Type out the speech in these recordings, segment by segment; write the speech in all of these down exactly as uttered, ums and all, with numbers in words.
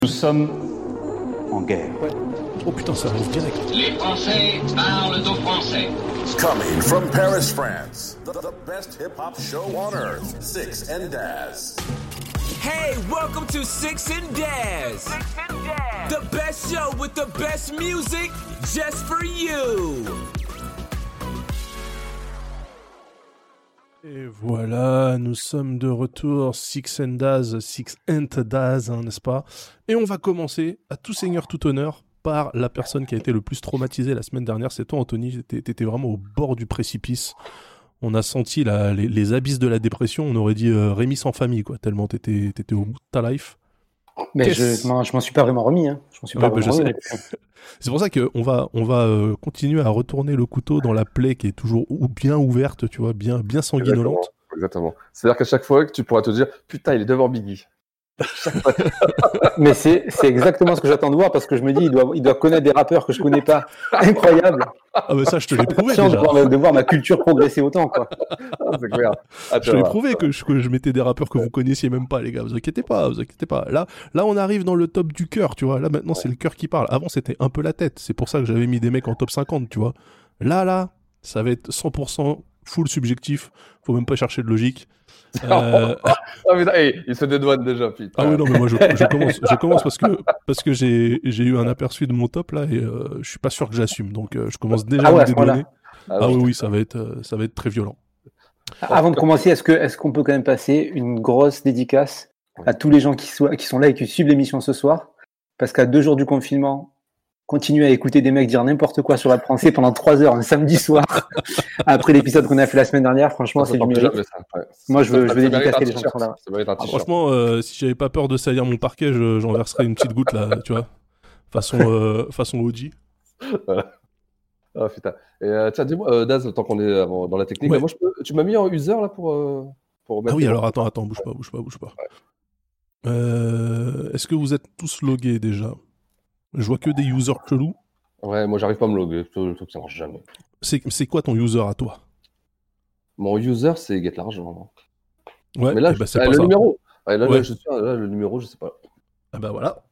Nous sommes en guerre. Ouais. Oh putain, ça arrive direct. Les Français parlent aux Français. Coming from Paris, France, the, the best hip-hop show on earth, Six and Daz. Hey, welcome to Six and Daz. Six and Daz. The best show with the best music just for you. Et voilà, nous sommes de retour, Six and Daz, Six and Daz, hein, n'est-ce pas? Et on va commencer, à tout seigneur, tout honneur, par la personne qui a été le plus traumatisée la semaine dernière. C'est toi, Anthony, t'étais, t'étais vraiment au bord du précipice. On a senti la, les, les abysses de la dépression, on aurait dit euh, Rémi sans famille, quoi, tellement t'étais, t'étais au bout de ta life. Mais je, moi, je m'en suis pas vraiment remis. Hein. Je m'en suis pas ouais, vraiment bah, remis. C'est pour ça qu'on va, on va euh, continuer à retourner le couteau dans la plaie qui est toujours ou bien ouverte, tu vois, bien, bien sanguinolente. Exactement, exactement. C'est-à-dire qu'à chaque fois que tu pourras te dire « Putain, il est devant Biggie ». Mais c'est, c'est exactement ce que j'attends de voir parce que je me dis il doit, il doit connaître des rappeurs que je connais pas. Incroyable. Ah mais ça je te l'ai prouvé déjà. déjà. De voir, de voir ma culture progresser autant quoi. Ah, c'est clair. Ah, je te l'ai prouvé que je, que je mettais des rappeurs que vous connaissiez même pas les gars. Vous inquiétez pas, vous inquiétez pas. Là, là on arrive dans le top du cœur, tu vois. Là maintenant c'est le cœur qui parle. Avant c'était un peu la tête. C'est pour ça que j'avais mis des mecs en top cinquante, tu vois. Là là, ça va être cent pour cent full subjectif. Faut même pas chercher de logique. Euh... oh, mais non, hey, il se dédouane déjà, putain. Ah oui, non, mais moi je, je commence, je commence parce que, parce que j'ai, j'ai eu un aperçu de mon top là et euh, je suis pas sûr que j'assume. Donc euh, je commence déjà ah ouais, à me dédouaner. Ah, ah oui, oui, oui, ça va être, euh, ça va être très violent. Avant de commencer, est-ce, que, est-ce qu'on peut quand même passer une grosse dédicace à tous les gens qui, soient, qui sont là et qui suivent l'émission ce soir? Parce qu'à deux jours du confinement, continuer à écouter des mecs dire n'importe quoi sur la français pendant trois heures un samedi soir après l'épisode qu'on a fait la semaine dernière, franchement, ça, c'est du mérite. Ouais. Moi, je veux, je veux dédicacer les gens qui sont là. Ah, franchement, euh, si j'avais pas peur de salir mon parquet, je, j'en verserais une petite goutte là, tu vois, façon, euh, façon O G. Voilà. Ah putain. Et euh, tiens, dis-moi, euh, Daz, tant qu'on est euh, dans la technique, ouais. là, moi, je peux... tu m'as mis en user là pour. Euh, pour ah oui, alors attends, attends, bouge pas, bouge pas, bouge pas. Ouais. Euh, est-ce que vous êtes tous logués déjà? Je vois que des users chelous. Ouais, moi j'arrive pas à me loguer, le truc ça marche jamais. C'est, c'est quoi ton user à toi? Mon user c'est Get l'argent. Ouais, mais là, bah, je... c'est ah, pas le ça. numéro. Ah, là, ouais. là, je suis... là, le numéro, je sais pas. Ah bah voilà.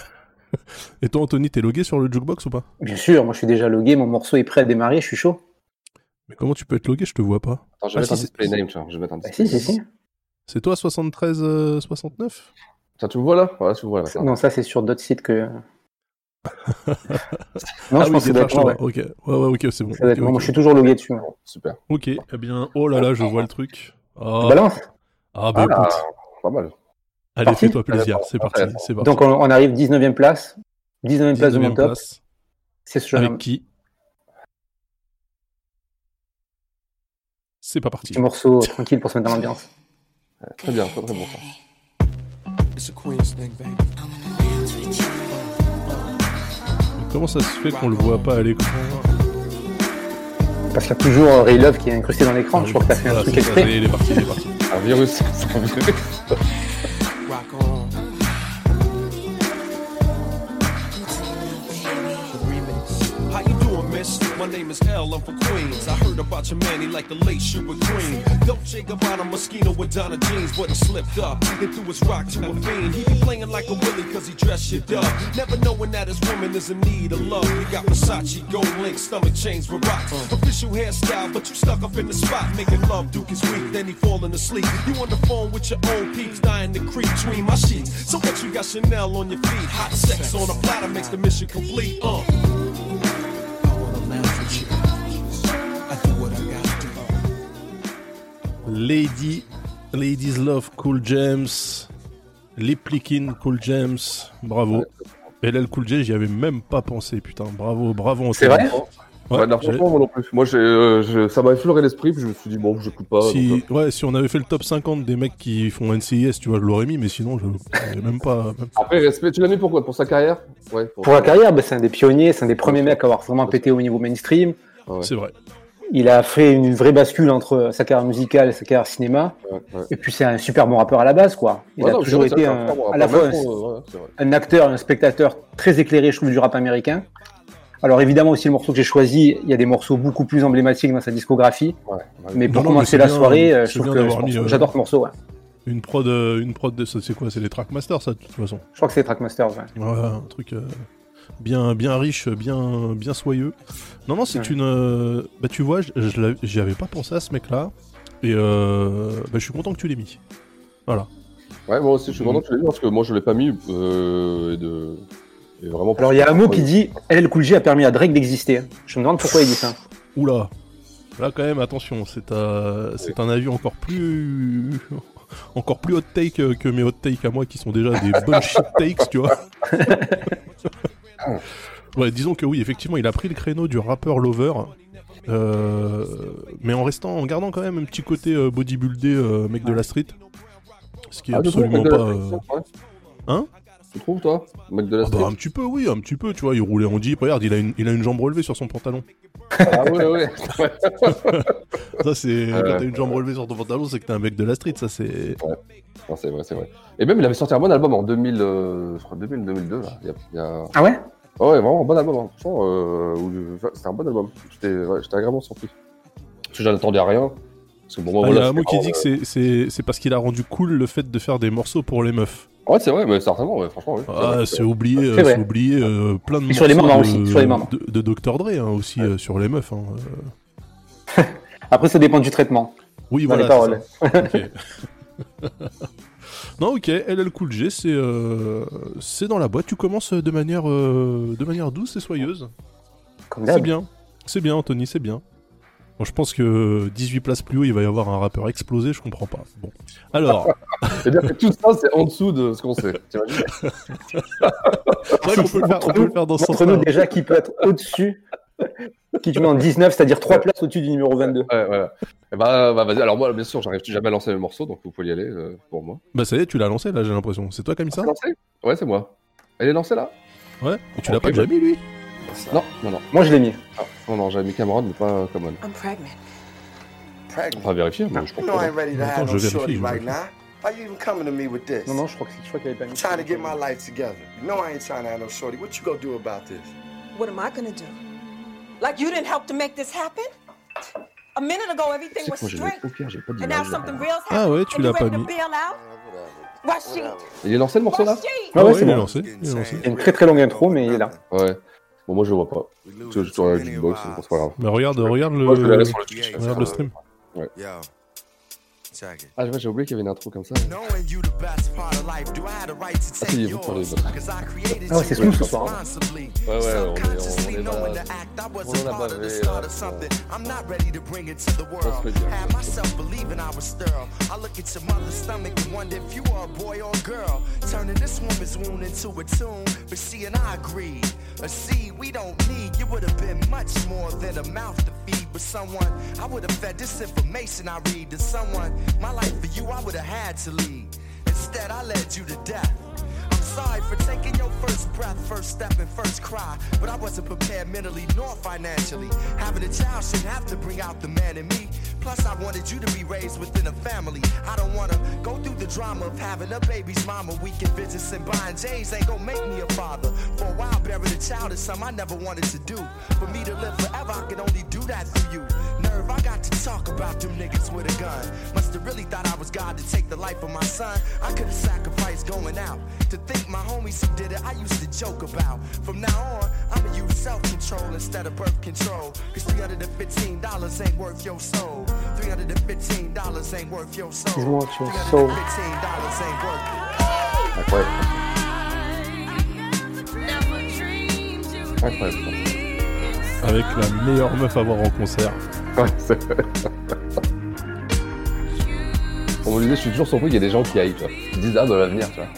Et toi, Anthony, t'es logué sur le jukebox ou pas? Bien sûr, moi je suis déjà logué, mon morceau est prêt à démarrer, je suis chaud. Mais comment tu peux être logué? Je te vois pas. Attends, je vais ah, mettre si, un display c'est... name, tu vois. Je vais mettre un display. Ah, si, si, si. C'est toi soixante-treize soixante-neuf? Ça, tu me vois là? Voilà, tu me vois là. Ça. Non, ça c'est sur d'autres sites que. non, ah je oui, pense que c'est ouais. Ok, ouais, ouais, ok, c'est bon. Okay, okay, moi, okay. je suis toujours logué dessus. Hein. Super. Ok, eh bien, oh là là, je vois le truc. Oh. Balance. Ah bah ah, écoute. Pas mal. Allez, parti fais-toi plaisir, c'est parti, c'est parti. Donc on, on arrive dix-neuvième place. dix-neuvième place de mon top. Place. C'est ce Avec qui? C'est pas parti. Un morceau tranquille pour se mettre dans l'ambiance. Ouais, très bien, très, très bon ça. Comment ça se fait qu'on le voit pas à l'écran? Parce qu'il y a toujours Ray Love qui est incrusté dans l'écran. Ah, je crois que t'as fait un voilà, truc exprès. Il est parti, il est parti. Un virus, c'est un virus. My name is L, I'm from Queens. I heard about your man, he like the late Sugar Green. Dolce Gabbana mosquito with Donna jeans, but he slipped up and threw his rock to a fiend. He be playing like a Willie cause he dressed shit up, never knowing that his woman is in need of love. He got Versace, gold link, stomach chains with rocks. Official hairstyle, but you stuck up in the spot. Making love, Duke is weak, then he falling asleep. You on the phone with your old peeps, dying to creep between my sheets. So what, you got Chanel on your feet? Hot sex on a platter makes the mission complete. Uh. Lady, Ladies Love Cool James, Lip Lickin' Cool James, bravo. L L Cool J, j'y avais même pas pensé, putain, bravo, bravo. C'est vrai? Ouais, ouais, non, franchement, moi non plus. Moi, j'ai, euh, j'ai, ça m'a effleuré l'esprit, puis je me suis dit, bon, j'écoute pas. Si, donc, euh... ouais, si on avait fait le top cinquante des mecs qui font N C I S, tu vois, je l'aurais mis, mais sinon, je n'avais même pas. Même... Après, respect, tu l'as mis pourquoi? Pour sa carrière? Ouais, pour pour la carrière, bah, c'est un des pionniers, c'est un des premiers ouais, mecs à avoir vraiment pété au niveau mainstream. Ouais. C'est vrai. Il a fait une vraie bascule entre sa carrière musicale et sa carrière cinéma. Ouais, ouais. Et puis c'est un super bon rappeur à la base, quoi. Il ouais, a non, toujours été un, un, à la fois un, ouais, un acteur, un spectateur très éclairé, je trouve, du rap américain. Alors évidemment aussi le morceau que j'ai choisi, il y a des morceaux beaucoup plus emblématiques dans sa discographie. Ouais, ouais. Mais pour non, commencer non, mais la bien, soirée, je trouve que je pense, euh... j'adore ce morceau. Ouais. Une prod, euh, une prod de ça, c'est quoi? C'est les Trackmasters, ça, de toute façon. Je crois que c'est Trackmasters, ouais. Ouais, un truc euh, bien, bien riche, bien, bien soyeux. Non, non, c'est Ouais. une. euh, Bah, tu vois, je- je l'avais- j'y avais pas pensé à ce mec-là. Et euh... bah, je suis content que tu l'aies mis. Voilà. Ouais, moi aussi, je suis content que tu l'aies mis parce que moi, je l'ai pas mis. Euh, et de... et vraiment Alors, il y a un mot qui dit L L Cool J a permis à Drake d'exister. Je me demande pourquoi il dit ça. Oula. Là, quand même, attention, c'est un, c'est un avis encore plus. Encore plus hot take que mes hot takes à moi qui sont déjà des bonnes shit takes, tu vois. Ouais, disons que oui, effectivement, il a pris le créneau du rappeur lover, euh, mais en restant, en gardant quand même un petit côté euh, bodybuildé, euh, mec de la street, ce qui est Ah, tu trouves, absolument mec de pas. la euh, street, ouais. Hein? Tu trouves, toi, mec de la Ah street? bah, un petit peu, oui, un petit peu, tu vois, il roulait en Jeep, regarde, il a une, il a une jambe relevée sur son pantalon. Ah ouais, ouais. Ça, c'est. Euh, Quand t'as une jambe relevée sur ton pantalon, c'est que t'es un mec de la street, ça, c'est. Non, c'est vrai, c'est vrai. Et même, il avait sorti un bon album en deux mille, euh, je crois deux mille, deux mille deux, là. Il y a, il y a... Ah ouais? Ah ouais, vraiment un bon album. Hein. Franchement, euh, où- c'était un bon album. J'étais ouais, j'étais agréablement surpris. Parce que j'en attendais à rien. Parce que bon, moi, Ah, il y voilà, a un mot c'était qui dit que vraiment, c'est, c'est, c'est parce qu'il a rendu cool le fait de faire des morceaux pour les meufs. euh, Ouais, c'est vrai, mais certainement, ouais, franchement, oui. Ah, vrai, c'est oublié, euh, C'est vrai. c'est oublié euh, plein de Et sur les morceaux mamans de, aussi, sur les mamans. de, de docteur Dre hein, aussi euh, sur les meufs. Hein, euh. Après, ça dépend du traitement. Oui, Dans voilà. les paroles. c'est ça. Ok. Non, ok, L L Cool J, c'est euh, c'est dans la boîte. Tu commences de manière euh, de manière douce et soyeuse. Comme C'est d'hab. bien, c'est bien, Anthony, c'est bien. Bon, je pense que dix-huit places plus haut, il va y avoir un rappeur explosé. Je comprends pas. Bon, alors. C'est-à-dire que tout ça, c'est en dessous de ce qu'on sait. T'imagines? C'est vrai qu'on peut le faire, on peut le faire dans ce sens-là. Montre-nous déjà qui peut être au-dessus, qui tu mets en dix-neuf, c'est-à-dire trois places au-dessus du numéro vingt-deux. Ouais, voilà. Et bah, bah, vas-y. Alors, moi, bien sûr, j'arrive jamais à lancer le morceau, donc vous pouvez y aller euh, pour moi. Bah ça y est, tu l'as lancé là, j'ai l'impression. C'est toi qui as mis ça? C'est lancé? Ouais, c'est moi. Elle est lancée là? Ouais. Et tu l'as Ok, pas déjà bah- mis lui? Non, non, non. Moi, je l'ai mis. Ah, non, non, j'avais mis Cameron, mais pas Common. I'm pregnant. On Pregnant. va vérifier, mais je You pense know I pas. ain't ready to Attends, have je no vérifie, shorty je right vérifie. now. Why you even coming to me with this? Non, non, je crois que je crois qu'il avait pas mis. I'm trying to get my life together. You know I ain't trying to have no shorty. What you gonna do about this? What am I gonna do? Like you didn't help to make this happen? A minute ago everything C'est was quoi, j'ai straight. au pire, j'ai pas And now d'image. something là. real's Ah happened. ouais, tu and l'as you pas ready to mis. bail out? What's she? Il est lancé le morceau là? What's she? Ah ouais, Ouais, c'est il est bon. lancé, il est lancé. Il y a une très très longue intro, mais il est là. Ouais. Bon, moi je le vois pas. Parce que je suis sur la jukebox, donc c'est pas grave. Mais regarde, regarde le, Moi je vais aller sur le Twitch. regarde le stream. Yo, check it. Ah, ouais, j'ai oublié qu'il y avait une intro comme ça. Knowing you the best part of life, do I have the right to Ah, si, take vous parlez yours? de- Cause I created Ah ouais, c'est you smooth ce soir. hein. responsibly. Ouais, ouais, on est, on Subconsciously est knowing là. the act, I On wasn't a part of the bavé, start là. of something. I'm not ready to bring it to the On world. se fait bien. Had myself believing I was sterile. I look at your mother's stomach and wonder if you are a boy or a girl. Turning this woman's wound into a tomb. But she and I agreed. A seed we don't need. You would have been much more than a mouth to feed. But someone, I would have fed this information I read to someone. My life for you, I would have had to lead. Instead, I led you to death. I'm sorry for taking your first breath, first step, and first cry. But I wasn't prepared mentally nor financially. Having a child shouldn't have to bring out the man in me. Plus, I wanted you to be raised within a family. I don't want to go through the drama of having a baby's mama. Weekend visits and buying J's ain't gonna make me a father. For a while, burying a child is something I never wanted to do. For me to live forever, I can only do that through you. Nerve, I got to talk about them niggas with a gun. Must have really thought I was God to take the life of my son. I could have sacrificed going out. To think my homies who did it, I used to joke about. From now on, I'ma use self-control instead of birth control. Cause three hundred fifteen dollars ain't worth your soul. three hundred fifteen dollars ain't worth your soul. It's worth your soul. three hundred fifteen dollars ain't worth it. Incroyable. Incroyable. Avec la meilleure meuf à voir en concert. Ouais, c'est vrai. On me disait, je suis toujours surpris qu'il y ait des gens qui aillent, tu vois. Qui disent, ah, bah, elle va venir, tu vois.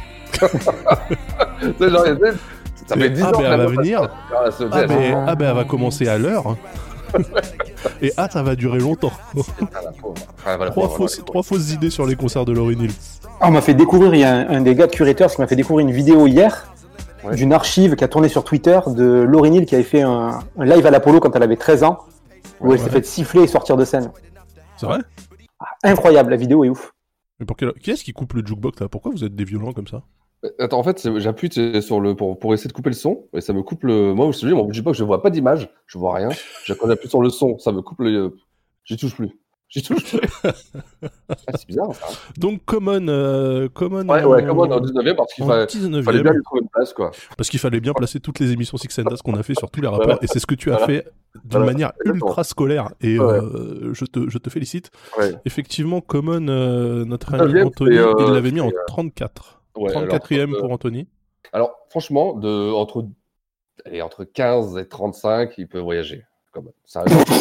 Tu sais, genre, tu sais, ça fait dix Ah, ans bah, que elle la va meuf, venir. elle- elle se- Ah elle- ben ah ben, elle va commencer à l'heure. Et ah, ça va durer longtemps. Ah, la pauvre. Ah, voilà, trois, pauvre, fausses, trois fausses idées sur les concerts de Lauryn Hill. Ah, on m'a fait découvrir, il y a un, un des gars de Curators qui m'a fait découvrir une vidéo hier Ouais. d'une archive qui a tourné sur Twitter de Lauryn Hill qui avait fait un, un live à l'Apollo quand elle avait treize ans où Ouais, elle s'est ouais. fait siffler et sortir de scène. C'est vrai? Ah, incroyable, la vidéo est ouf. Mais pour quelle... Qui est-ce qui coupe le jukebox là? Pourquoi vous êtes des violents comme ça? Attends, en fait, c'est- j'appuie tu sais, sur le pour, pour essayer de couper le son et ça me coupe le. Moi, je te dis, mon jukebox, je vois pas d'image, je vois rien. Je- Quand j'appuie sur le son, ça me coupe le. J'y touche plus. J'ai toujours joué. Ah, c'est bizarre, ça. Donc, Common. Euh, Common Ouais, en... ouais, Common en dix-neuvième, parce qu'il fallait, dix-neuvième. fallait bien lui trouver une place, quoi. Parce qu'il fallait bien placer toutes les émissions Six and Daz qu'on a fait sur tous les rappeurs, Voilà. et c'est ce que tu as Voilà. fait d'une Voilà. manière Exactement. ultra scolaire, et Ouais. euh, je, te, je te félicite. Ouais. Effectivement, Common, euh, notre ami Dix-neuvième, Anthony, c'est, euh, il l'avait mis en c'est, euh, trente-quatre. Ouais, trente-quatrième alors, pour euh, Anthony. Alors, franchement, de, entre, allez, entre quinze et trente-cinq, il peut voyager. Comme, ça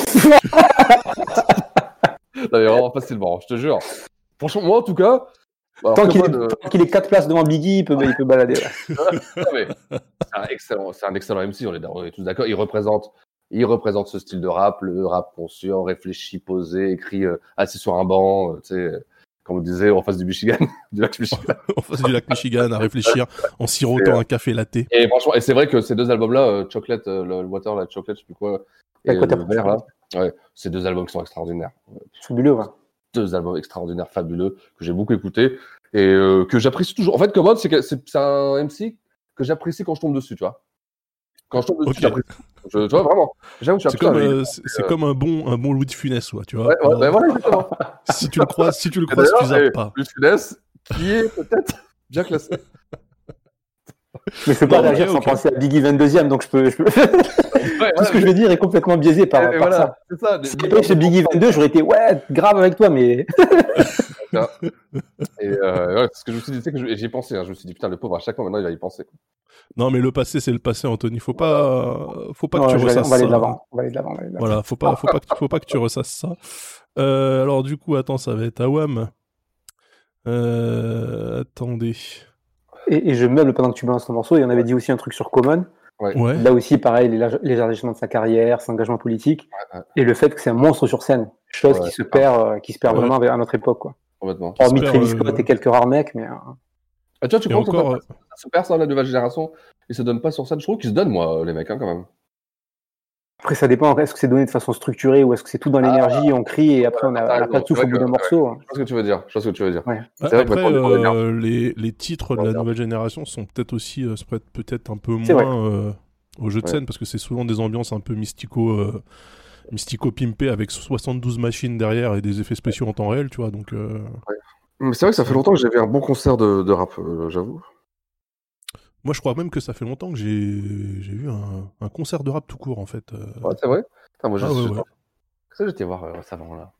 Non, mais vraiment facilement, je te jure. Franchement, moi, en tout cas... alors, Tant qu'il est, Common, euh, tant qu'il est quatre places devant Biggie, il peut, il peut balader. Ouais. non, mais c'est un excellent, c'est un excellent M C, on est, on est tous d'accord. Il représente, il représente ce style de rap, le rap conscient, réfléchi, posé, écrit euh, assis sur un banc, euh, tu sais, comme on disait, en face du Michigan, du lac Michigan. En face du lac Michigan, à réfléchir, en sirotant euh, un café latte. Et franchement, et c'est vrai que ces deux albums-là, euh, Chocolate, euh, le Water, la Chocolate, je sais plus quoi, et Avec Water, le Vert, là, ouais, ces deux albums qui sont extraordinaires. Fabuleux, ouais. Deux albums extraordinaires, fabuleux, que j'ai beaucoup écouté et euh, que j'apprécie toujours. En fait, Common, c'est, que- c'est, c'est un M C que j'apprécie quand je tombe dessus, tu vois. Quand je tombe dessus, Ok. j'apprécie. Je, tu vois, vraiment. J'avoue, je suis C'est comme, putain, mais- euh, c'est c'est comme un bon, un bon Louis de Funès, quoi, tu vois. Ouais, ouais, Euh, ouais, voilà, exactement. Si tu le croises, si tu le Et croises, tu d'ailleurs, zappes et pas. Louis de Funès, qui est peut-être bien classé. Mais je peux pas Bon, réagir ok, sans ok. penser à Biggie vingt-deuxième, donc je peux. Je peux... Ouais, Tout ce que je vais dire est complètement biaisé par, et, et par voilà, ça. c'est ça. Si c'était chez Biggie vingt-deux, j'aurais été ouais, grave avec toi, mais. Et euh, ouais, ce que je me suis dit, c'est que je- j'y ai pensé. Hein, je me suis dit, putain, le pauvre, à chaque fois, maintenant, il va y penser. Quoi. Non, mais le passé, c'est le passé, Anthony. Faut pas, faut pas Non, que tu je vais- ressasses on va aller ça. de l'avant. On va aller de l'avant. on va aller de l'avant. Voilà, faut pas, faut pas, que- faut pas que tu ressasses ça. Euh, alors du coup, attends, ça va être Awam. Euh, attendez. Et, et je meuble pendant que tu balances ton morceau. Et on avait dit aussi un truc sur Common. Ouais. Ouais. Là aussi, pareil, les lég- l'élargissement de sa carrière, son engagement politique, Ouais, ouais. et le fait que c'est un monstre sur scène. Chose Ouais. qui se perd, euh, qui se perd Ouais. vraiment à notre époque, quoi. Complètement. Hormis perd, Travis euh, Scott et quelques rares mecs, mais. euh, Ah, tu vois, tu Et crois que encore, ça, ça se perd, ça, la nouvelle génération. Ils se donnent pas sur scène. Je trouve qu'ils se donnent, moi, les mecs, hein, quand même. Après, ça dépend. Est-ce que c'est donné de façon structurée ou est-ce que c'est tout dans l'énergie, on crie et après on a, on a pas de souffle au bout d'un morceau. hein. Je vois ce que tu veux dire. Je vois ce que tu veux dire. Ouais. C'est vrai que après, maintenant, on est dans euh, les, les titres de la Regarde. nouvelle génération sont peut-être aussi, euh, se prêtent peut-être un peu C'est moins euh, au jeu de Ouais. scène parce que c'est souvent des ambiances un peu mystico, euh, mystico pimpées avec soixante-douze machines derrière et des effets spéciaux en temps réel, tu vois. Donc, euh, Mais c'est vrai que ça fait longtemps que j'ai vu un bon concert de, de rap, euh, j'avoue. moi, je crois même que ça fait longtemps que j'ai, j'ai vu un, un concert de rap tout court en fait. euh. Ouais, c'est vrai. Putain, moi, je Ah, ouais, je- ouais. Qu'est-ce que j'étais voir euh, récemment, là?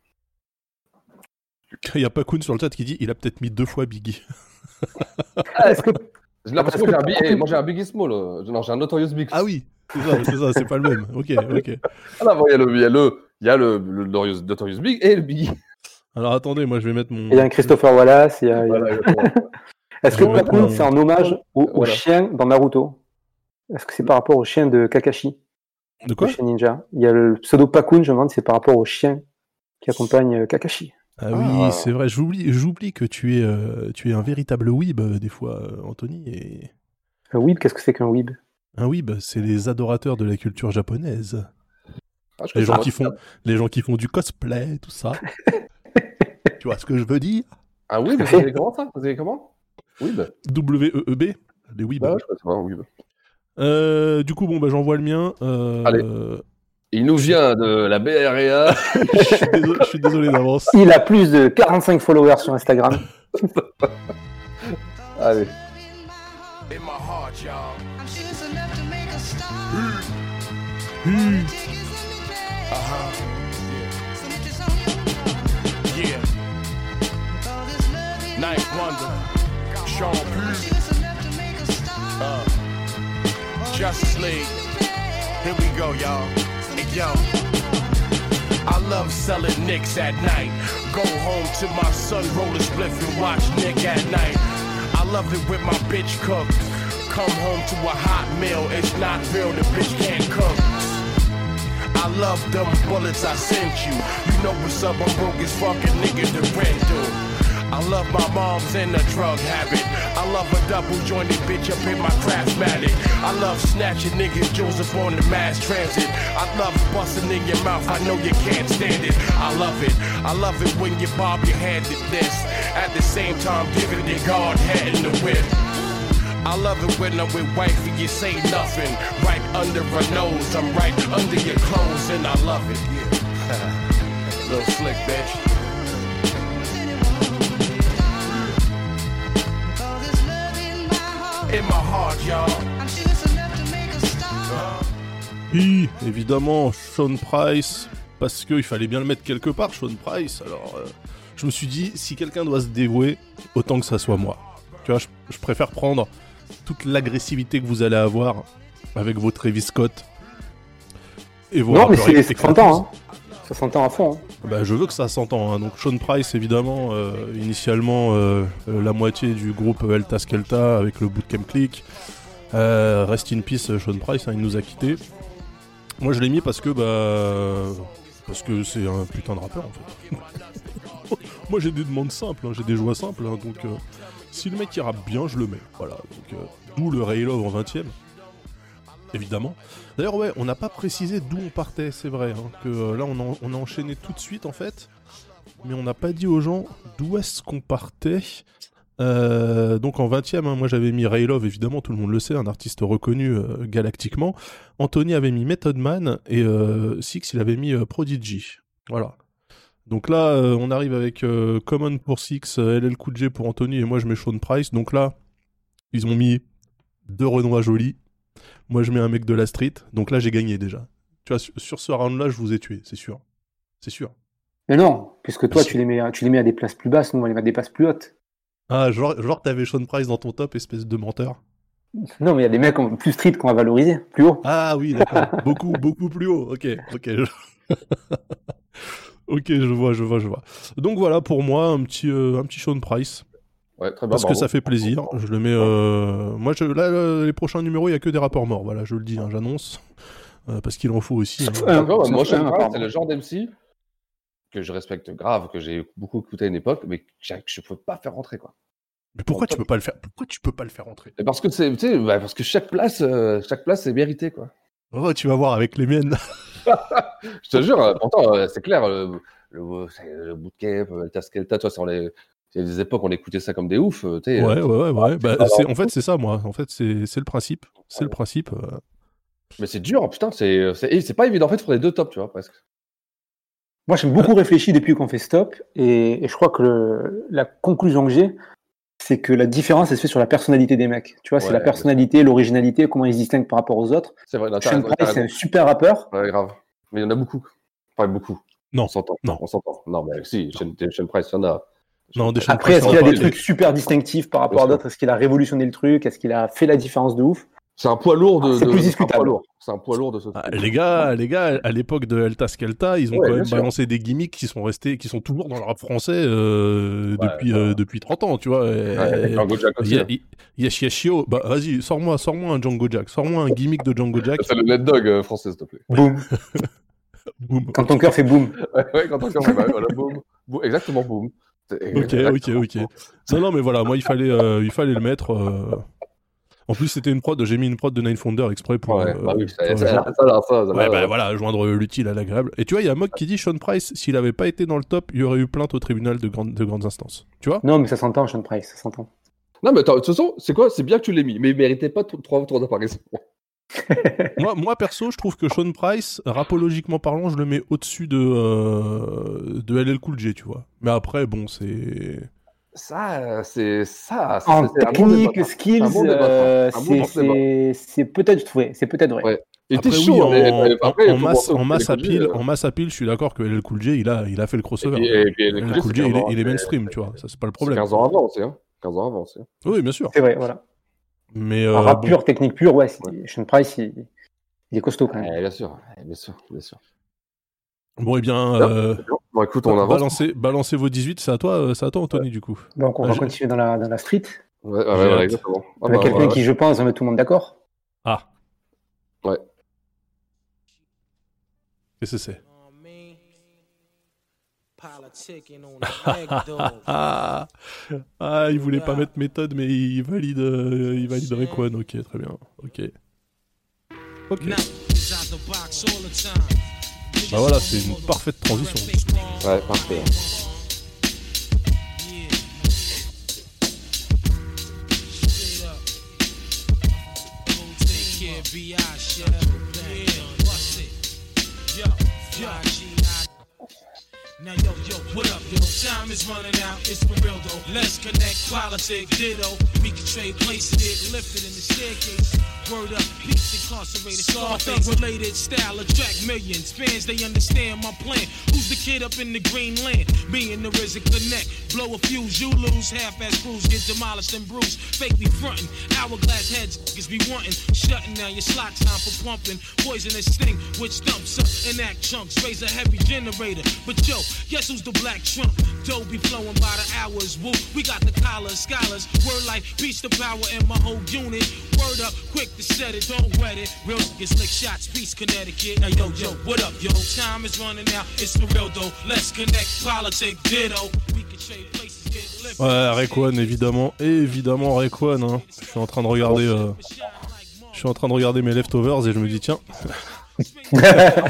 Il y a Pacoon sur le chat qui dit il a peut-être mis deux fois Biggie. Ah, est-ce que J'ai l'impression Parce que que j'ai un, Big- par eh, contre- moi, j'ai un Biggie Small. euh, Non, j'ai un Notorious Big. Ah oui, c'est ça, c'est ça, c'est pas le même. Ok, ok. Ah là, bon, il y a le, il y a le, il y a le, le Notorious, Notorious Big et le Biggie. Alors attendez, moi je vais mettre mon. il y a un Christopher Wallace, il y a- il y a- Voilà, exactement. est-ce que Je vais mettre Pacoon, mon- c'est un hommage au, au Voilà. chien dans Naruto? Est-ce que c'est par rapport au chien de Kakashi, De quoi le chien ninja? Il y a le pseudo Pacoon, je me demande si c'est par rapport au chien qui accompagne euh, Kakashi. Ah oui, Ah. c'est vrai. J'oublie, j'oublie que tu es, euh, tu es un véritable weeb euh, des fois, euh, Anthony. Et Un weeb, qu'est-ce que c'est qu'un weeb? un weeb, c'est les adorateurs de la culture japonaise. Ah, je Les gens comprends. qui font, les gens qui font du cosplay, tout ça. Tu vois ce que je veux dire? Ah oui, mais vous avez comment ça? Vous avez comment? Oui, bah. W E E B, les weebs. Bah, je sais pas, oui, bah. Euh, du coup, bon, bah, j'envoie le mien. Euh, Allez. Il nous vient de la B R A. je, suis désolé, je suis désolé d'avance. Il a plus de quarante-cinq followers sur Instagram. Allez. In my heart, y'all. Uh-huh. Yeah. Ninth Wonder. Sean P. Uh, Justice League. Here we go, y'all. Hey, yo. I love selling nicks at night. Go home to my son, roll a spliff and watch Nick at night. I love it with my bitch cook. Come home to a hot meal, it's not real, the bitch can't cook. I love them bullets I sent you. You know what's up, I'm broke as fuck a nigga to rent dude. I love my mom's in a drug habit. I love a double jointed bitch up in my Craftmatic. I love snatching niggas Joseph on the mass transit. I love busting in your mouth, I know you can't stand it. I love it, I love it when you bob your head to this. At the same time giving the guard head in the whip. I love it when I'm with wife and you say nothing. Right under her nose, I'm right under your clothes and I love it. Little slick, bitch. In my heart, y'all. Oui, évidemment, Sean Price, parce qu'il fallait bien le mettre quelque part, Sean Price. Alors, euh, je me suis dit, si quelqu'un doit se dévouer, autant que ça soit moi. Tu vois, je, je préfère prendre toute l'agressivité que vous allez avoir avec vos Travis Scott et vos Non, mais rappeurs c'est, ça éclatés. s'entend, hein. Ça s'entend à fond. Hein. Bah, je veux que ça s'entend. Hein. Donc Sean Price, évidemment, euh, initialement euh, euh, la moitié du groupe Helta Skelta avec le Bootcamp Click. Euh, rest in peace, Sean Price, hein, il nous a quittés. Moi, je l'ai mis parce que bah parce que c'est un putain de rappeur en fait. Moi, j'ai des demandes simples, hein, j'ai des choix simples, hein, donc euh, si le mec il rappe bien, je le mets. Voilà. Donc euh, d'où le Ray Love en vingtième. Évidemment. D'ailleurs, ouais, on n'a pas précisé d'où on partait, c'est vrai. Hein, que euh, là, on a, on a enchaîné tout de suite, en fait. Mais on n'a pas dit aux gens d'où est-ce qu'on partait. Euh, donc en vingtième, hein, moi j'avais mis Ray Love, évidemment, tout le monde le sait, un artiste reconnu euh, galactiquement. Anthony avait mis Method Man et euh, Six, il avait mis euh, Prodigy. Voilà. Donc là, euh, on arrive avec euh, Common pour Six, euh, L L Cool J pour Anthony et moi je mets Sean Price. Donc là, ils ont mis deux Renois jolis. Moi, je mets un mec de la street, donc là, j'ai gagné déjà. Tu vois, sur, sur ce round-là, je vous ai tué, c'est sûr. C'est sûr. Mais non, puisque toi, tu les, mets, tu les mets à des places plus basses, nous, on les met à des places plus hautes. Ah, genre, genre t'avais Sean Price dans ton top, espèce de menteur. Non, mais il y a des mecs plus street qu'on va valoriser, plus haut. Ah oui, d'accord. beaucoup, beaucoup plus haut. Ok, ok. Je... ok, je vois, je vois, je vois. Donc voilà, pour moi, un petit, euh, un petit Sean Price. Ouais, très bien, Parce bravo. que ça fait plaisir. Je le mets. Euh... Moi, je... là, là, les prochains numéros, il n'y a que des rappeurs morts. Voilà, je le dis, hein, j'annonce. Euh, parce qu'il en faut aussi. Hein. Euh, D'accord, moi, Sean Price, c'est le genre d'M C que je respecte grave, que j'ai beaucoup écouté à une époque, mais que je ne peux pas faire rentrer, quoi. Mais pourquoi tu peux pas le faire Pourquoi tu peux pas le faire rentrer? Parce que c'est, tu sais, bah, parce que chaque place, euh, chaque place est méritée, quoi. Oh, tu vas voir avec les miennes. Je te jure, euh, pourtant, euh, c'est clair, le, le, le bootcamp, Helta Skelta, tu vois, c'est on les. Il y a des époques, on écoutait ça comme des oufs. Tu sais, ouais, euh, ouais, ouais, ouais. Bah, alors, c'est, en fait, c'est ça, moi. En fait, c'est, c'est le principe. C'est ouais. le principe. Euh... Mais c'est dur, putain. C'est, c'est, c'est pas évident. En fait, il faudrait deux tops, tu vois, presque. Moi, j'ai beaucoup réfléchi depuis qu'on fait stop, et, et je crois que le, la conclusion que j'ai, c'est que la différence, elle se fait sur la personnalité des mecs. Tu vois, ouais, c'est la personnalité, l'originalité, comment ils se distinguent par rapport aux autres. C'est vrai. Sean Price, c'est un super rappeur. Ouais, grave. Mais il y en a beaucoup. Enfin, beaucoup. Non. On s'entend. Non. On s'entend. Non, mais si, Sean Price, il y en a. Non, des Après, est-ce qu'il a des trucs super distinctifs par rapport à d'autres? Est-ce qu'il a révolutionné le truc? Est-ce qu'il a fait la différence de ouf? C'est un poids lourd de. C'est de, plus de, discutable. Un poids lourd. C'est un poids lourd de ce ah, les gars, les gars, à l'époque de Helta Skelta, ils ont ouais, quand même sûr. balancé des gimmicks qui sont restés, qui sont toujours dans le rap français euh, ouais, depuis, euh, depuis trente ans, tu vois. Ouais, Django Jack aussi. Yes, yes, yo. Bah, vas-y, sors-moi, sors-moi un Django Jack. Sors-moi un gimmick de Django Jack. C'est le Net Dog euh, français, s'il te plaît. Boum. Boum. Quand ton cœur fait boum. Ouais, ouais, quand ton cœur fait boum. Voilà, boum. boum. Exactement, boum. Ok, ok, ok. Non, non, mais voilà, moi, il fallait, euh, il fallait le mettre. Euh... En plus, c'était une prod, j'ai mis une prod de Nine Founder exprès pour. Ouais, euh, bah oui, ça, pour ça, genre... ça, ça, ça, ouais, ça, bah voilà, joindre l'utile à l'agréable. Et tu vois, il y a Mog qui dit Sean Price, s'il avait pas été dans le top, il y aurait eu plainte au tribunal de, grande, de grandes instances. Tu vois? Non, mais ça s'entend, Sean Price, ça s'entend. Non, mais attends, de toute façon, c'est quoi? C'est bien que tu l'aies mis, mais il méritait pas trois tours d'apparition. moi, moi, perso, je trouve que Sean Price, rapologiquement parlant, je le mets au-dessus de, euh, de L L Cool J, tu vois. Mais après, bon, c'est. Ça, c'est ça. C'est, en c'est technique, bon skills, bon euh, bon c'est, c'est, c'est peut-être vrai. C'est peut-être vrai. Ouais. Et après, chaud, oui, en, mais, après, en, masse, en masse à pile, euh... en masse à pile, je suis d'accord que L L Cool J, il a, il a fait le crossover. Et puis, et puis, L L Cool J, il est, il est mainstream, tu vois. Ça, c'est pas le problème. C'est quinze ans avant, c'est hein. quinze ans avant, c'est. Oui, bien sûr. C'est vrai, voilà. Mais euh, un rap bon. pur, technique pure, ouais. C'est... ouais. Sean Price, il... il est costaud quand même. Ouais, bien sûr, bien sûr, bien sûr. Bon, eh bien, euh, bon, écoute, on avance. Balancez, balancez vos dix-huit, c'est à toi, c'est à toi, Anthony, ouais. du coup. Donc, on ah, va j'ai... continuer dans la, dans la street. Ouais, ouais, ouais, ouais exactement. Ah, bah, quelqu'un ouais. qui, je pense, va mettre tout le monde d'accord. Ah. Ouais. Qu'est-ce que c'est? ah, ah, il voulait pas mettre méthode, mais il valide, euh, il valide Rayquan. Ok, très bien. Ok. Ok. Bah voilà, c'est une parfaite transition. Ouais, parfait. Now yo, yo, what up, yo? Time is running out, it's for real though. Let's connect, politics, ditto. We can trade places, get lifted in the staircase. Word up, peace incarcerated, Scarface related style attract millions. Fans, they understand my plan. Who's the kid up in the green land? Me and the R Z A connect. Blow a fuse, you lose. Half-ass crews get demolished and bruised. Fake me frontin', hourglass heads niggas be wantin'. Shutting down your slot time for pumping. Poisonous sting, which dumps up and act chunks. Raise a heavy generator. But yo, guess who's the black Trump? Dough be flowing by the hours. Woo, we got the collars, scholars. Word like peace to power in my whole unit. Word up, quick to set it, don't wet it. Real niggas lick shots, peace, Connecticut. Now yo, yo, what up, yo? Time is running out, it's for real though. Let's connect, politics, ditto. We can trade places, get lifted. Ouais, Rayquan, évidemment, évidemment Rayquan. Hein. Je suis en train de regarder, euh, je suis en train de regarder mes leftovers et je me dis tiens. mais,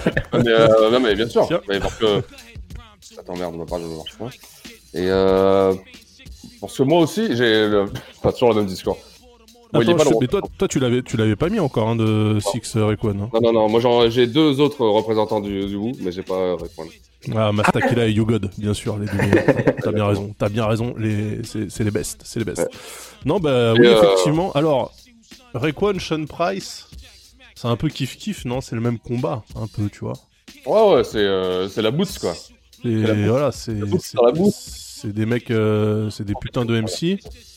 euh, non mais bien sûr. Mais parce que... Attends merde, on va parler de marche pas. Et euh... parce que moi aussi, j'ai le... pas toujours le même discours. Attends, bon, je... mais toi, toi, tu l'avais, tu l'avais pas mis encore hein, de Six euh, Rayquan. Hein. Non, non, non. Moi, genre, j'ai deux autres représentants du, du Wu, mais j'ai pas euh, Rayquan. Ah, Mastakila et YouGod, bien sûr, les deux meilleurs. T'as bien raison, t'as bien raison. Les, c'est, c'est les best, c'est les best. Ouais. Non, bah et oui, euh... effectivement. Alors, Rayquan, Sean Price, c'est un peu kiff kiff, non? C'est le même combat, un peu, tu vois. Ouais, ouais, c'est, euh, c'est la boots, quoi. Et c'est voilà, c'est, c'est, c'est des mecs, euh, c'est des putains de M C.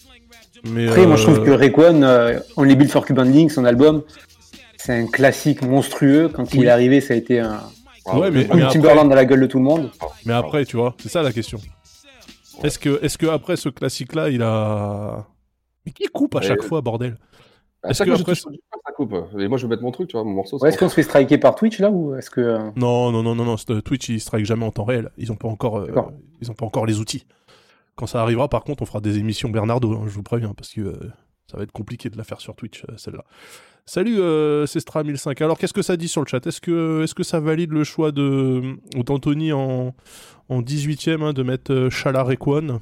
Mais Après, euh... moi je trouve que Rayquan, euh, Only Built for Cuban Links, son album, c'est un classique monstrueux. Quand il oui. est arrivé, ça a été un, ouais, mais, un mais Timberland après... dans la gueule de tout le monde. Mais après, tu vois, c'est ça la question. Est-ce que, est-ce que après ce classique-là, il a. Mais qui coupe à chaque mais... fois, bordel? À chaque fois, après... je touche, ça coupe. Et moi, je vais mettre mon truc, tu vois, mon morceau. Ouais, est-ce qu'on se fait striker par Twitch là ou est-ce que Non, non, non, non, non. Twitch, ils strike jamais en temps réel. Ils ont pas encore, euh, ils ont pas encore les outils. Quand ça arrivera, par contre, on fera des émissions Bernardo. Hein, je vous préviens, parce que euh, ça va être compliqué de la faire sur Twitch, euh, celle-là. Salut, euh, Cestra mille cinq. Alors, qu'est-ce que ça dit sur le chat? Est-ce que, est-ce que ça valide le choix de d'Anthony en en dix-huitième hein, de mettre euh, Shala Rayquan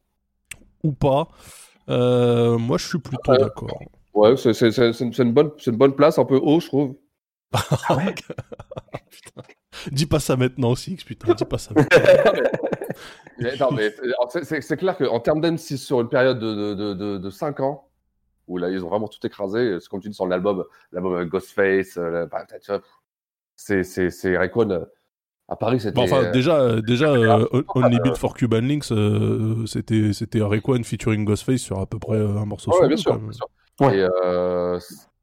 ou pas? euh, Moi, je suis plutôt euh, d'accord. Ouais, c'est, c'est, c'est, c'est, une bonne, c'est une bonne place, un peu haut, je trouve. Ah ouais. Putain. Dis pas ça maintenant, Six, putain, dis pas ça maintenant. mais, non, mais c'est, c'est, c'est clair qu'en termes d'M six, sur une période de, de, de, de cinq ans, où là, ils ont vraiment tout écrasé, c'est comme tu dis sur l'album, l'album Ghostface, euh, bah, tu vois, c'est, c'est, c'est Rayquan. Euh, à Paris, c'était... Bon, enfin, déjà, euh, déjà euh, Only Built for Cuban Links, euh, c'était, c'était Rayquan featuring Ghostface sur à peu près euh, un morceau. Ouais, solo, bien sûr, bien sûr. Ouais. Et euh...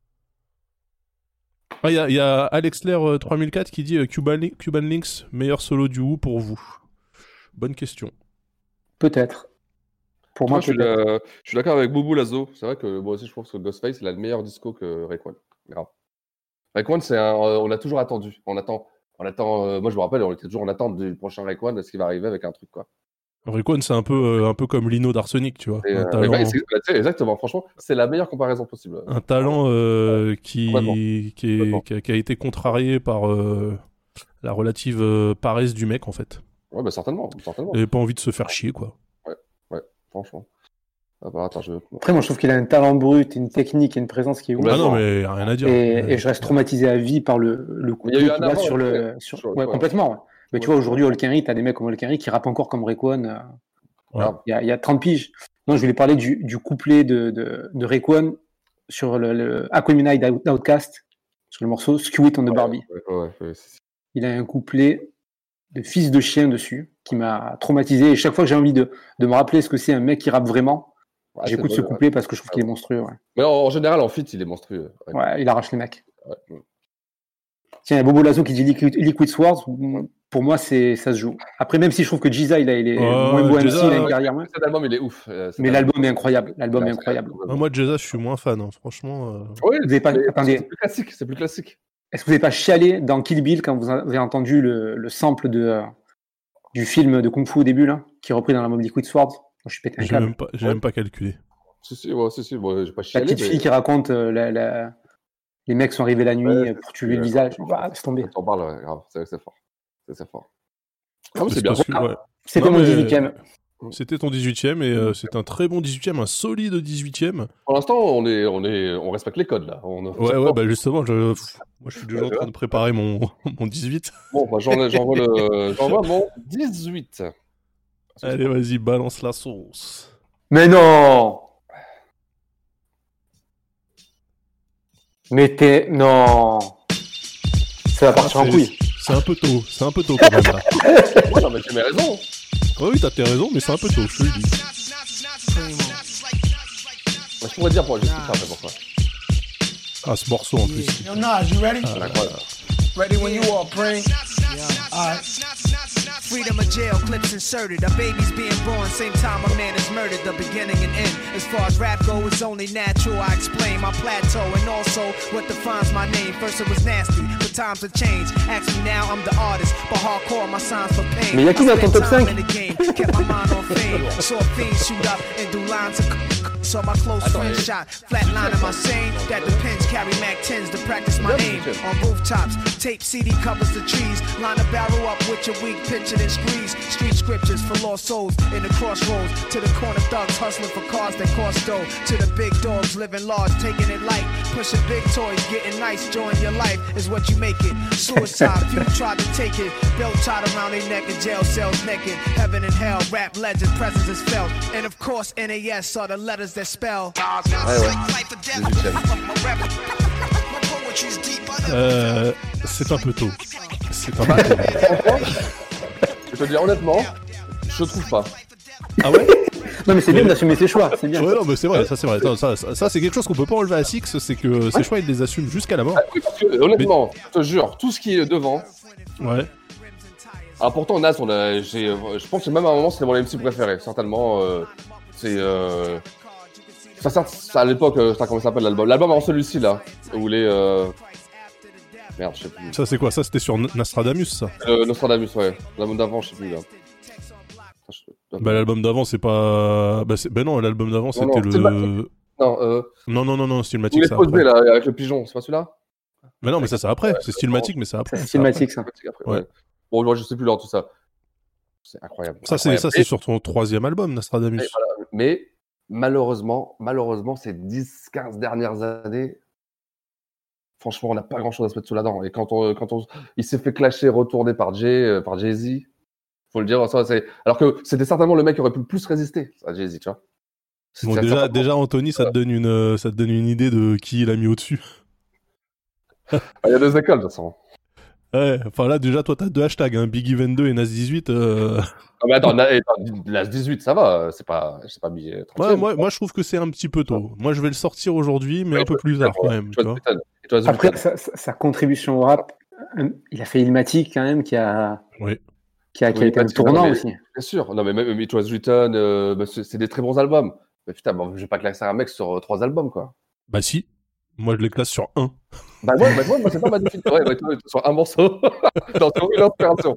Il ah, y, y a Alexler euh, trois mille quatre qui dit euh, Cuban, Cuban Links, meilleur solo du Who pour vous. Bonne question. Peut-être. Pour moi, moi je, suis, euh, je suis d'accord avec Boubou Lazo. C'est vrai que moi aussi, je pense que Ghostface, il a le meilleur disco que Rayquan. Grave. Rayquan, c'est un, euh, on a toujours attendu. On attend. On attend euh, moi, je me rappelle, on était toujours en attente du prochain Rayquan, de ce qui va arriver avec un truc, quoi. Rayquan, c'est un peu, euh, un peu comme Lino d'Arsenic, tu vois. Et, un euh, talent... bah, c'est, c'est, exactement, franchement, c'est la meilleure comparaison possible. Un talent euh, qui, qui, est, qui, a, qui a été contrarié par euh, la relative euh, paresse du mec, en fait. Ouais, bah certainement. certainement. Il n'avait pas envie de se faire chier, quoi. Ouais, ouais, franchement. Ah bah, attends, je... Après, moi, je trouve qu'il a un talent brut, une technique et une présence qui est ouf. Ah non, mais rien à dire. Et, et je reste traumatisé à vie par le, le coup qu'il a sur le... Sur... Sur... Ouais, ouais, complètement, ouais. Mais ouais, tu vois, aujourd'hui, Olkenry, t'as des mecs comme Olkenry qui rappent encore comme Rayquan. Euh... Ouais. Il, y a, il y a trente piges. Non, je voulais parler du, du couplet de, de, de Rayquan sur le, le Aquemini d'Outkast, sur le morceau Skew It on the ouais, Barbie. Ouais, ouais, ouais, il a un couplet de fils de chien dessus qui m'a traumatisé. Et chaque fois que j'ai envie de, de me rappeler ce que c'est un mec qui rappe vraiment, ouais, j'écoute ce couplet ouais. parce que je trouve qu'il est monstrueux. Ouais. Mais en, en général, en feat, il est monstrueux. Ouais, ouais il arrache les mecs. Ouais. Tiens, il y a Bobo Lazo qui dit Liquid, Liquid Swords. Pour moi, c'est, ça se joue. Après, même si je trouve que Giza, il, a, il est oh, moins beau M C, il a une carrière moins. Cet album, il est ouf. Euh, mais l'album est incroyable. L'album est incroyable. Ah, moi, Giza, je suis moins fan, hein. Franchement. Euh... Oui, vous avez pas... Attendez. C'est plus classique. C'est plus classique. Est-ce que vous n'avez pas chialé dans Kill Bill quand vous avez entendu le, le sample de, euh, du film de Kung Fu au début, là, qui est repris dans la mob Liquid Swords? Moi, je suis pété un j'ai câble. Même pas, j'ai ouais. même pas calculé. Si, si, ouais, si, si. Bon, j'ai pas chialé. La petite mais... fille qui raconte euh, la, la... les mecs sont arrivés la nuit ouais, pour tuer le visage. Ah, laisse tomber. On parle, grave. C'est, c'est fort. C'est, c'est fort. Ah, c'est bien. Ouais. C'était mon dix-huitième. C'était ton dix-huitième et euh, c'est un très bon dix-huitième, un solide dix-huitième. Pour l'instant, on est, on est, on respecte les codes là. On... Ouais, ouais, bah justement, je, pff, moi je suis déjà en train de préparer mon, mon dix-huit. Bon, bah, j'en, j'envoie, le, j'envoie mon dix-huit. Allez, vas-y, balance la sauce. Mais non. Mais t'es... Non. Ça va partir Ah, en c'est- couille. C'est un peu tôt, c'est un peu tôt quand même là. Ouais, non, mais tu as raison. Ouais, oui, t'as tes raisons, mais c'est un peu tôt, je te le dis. Moi, je pourrais dire pour j'expliquerai après pourquoi. Ah, ce morceau en plus. Yo, Nas, you ready? C'est incroyable. Ready when you are, Pring. All right. Freedom of jail clips inserted. A baby's being born, same time a man is murdered. The beginning and end. As far as rap go, it's only natural. I explain my plateau and also what defines my name. First it was nasty, but times have changed. Ask me now, I'm the artist, but hardcore my signs for pain. Mais y'a qui dans ton top cinq? Kept my mind on fame. Saw fiends shoot up and do lines of saw my close friend shot. Flatline am I saying that the pens carry Mac tens to practice my aim on rooftops. Tape C D covers the trees. Line a barrel up with your weak picture and squeeze. Street scriptures for lost souls in the crossroads. To the corner thugs hustling for cars that cost dough. To the big dogs living large, taking it light. Pushing big toys, getting nice. Join your life is what you make it. Suicide, few tried to take it. Belt tied around their neck in jail cells naked. Heaven and hell, rap legend, presence is felt. And of course, N A S are the letters that spell. Euh, c'est un peu tôt. C'est un peu tôt. Je te dis honnêtement, je trouve pas. Ah ouais? Non mais c'est bien d'assumer ses choix, c'est bien. Ouais, non, mais c'est vrai, ça c'est vrai. Attends, ça, ça, ça, c'est quelque chose qu'on peut pas enlever à Six, c'est que ses choix il les assume jusqu'à la mort. Ah, oui, parce que, honnêtement, je te jure, tout ce qui est devant. Ouais. Ah, pourtant, Nas, on a, j'ai, je pense que même à un moment, c'était mon M C préféré. Certainement, euh, c'est. Euh... Ça, ça, ça, à l'époque, euh, ça, comment ça s'appelle l'album? L'album avant celui-ci, là. Où les. Euh... Merde, je sais plus. Ça c'est quoi? Ça c'était sur Nostradamus, ça? Euh, Nostradamus, ouais. L'album d'avant, je sais plus, là. Bah l'album d'avant c'est pas... Bah, c'est... bah non, l'album d'avant c'était non, le... Stylmatic. Non, euh... non, non, non, non, Stylmatic Où les c'est pose après. là, avec le pigeon, c'est pas celui-là? Bah non, mais ça c'est après, c'est Stylmatic, mais c'est après. C'est Stylmatic, ça. Après, Ouais. ouais. Bon, moi, je sais plus l'heure, tout ça. C'est incroyable. Ça c'est, incroyable. ça, c'est Et- sur ton troisième album, Nostradamus. et voilà. Mais malheureusement, malheureusement, ces dix quinze dernières années, franchement, on n'a pas grand chose à se mettre sous la dent. Et quand on, quand on, il s'est fait clasher, retourner par Jay, euh, par Jay-Z, faut le dire, ça, c'est, alors que c'était certainement le mec qui aurait pu le plus résister à Jay-Z, tu vois. Bon, C'est déjà, certainement- déjà Anthony, ça te donne une, euh, ça te donne une idée de qui il a mis au-dessus. Ah, il y a deux écoles, de toute façon. Ouais, enfin là déjà toi t'as deux hashtags, hein, Biggie vingt-deux et Nas dix-huit. Euh... Ah, mais attends, Na- attends, Nas dix-huit, ça va, c'est pas, c'est pas billet. Ouais, moi, moi je trouve que c'est un petit peu tôt. Moi je vais le sortir aujourd'hui, mais Ouais, un peu toi, plus tard ouais, quand même. toi, Tu vois. Zlatan. Et toi, Après, Zlatan. sa, sa- sa contribution au rap, euh, il a fait Illmatic quand même, qui a, Oui. qui a, qui a Oui, été un Illmatic, tournant non, mais- aussi. Bien sûr, non mais même It Was Written, euh, bah, c'est, c'est des très bons albums. Mais putain, bon, je vais pas classer un mec sur euh, trois albums, quoi. Bah si, moi je les classe sur un. Bah moi, bah, moi, moi c'est pas ma définition. Ouais, bah, toi, sur un morceau, dans sur une inspiration.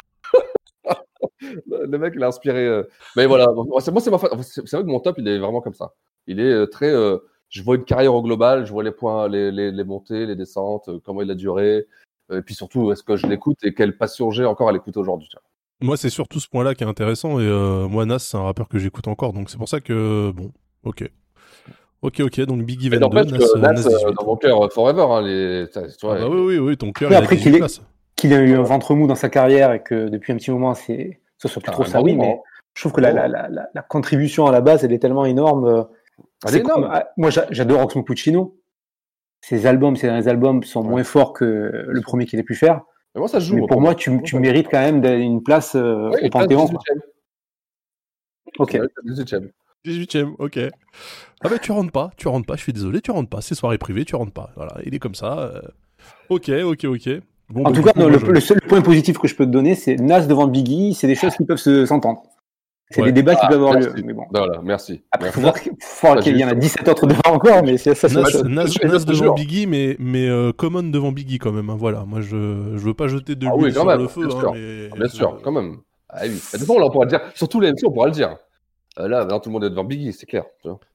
Le mec, il a inspiré. euh, Mais voilà, bon, c'est, moi, c'est, ma fa- c'est, c'est vrai que mon top, il est vraiment comme ça. Il est euh, très. euh, Je vois une carrière au global, je vois les points, les, les, les montées, les descentes, euh, comment il a duré. euh, Et puis surtout, est-ce que je l'écoute et quelle passion j'ai encore à l'écouter aujourd'hui. tu vois. Moi c'est surtout ce point-là qui est intéressant et euh, moi Nas c'est un rappeur que j'écoute encore, donc c'est pour ça que bon, ok. Ok, ok, donc Biggie Mais vingt-deux, n'empêche Nas, que euh, Nas, Nas euh, dix-huit. dans mon cœur, euh, forever. Hein, les... ça, tu vois, Ah bah oui, oui, oui, ton cœur Mais il a après dix-huit qu'il ait, places. qu'il ait eu un ventre mou dans sa carrière et que depuis un petit moment, c'est, ce soit plus Ah, trop un ça, bon oui, moment. mais je trouve que la, la, la, la, la contribution à la base, elle est tellement énorme. euh, Elle c'est est énorme. comme- ah, moi, j'a- j'adore Oxmo Puccino. Ses albums, ses derniers albums sont moins forts que le premier qu'il ait pu faire. Mais moi, ça se joue. Mais pour moi, tu, tu mérites quand même d'a- une place euh, Ouais, au Panthéon. quoi. dix-huitième. Ok. Ouais, dix-huitième. dix-huitième, ok. Ah bah tu rentres pas, tu rentres pas, je suis désolé, tu rentres pas, c'est soirée privée, tu rentres pas. Voilà, il est comme ça. euh. Ok, ok, ok. Bon, En bah, tout du cas, coup, non, moi, le, je- le seul point positif que je peux te donner, c'est Nas devant Biggie, c'est des choses qui peuvent se, s'entendre. C'est Ouais. des débats qui Ah, peuvent avoir merci. lieu. Mais bon. Voilà, merci. Après, il Merci. faut voir, qu'il- faut voir Ça, qu'il y en a juste- dix-sept autres devant encore, mais c'est, ça, c'est Nas, autre chose. Nas- Je- je Nas te devant jure. Biggie, mais, mais euh, Common devant Biggie quand même. hein, voilà, moi je, je veux pas jeter de Ah l'huile oui, quand sur même, le feu. bien hein, sûr. mais, Bien sûr, euh, quand même. Ah oui. De toute façon, là, on pourra le dire. Sur tous les M C, on pourra le dire. Euh, là, maintenant, tout le monde est devant Biggie, c'est clair. tu vois.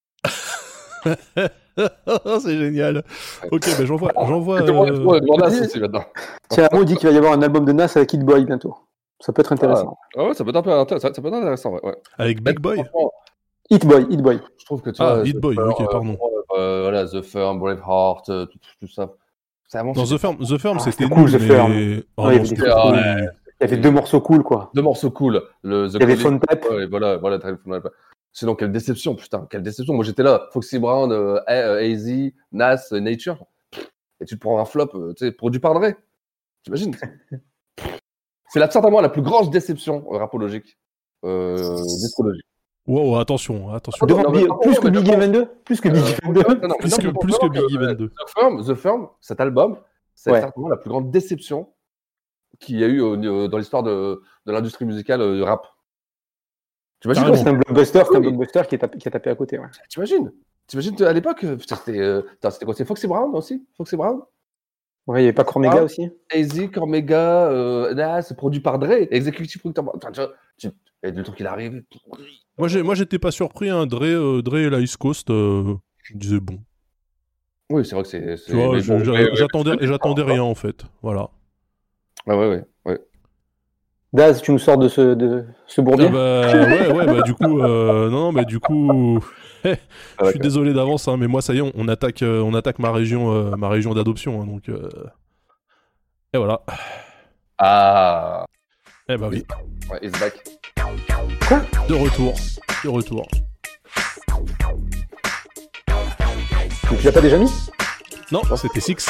c'est génial. Ok, ben j'envoie, j'envoie. Et tout le monde- tout le monde est euh, devant Nas aussi, maintenant. Tiens, Amo dit qu'il va y avoir un album de Nas avec Kid Boy bientôt. Ça peut être intéressant. Ah, ouais, ça peut être un peu intéressant. Ça peut être intéressant, ouais. ouais. Avec Big Boy. Hit Boy, Hit Boy. Je trouve que tu Ah, vois, Hit The Boy, Firm, ok, pardon. Euh, euh, voilà, The Firm, Braveheart, euh, tout, tout ça. C'est vraiment. Dans The Firm, The Firm, Ah, c'était c'était cool, nul, The mais... Firm. Oh, Ouais, non, il y avait c'était des cool. trucs ouais. cool. Il y avait deux morceaux cool, quoi. Deux morceaux cool. Le, The Il y avait Collie- Phone Pep. Ouais, voilà, voilà, très Phone Pep. Sinon, quelle déception, putain, quelle déception. Moi, j'étais là, Foxy Brown, euh, A Z, Nas, euh, Nature. Et tu te prends un flop, euh, tu sais, produit par Dre. T'imagines? C'est là, certainement la plus grande déception euh, rapologique. Euh, discologique. Wow, attention, attention. Devant non, mais Big- par plus contre, que mais Biggie d'abord- vingt-deux Plus que Biggie Euh, vingt-deux non, non, Plus non, que, mais plus que vraiment Biggie euh, vingt-deux. The Firm, The Firm, cet album, c'est Ouais. certainement la plus grande déception qu'il y a eu au- au- dans l'histoire de, de l'industrie musicale euh, du rap. Tu imagines, Carrément. C'est un blockbuster, c'est un Oui. blockbuster qui, est tapé, qui a tapé à côté. Ouais. T'imagines T'imagines à l'époque, euh, putain, c'était, euh, putain, c'était quoi? C'est Foxy Brown aussi? Foxy Brown? Ouais, il n'y avait pas Cormega Ah. aussi. A Z, Cormega, euh, Nas, c'est produit par Dre, executive producteur. Putain, tu vois, tu- et le truc qu'il arrive. Moi, j'ai, moi, j'étais pas surpris, hein. Dre, euh, Dre et la East Coast, euh, je disais bon. Oui, c'est vrai que c'est. c'est- Tu vois, mais je- bon, j'a- ouais, ouais, j'attendais, c'est- et j'attendais rien, en fait. Voilà. Ah ouais, ouais, ouais. Daz, tu nous sors de ce, de ce bourbier Ah bah, ouais, ouais, bah, du coup, euh, non, non, mais du coup, eh, je suis désolé d'avance, hein, mais moi, ça y est, on, on attaque, euh, on attaque ma région, euh, ma région d'adoption, hein, donc, euh, et voilà. Ah. Eh bah oui. Ouais, it's back. De retour, de retour. Mais tu l'as pas déjà mis Non, c'était Six.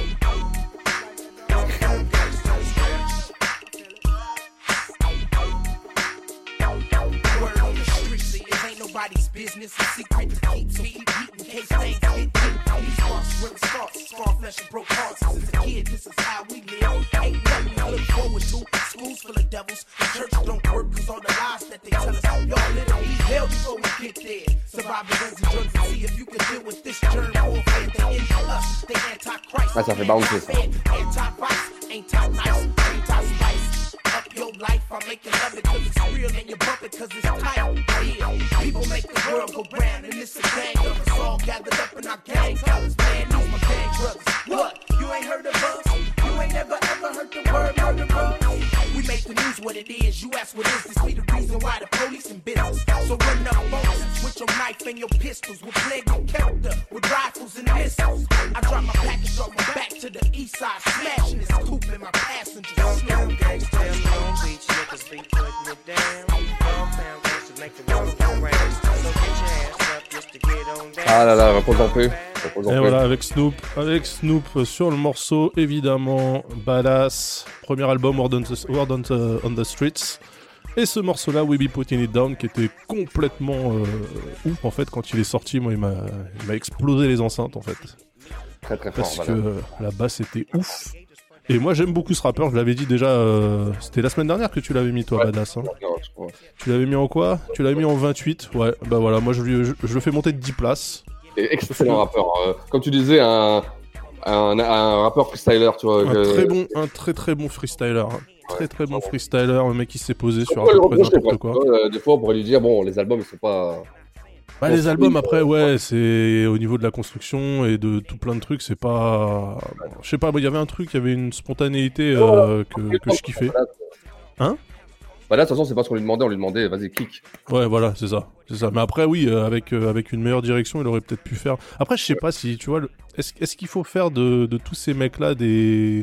Word on the street, see, it ain't nobody's business. A secret to keep, so keep heat in case things get deep. These sparks where it starts, scar flesh and broke hearts. Since a kid, this is how we live. Ain't nothing to look forward to. Schools full of devils, the church don't work cause all the lies that they tell us. Y'all little be hell before we get there. Surviving guns and drugs and see if you can deal with this germ warfare. They into us, they anti-Christ. Ah, ça fait bouncer, ça. Anti-vice, anti-nice, anti-spice. Up your life, I make you love it cause it's real and you bump it cause it's tight. Yeah, people make the world go round and it's a gang of us all gathered up in our gang colors. Man, these my gang brothers. What? You ain't heard of us? You ain't never ever heard the word murderer? We make the news what it is. You ask what is this? We the reason why the police in business. So run up folks with your knife and your pistols. With plague and character, with rifles and missiles. I drop my package on my back to the east side, smashing this coupe in my passenger. Long gangsta, Long Beach niggas be putting it down. Downtown gangsters make the world go round. So get your ass up just to get on down. Ah là là, repose en paix. Repose en Et paix. voilà, avec Snoop, avec Snoop sur le morceau, évidemment, Badass, premier album Word on the, Word on the, on the Streets. Et ce morceau-là, We Be Putting It Down, qui était complètement euh, ouf en fait quand il est sorti. Moi, il m'a, il m'a explosé les enceintes en fait. Très très fort. Parce voilà. que euh, la basse était ouf. Et moi, j'aime beaucoup ce rappeur. Je l'avais dit déjà. Euh, c'était la semaine dernière que tu l'avais mis, toi, Ouais. Badass. Hein. Non, je crois. Tu l'avais mis en quoi? Tu l'avais mis en vingt-huit. Ouais, bah voilà, moi je, lui- je, je le fais monter de dix places. Et excellent rappeur. Euh, comme tu disais, un, un, un rappeur freestyler, tu vois. Un que- très bon, un très très bon freestyler. hein. Très très bon freestyler, un mec qui s'est posé sur On à peut peu le près reprocher, n'importe quoi. quoi. Tu vois, euh, Des fois, on pourrait lui dire, bon, les albums, ils sont pas. Bah, les albums après, ouais, c'est au niveau de la construction et de tout plein de trucs, c'est pas. Je sais pas, il y avait un truc, il y avait une spontanéité euh, que, que je kiffais. Hein? Bah là, de toute façon, c'est pas ce qu'on lui demandait, on lui demandait, vas-y, clique. Ouais, voilà, c'est ça, c'est ça. Mais après, oui, euh, avec euh, avec une meilleure direction, il aurait peut-être pu faire. Après, je sais pas si, tu vois, le... est-ce est-ce qu'il faut faire de, de tous ces mecs-là des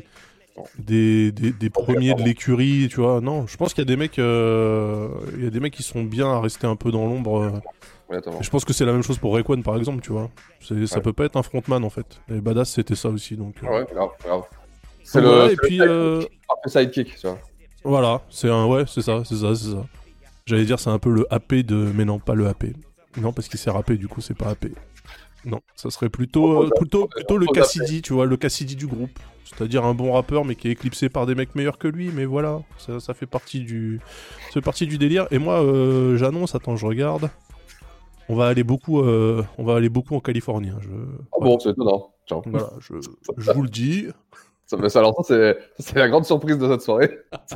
des, des, des premiers de l'écurie, tu vois? Non, je pense qu'il y a des mecs, euh... il y a des mecs qui sont bien à rester un peu dans l'ombre. euh. Ouais, attends. Je pense que c'est la même chose pour Rayquan, par exemple, tu vois. C'est, ça Ouais. peut pas être un frontman en fait. Et Badass, c'était ça aussi, donc. euh. Ouais, grave, grave. C'est Donc le. voilà, c'est et puis, le euh, sidekick, sidekick, tu vois. Voilà, c'est un, ouais, c'est ça, c'est ça, c'est ça. J'allais dire c'est un peu le A P de, mais non, pas le A P. Non, parce qu'il s'est rappé, du coup, c'est pas A P. Non, ça serait plutôt, euh, plutôt, plutôt le Cassidy, tu vois, le Cassidy du groupe. C'est-à-dire un bon rappeur, mais qui est éclipsé par des mecs meilleurs que lui. Mais voilà, ça, ça fait partie du, ça fait partie du délire. Et moi, euh, j'annonce, attends, je regarde. On va aller beaucoup, euh, on va aller beaucoup en Californie. hein, Je... Ah bon, c'est étonnant. Tiens. Voilà, je, je vous le dis. Ça, mais ça, alors, ça, c'est, c'est la grande surprise de cette soirée.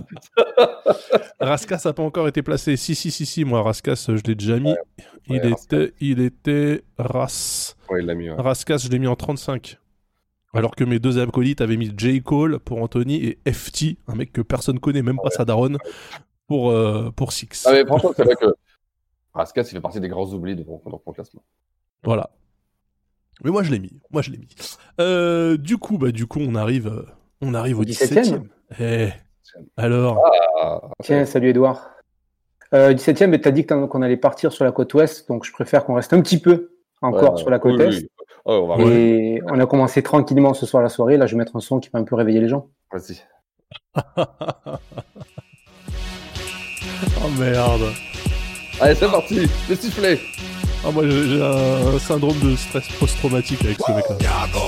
Raskas n'a pas encore été placé. Si, si, si, si. Moi, Raskas, je l'ai déjà mis. il ouais, était, il était Ras. Ouais, il l'a mis. Ouais. Raskas, je l'ai mis en trente-cinq. Alors que mes deux acolytes avaient mis J. Cole pour Anthony et F T, un mec que personne connaît, même pas sa daronne, pour, euh, pour Six. Ah mais franchement, c'est vrai que Rascal, il fait partie des grands oublis de mon, mon classement. Voilà. Mais moi je l'ai mis, moi je l'ai mis. Euh, du coup, bah du coup on arrive, euh, on arrive au dix-septième. Eh, alors. Ah. Tiens, salut Edouard. Euh, dix-septième, t'as dit qu'on allait partir sur la côte ouest, donc je préfère qu'on reste un petit peu encore ouais, sur la côte oui, est. Oui. Oh, on va et on a commencé tranquillement ce soir la soirée. Là, je vais mettre un son qui va un peu réveiller les gens. Vas-y. Oh merde. Allez, c'est parti, le sifflet. Ah, moi j'ai, j'ai un syndrome de stress post-traumatique avec ce mec-là.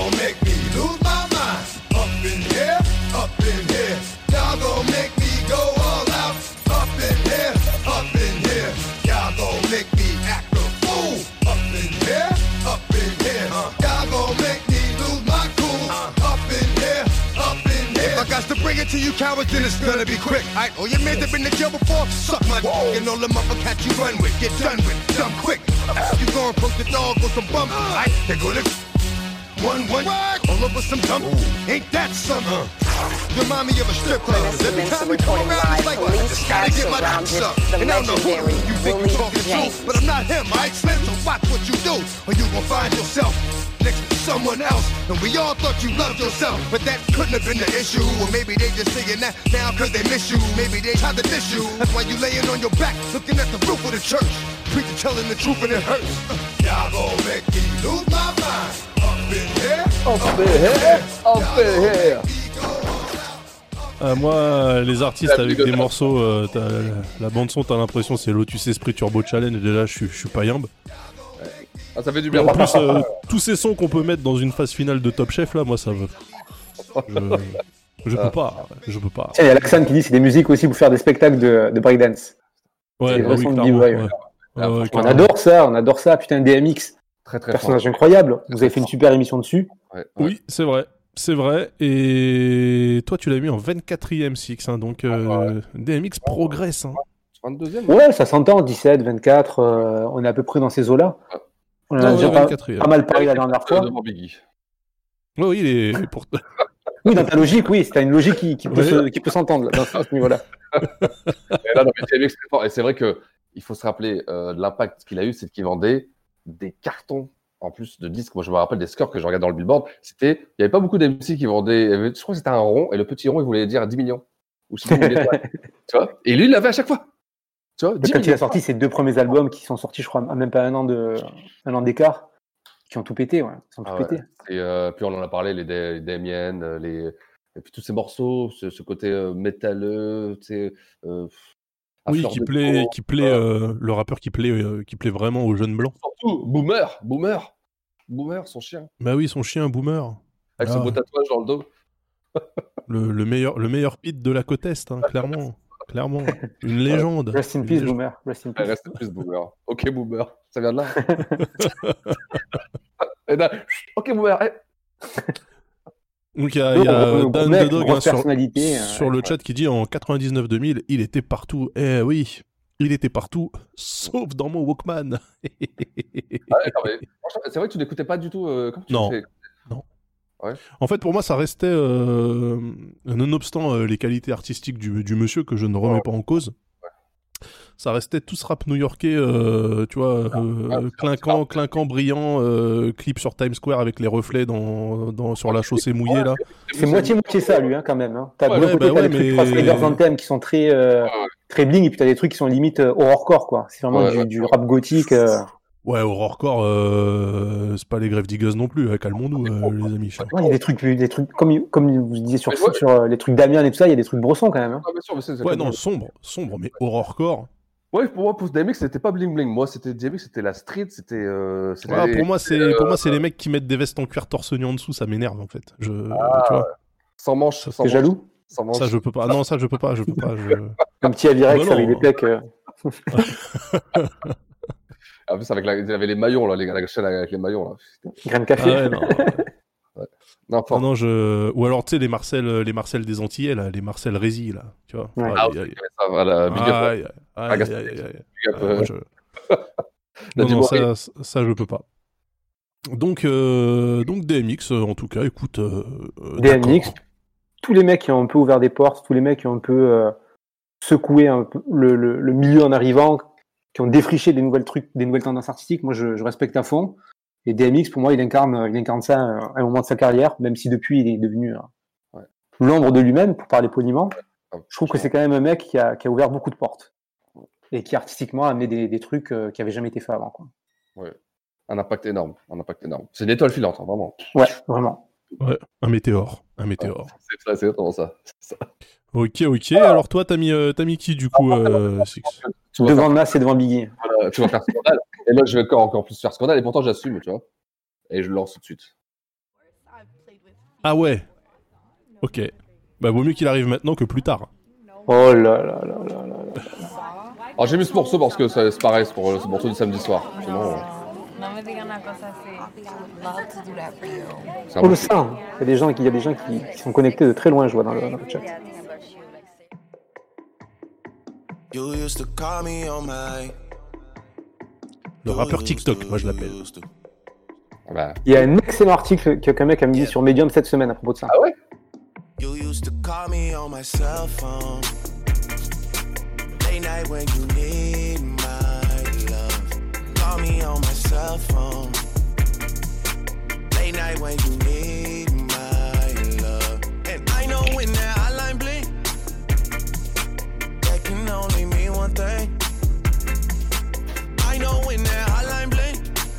Bring it to you cowards, then it's gonna be quick. Alright, all your men that been to jail before, suck my dick. And all the motherfuckers you run with, get done with, dumb quick. You gon' approach the dog with some bumps. Alright, they go to one, one, all over some dumb. Ain't that something? Remind me of a strip club. Every time we come around, it's like, I just gotta get my dicks up. And I don't know who you think you talking to, but I'm not him, alright? Slim, so watch what you do, or you gon' find yourself next to someone else. And we all thought you loved yourself, but that couldn't have been the issue. Or maybe they just saying that now cause they miss you. Maybe they tried to diss you. That's why you laying on your back, looking at the roof of the church. Preacher telling the truth and it hurts. Y'all gon' make me lose my mind. Up in here, up in here, up in here. Euh, moi, les artistes avec des morceaux, euh, la bande son, t'as l'impression c'est Lotus Esprit Turbo Challenge. Et déjà, je suis, je suis pas yambe. Ah, ça fait du bien. Et en plus, euh, tous ces sons qu'on peut mettre dans une phase finale de Top Chef, là, moi, ça veut. Je, je peux pas. Je peux pas. Il y a l'Axan qui dit c'est des musiques aussi pour faire des spectacles de, de breakdance. Ouais, c'est bah oui, clairement, ouais. Ouais. Ouais, ouais, on adore ça, on adore ça. Putain, D M X. Très, très personnage fort. incroyable. Vous avez fait une super émission dessus. Ouais, ouais. Oui, c'est vrai. C'est vrai. Et toi, tu l'as mis en vingt-quatrième Six. Hein, donc, euh, ah, ouais. D M X progresse. Hein. vingt-deuxième. Ouais, ça s'entend. dix-sept, vingt-quatre. Euh, on est à peu près dans ces eaux-là. Ouais. On en a déjà pas, pas mal parlé la dernière fois. Biggie. Oui, oui, il est pour... oui, dans ta logique, oui, c'est une logique qui, qui, peut, ouais. se, qui peut s'entendre dans ce, à ce niveau-là. Et là, non, mais D M X, c'est fort. Et c'est vrai qu'il faut se rappeler euh, de l'impact qu'il a eu, c'est qu'il vendait des cartons en plus de disques. Moi, je me rappelle des scores que je regardais dans le Billboard. C'était, il n'y avait pas beaucoup d'M C qui vendaient. Je crois que c'était un rond, et le petit rond, il voulait dire dix millions. Ou sinon, il voulait tu vois. Et lui, il l'avait à chaque fois. Tu vois, quand il a sorti ses deux premiers albums qui sont sortis, je crois, à même pas un an de, un an d'écart, qui ont tout pété, ouais. Ils ont tout ah pété. Ouais. Et euh, puis on en a parlé, les, les Damien, les et puis tous ces morceaux, ce, ce côté euh, métalleux, tu sais. Euh, oui, qui plaît, qui plaît, euh, le rappeur qui plaît, euh, qui plaît vraiment aux jeunes blancs. Surtout Boomer, Boomer, Boomer, son chien. Bah oui, son chien Boomer. Avec ah. son beau tatouage dans le dos. le, le meilleur, le meilleur pit de la côte est, hein, clairement. Clairement, une légende. Rest in peace, Boomer. Rest in peace. Rest in peace, Boomer. Ok, Boomer. Ça vient de là. Et là, ok, Boomer. Hey. Donc il y a, y a Dan The Dog hein, sur, sur le chat qui dit en quatre-vingt-dix-neuf deux mille, il était partout. Eh oui, il était partout, sauf dans mon Walkman. Ah ouais, non, mais, c'est vrai que tu n'écoutais pas du tout. Euh, comme tu non. Fais... Non. Ouais. En fait, pour moi, ça restait, euh, nonobstant euh, les qualités artistiques du, du monsieur, que je ne remets oh. pas en cause, ouais. ça restait tout ce rap new-yorkais, euh, tu vois, euh, ah, clinquant, clinquant, brillant, euh, clip sur Times Square avec les reflets dans, dans, sur la chaussée mouillée, ouais, là. C'est moitié-moitié ça, lui, hein, quand même. Hein. T'as ouais, de ouais, côté, bah t'as ouais, des mais... trucs Cross Anthems qui sont très, euh, très bling, et puis t'as des trucs qui sont limite euh, horrorcore, quoi. C'est vraiment ouais, du, ouais. du rap gothique. Euh... Ouais, horrorcore, euh, c'est pas les Grave Diggers non plus, hein, calmons-nous, euh, les amis. Ouais, il y a des trucs, des trucs comme, comme vous disiez sur, ouais. sur euh, les trucs Damien et tout ça, il y a des trucs brossons quand même. Hein. Ah, bien sûr, mais c'est, c'est ouais, non, même. sombre, sombre, mais horrorcore. Ouais, pour moi, pour D M X, c'était pas bling bling. Moi, c'était D M X, c'était la street, c'était. Euh, c'était ouais, les... Pour moi, c'est, euh... pour moi, c'est les mecs qui mettent des vestes en cuir torse nu en dessous, ça m'énerve en fait. Je, ah, tu vois. Sans manche, sans T'es jaloux sans manche. Ça, je peux pas. Non, ça, je peux pas, je peux pas. Je... Un petit Avirex avec des pecs. Euh... En plus, avec la... il y avait les maillons, là, les... la chaîne avec les maillons. Là. Grain café. Ah ouais, non. ouais. Non, non, non, je... Ou alors, tu sais, les Marcel, les Marcel des Antillais, là, les Marcel Rézy, là, tu vois. Ouais. Ah, ouais, ça, voilà, big up. Ah, non, non, ça, ça, je peux pas. Donc, euh, donc D M X, euh, en tout cas, écoute. Euh, D M X, d'accord. Tous les mecs qui ont un peu ouvert des portes, tous les mecs qui ont un peu euh, secoué un peu le, le, le milieu en arrivant, qui ont défriché des nouvelles trucs, des nouvelles tendances artistiques, moi je, je respecte à fond. Et D M X, pour moi, il incarne, il incarne ça à un moment de sa carrière, même si depuis il est devenu euh, ouais. l'ombre de lui-même, pour parler poliment. Je trouve que c'est quand même un mec qui a, qui a ouvert beaucoup de portes et qui artistiquement a amené des, des trucs euh, qui n'avaient jamais été faits avant. Quoi. Ouais. Un impact énorme, un impact énorme. C'est une étoile filante, hein, vraiment. Ouais, vraiment. Ouais, un météore, un météore. Ouais, c'est ça, c'est exactement ça. ça. Ok, ok. Alors toi, t'as mis, euh, t'as mis qui du coup euh, Six Devant Nas et devant Biggie. Euh, tu vas faire scandale. Et moi, je vais encore, encore plus faire scandale. Et pourtant, j'assume, tu vois. Et je le lance tout de suite. Ah ouais. Ok. Bah vaut mieux qu'il arrive maintenant que plus tard. Oh là là là là là là. Alors j'ai mis ce morceau parce que c'est, c'est pareil, c'est pour ce morceau du samedi soir. Sinon, on le sent. Il y a des gens qui, il y a des gens qui, qui sont connectés de très loin, je vois dans le, dans le chat. Le rappeur TikTok, moi je l'appelle. Bah. Il y a un excellent article qu'un mec a mis sur Medium cette semaine à propos de ça. Ah ouais? You used to call me on my cell phone. Late night when you need my love. Call me on my cell phone. Late night when you need my love. And I know when that hotline blink, that can only mean one thing. I know when that hotline blink,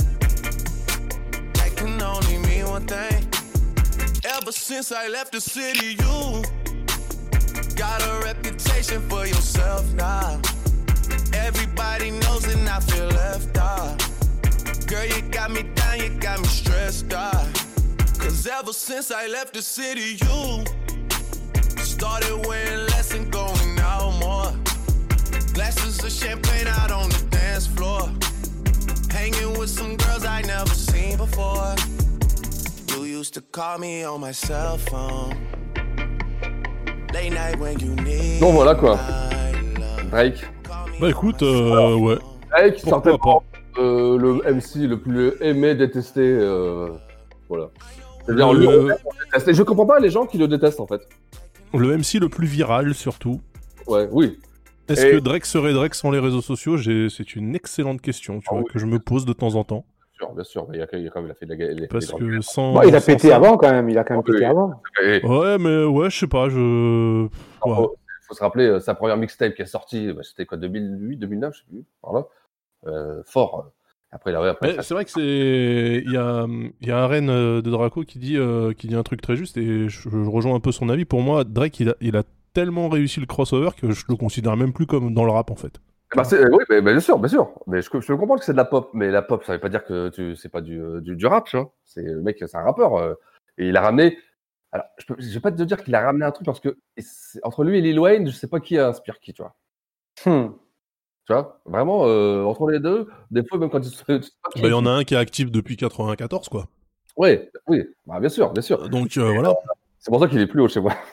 that can only mean one thing. Ever since I left the city, you got a reputation for yourself now. Everybody knows and I feel left out. Girl, you got me down, you got me stressed out. Cause ever since I left the city, you started wearing less and going out more. Glasses of champagne out on the dance floor. Hanging with some girls I never seen before. You used to call me on my cell phone. Late night when you need. Donc voilà quoi. Drake. Bah écoute, euh, ouais. Drake, certainement euh, le M C le plus aimé, détesté. Euh, voilà. C'est-à-dire le... le... Je comprends pas les gens qui le détestent en fait. Le M C le plus viral surtout. Ouais, oui. Est-ce Et... que Drake serait Drake sans les réseaux sociaux? J'ai... C'est une excellente question, tu oh, vois, oui. que je me pose de temps en temps. Bien sûr, bien sûr. Mais il, y a, il, y a quand même, il a fait de la gueule. Parce que sans. Bon, il a sans pété ça... avant quand même. Il a quand même oh, pété oui. avant. Ouais, mais ouais, je sais pas. Je. Il ouais. faut, faut se rappeler euh, sa première mixtape qui est sortie. Bah, c'était quoi, deux mille huit, deux mille neuf, je sais plus. Par là. Euh, fort. Après, là, ouais, après. Mais c'est vrai que c'est. Il y a, il y a un reine de Draco qui dit, euh, qui dit un truc très juste et je, je rejoins un peu son avis. Pour moi, Drake, il a, il a tellement réussi le crossover que je le considère même plus comme dans le rap en fait. Bah c'est, oui, mais, mais bien sûr, bien sûr. Mais je, je comprends que c'est de la pop, mais la pop, ça veut pas dire que tu, c'est pas du, du, du rap, tu vois. C'est le mec, c'est un rappeur euh, et il a ramené. Alors, je, peux, je vais pas te dire qu'il a ramené un truc parce que entre lui et Lil Wayne, je sais pas qui inspire qui, tu vois. Hmm. Tu vois, vraiment euh, entre les deux, des fois même quand ils se. Bah il y en a un qui est actif depuis quatre-vingt-quatorze, quoi. Oui, oui, bah bien sûr, bien sûr. Donc euh, voilà. C'est pour ça qu'il est plus haut chez moi.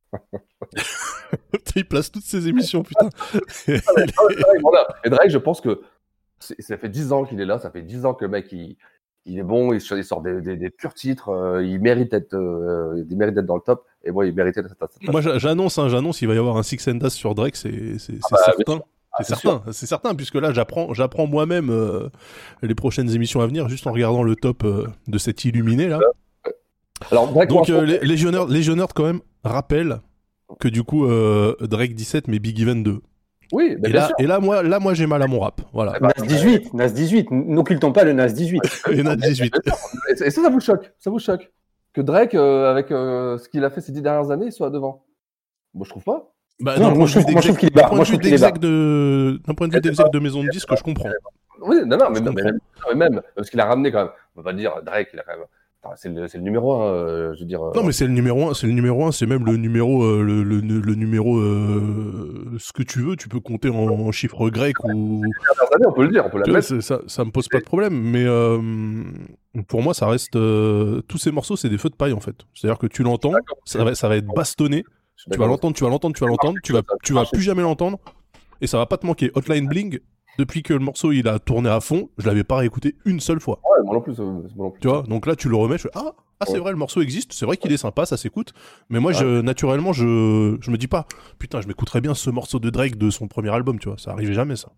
Il place toutes ses émissions, putain. Et Drake, je pense que c'est, ça fait dix ans qu'il est là, ça fait dix ans que le mec, il, il est bon, il, il sort des, des, des purs titres, euh, il, mérite d'être, euh, il mérite d'être dans le top, et moi, il méritait d'être... Moi, j'annonce, hein, j'annonce, il va y avoir un Six and Das sur Drake, c'est, c'est, c'est ah bah, certain. Ah, c'est, c'est certain, c'est certain, puisque là, j'apprends, j'apprends moi-même euh, les prochaines émissions à venir, juste en regardant le top euh, de cet illuminé, là. Alors, Drake, donc, euh, les, Légionnaires, Légionnaires, quand même, rappellent que du coup euh, Drake dix-sept mais Biggie vingt-deux. Oui, et là, et là moi là moi j'ai mal à mon rap. Voilà. Nas dix-huit, Nas dix-huit, n'occultons pas le Nas dix-huit. Et Nas dix-huit. Et ça, ça vous choque, ça vous choque que Drake euh, avec euh, ce qu'il a fait ces dix dernières années soit devant. Moi je trouve pas. Bah, non, moi je trouve qu'il est bas. Moi je trouve qu'il est bas. D'un point de vue d'exec de maison de disque, je comprends. Oui, non non, mais, mais, mais même parce qu'il a ramené quand même. On va pas dire Drake, il a quand même. Enfin, c'est, le, c'est le numéro un, euh, je veux dire. Euh... Non, mais c'est le numéro un, c'est le numéro un, c'est même le numéro, euh, le, le, le numéro, euh, ce que tu veux, tu peux compter en, en chiffres grecs ou. Années, on peut le dire, on peut la mettre. Ça, ça me pose pas de problème, mais euh, pour moi, ça reste. Euh, tous ces morceaux, c'est des feux de paille en fait. C'est-à-dire que tu l'entends, ça va, ça va être bastonné. Tu vas l'entendre, tu vas l'entendre, tu vas l'entendre, tu vas, tu vas plus jamais l'entendre, et ça va pas te manquer. Hotline Bling, Depuis que le morceau il a tourné à fond, je l'avais pas réécouté une seule fois. Ouais, moi non plus. Euh, moi non plus. Tu vois, donc là tu le remets, je fais ah, ah c'est Ouais. vrai, le morceau existe, c'est vrai qu'il est sympa, ça s'écoute. Mais moi, Ouais. je, naturellement, je, je me dis pas, putain, je m'écouterais bien ce morceau de Drake de son premier album, tu vois, ça arrivait jamais ça.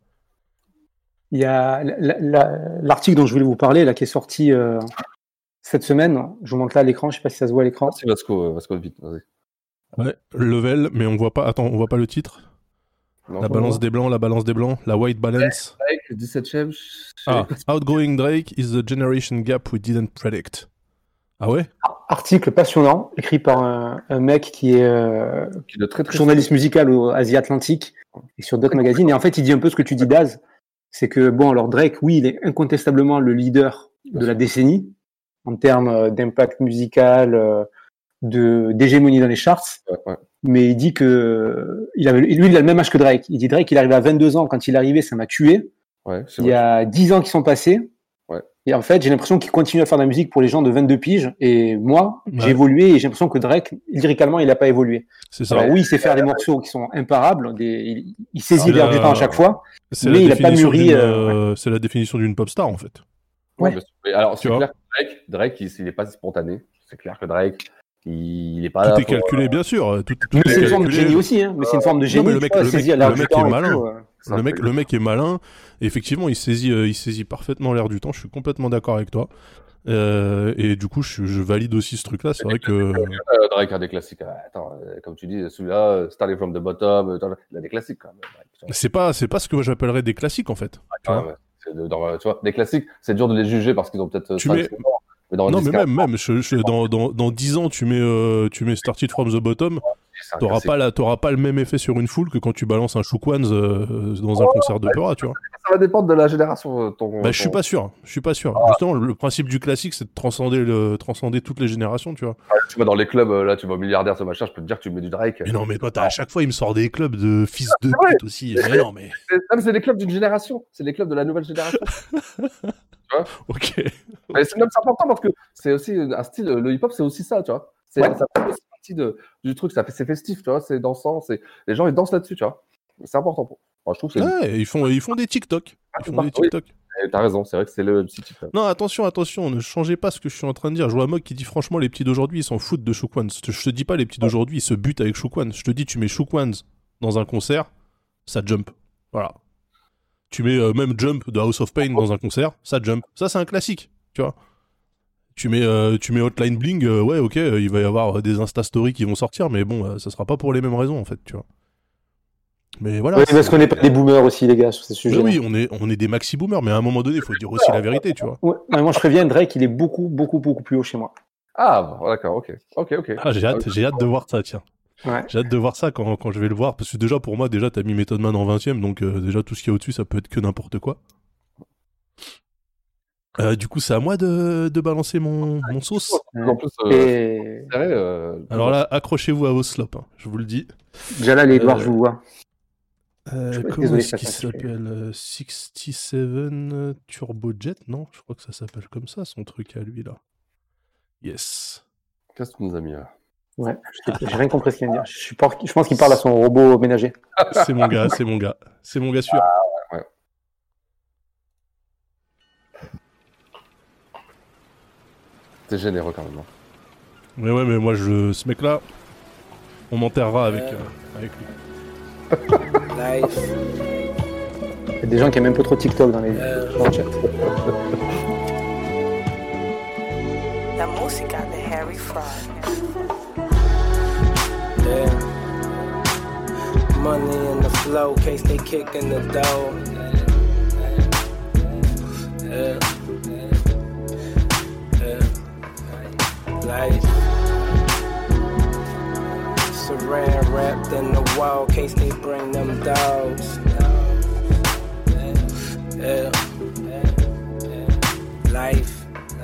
Il y a la- la- l'article dont je voulais vous parler, là, qui est sorti euh, cette semaine. Je vous montre là à l'écran, je sais pas si ça se voit à l'écran. C'est Vasco, euh, Vasco vite, vas-y. Ouais, level, mais on voit pas, attends, on voit pas le titre. Non, La pas balance moi. des blancs, la balance des blancs, la white balance. Drake, le dix-septième. je sais Ah, pas. outgoing Drake is the generation gap we didn't predict. Ah ouais? Article passionnant, écrit par un, un mec qui est euh, Qui est de très, très journaliste musical au Asie Atlantique et sur Dot Magazine. Et en fait, il dit un peu ce que tu dis, Daz. C'est que, bon, alors Drake, oui, il est incontestablement le leader de la décennie en termes euh, d'impact musical, euh, de, d'hégémonie dans les charts. Ouais, ouais. Mais il dit que il avait, lui, il a le même âge que Drake. Il dit Drake, il arrive à vingt-deux ans. Quand il est arrivé, ça m'a tué. Ouais, c'est Il y vrai. a dix ans qui sont passés. Ouais. Et en fait, j'ai l'impression qu'il continue à faire de la musique pour les gens de vingt-deux piges. Et moi, Ouais. j'ai évolué et j'ai l'impression que Drake, lyricalement, il n'a pas évolué. C'est ça. Alors oui, il sait faire des morceaux qui sont imparables. Des, il, il saisit C'est l'air la- du temps à chaque fois. C'est Mais la il a pas définition mûri. d'une, euh, euh, C'est la définition d'une pop star en fait. Ouais. Ouais, mais- mais alors, Tu c'est vois. clair que Drake, Drake il, il est pas spontané. C'est clair que Drake, il, il est pas Tout là est pour, calculé, bien sûr. Tout, tout Mais est c'est une forme de calculé. génie aussi, hein. Mais c'est une forme de Non, génie. mais le mec, tu vois, le mec, saisir l'air le du mec temps est et malin. tout, euh. Ça, Le mec, c'est- le mec est malin. Et effectivement, il saisit, euh, il saisit parfaitement l'air du temps. Je suis complètement d'accord avec toi. Euh, et du coup, je, je valide aussi ce truc-là. C'est vrai que Euh, Drake a des classiques. Ah, Attends, euh, comme tu dis, celui-là, euh, Starting from the Bottom, euh, il a des classiques quand même. Drake, tu vois. c'est pas, c'est pas ce que j'appellerais des classiques en fait. Tu Ah, vois. ouais, c'est de- dans, euh, tu vois, des classiques, c'est dur de les juger parce qu'ils ont peut-être Tu cinq mets- six ans. Mais dans Non, dix, mais quinze même, même, je, je- dans, dans, dans dix ans, tu mets, euh, tu mets Started from the Bottom, c'est un t'auras classique. pas, la, t'auras pas le même effet sur une foule que quand tu balances un Shook Ones euh, dans un concert d'opéra, tu vois. Ça va dépendre de la génération. euh, Ton, Bah, je suis ton- pas sûr, je suis pas sûr. Justement, le, le principe du classique, c'est de transcender, le, transcender toutes les générations, tu vois. Ouais, tu vas dans les clubs, euh, là, tu vas au milliardaire, ce machin, je peux te dire que tu mets du Drake. Mais non, mais toi, t'as- à chaque fois, il me sort des clubs de fils de Ouais. pute aussi. Mais non, mais. C'est, non, mais c'est des clubs d'une génération. C'est des clubs de la nouvelle génération. Tu vois Ok. Mais c'est même c'est important parce que c'est aussi un style, le hip-hop, c'est aussi ça, tu vois. C'est, Ouais. Ça fait aussi partie de, du truc, ça fait, c'est festif, tu vois, c'est dansant, c'est, les gens ils dansent là-dessus, tu vois. C'est important pour. Moi, je trouve que c'est. Ouais, ils font, ils font des TikTok. Ils font des Oui. TikTok. Et T'as raison, c'est vrai que c'est le petit type. Non, attention, attention, ne changez pas ce que je suis en train de dire. Je vois Mog qui dit franchement, les petits d'aujourd'hui, ils s'en foutent de Shook Ones. Je te, je te dis pas les petits d'aujourd'hui, ils se butent avec Shook Ones. Je te dis, tu mets Shook Ones dans un concert, ça jump. Voilà. Tu mets euh, même Jump de House of Pain dans un concert, ça jump. Ça, c'est un classique, tu vois. Tu mets, euh, tu mets Hotline Bling, euh, ouais, ok, euh, il va y avoir euh, des Insta Stories qui vont sortir, mais bon, euh, ça sera pas pour les mêmes raisons, en fait, tu vois. Mais voilà. Ouais, c'est- parce qu'on n'est pas des boomers aussi, les gars, sur ces sujets. Mais oui, on est, on est des maxi boomers, mais à un moment donné, il faut dire aussi la vérité, tu vois. Ouais, ouais, moi, je préviens, Drake, il est beaucoup, beaucoup, beaucoup plus haut chez moi. Ah, bon, d'accord, ok. Ok, ok. Ah, j'ai hâte, j'ai hâte de voir ça, tiens. Ouais. J'ai hâte de voir ça quand, quand je vais le voir, parce que déjà, pour moi, déjà, t'as mis Method Man en vingtième, donc euh, déjà, tout ce qu'il y a au-dessus, ça peut être que n'importe quoi. Euh, du coup, c'est à moi de, de balancer mon, mon sauce. En plus, euh, Et c'est vrai, euh, Alors là, accrochez-vous à vos slops, hein, je vous le dis. Jalal et Edouard Euh, jouent. Hein. Euh, Je suis comment désolé, est-ce ça qu'il fait- s'appelle euh, soixante-dix-sept Turbojet? Non, je crois que ça s'appelle comme ça, son truc à lui, là. Yes. Qu'est-ce que tu nous as mis là? Ouais, j'ai j'ai rien compris ce qu'il vient de dire. Je, suis pas- je pense qu'il parle à son robot ménager. C'est mon gars, c'est mon gars. C'est mon gars sûr. Ah, ouais. T'es généreux quand même. hein. Mais ouais, mais moi, je, ce mec-là, on m'enterrera avec, euh, avec lui. Life. Il y a des gens qui aiment un peu trop TikTok dans, les, dans le chat. La música de Harry Fraud. Yeah. Money in the flow, case they kick in the door. Yeah. Yeah. Life. Saran wrapped in the wall, case they bring them dogs. Yeah. Life.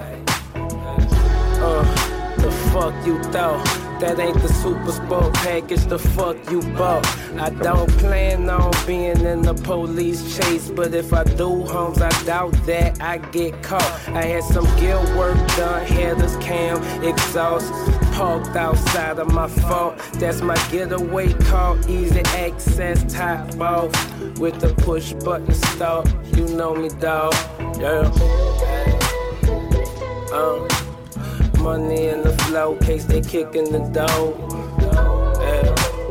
Uh, the fuck you thought? That ain't the Super Bowl package, the fuck you bought. I don't plan on being in the police chase, but if I do, homes, I doubt that I get caught. I had some guilt work done, headers, cam, exhaust, parked outside of my fault. That's my getaway car, easy access, top off. With the push button start, you know me, dog. Yeah. Uh, money in the flow, case they kicking the door. Yeah.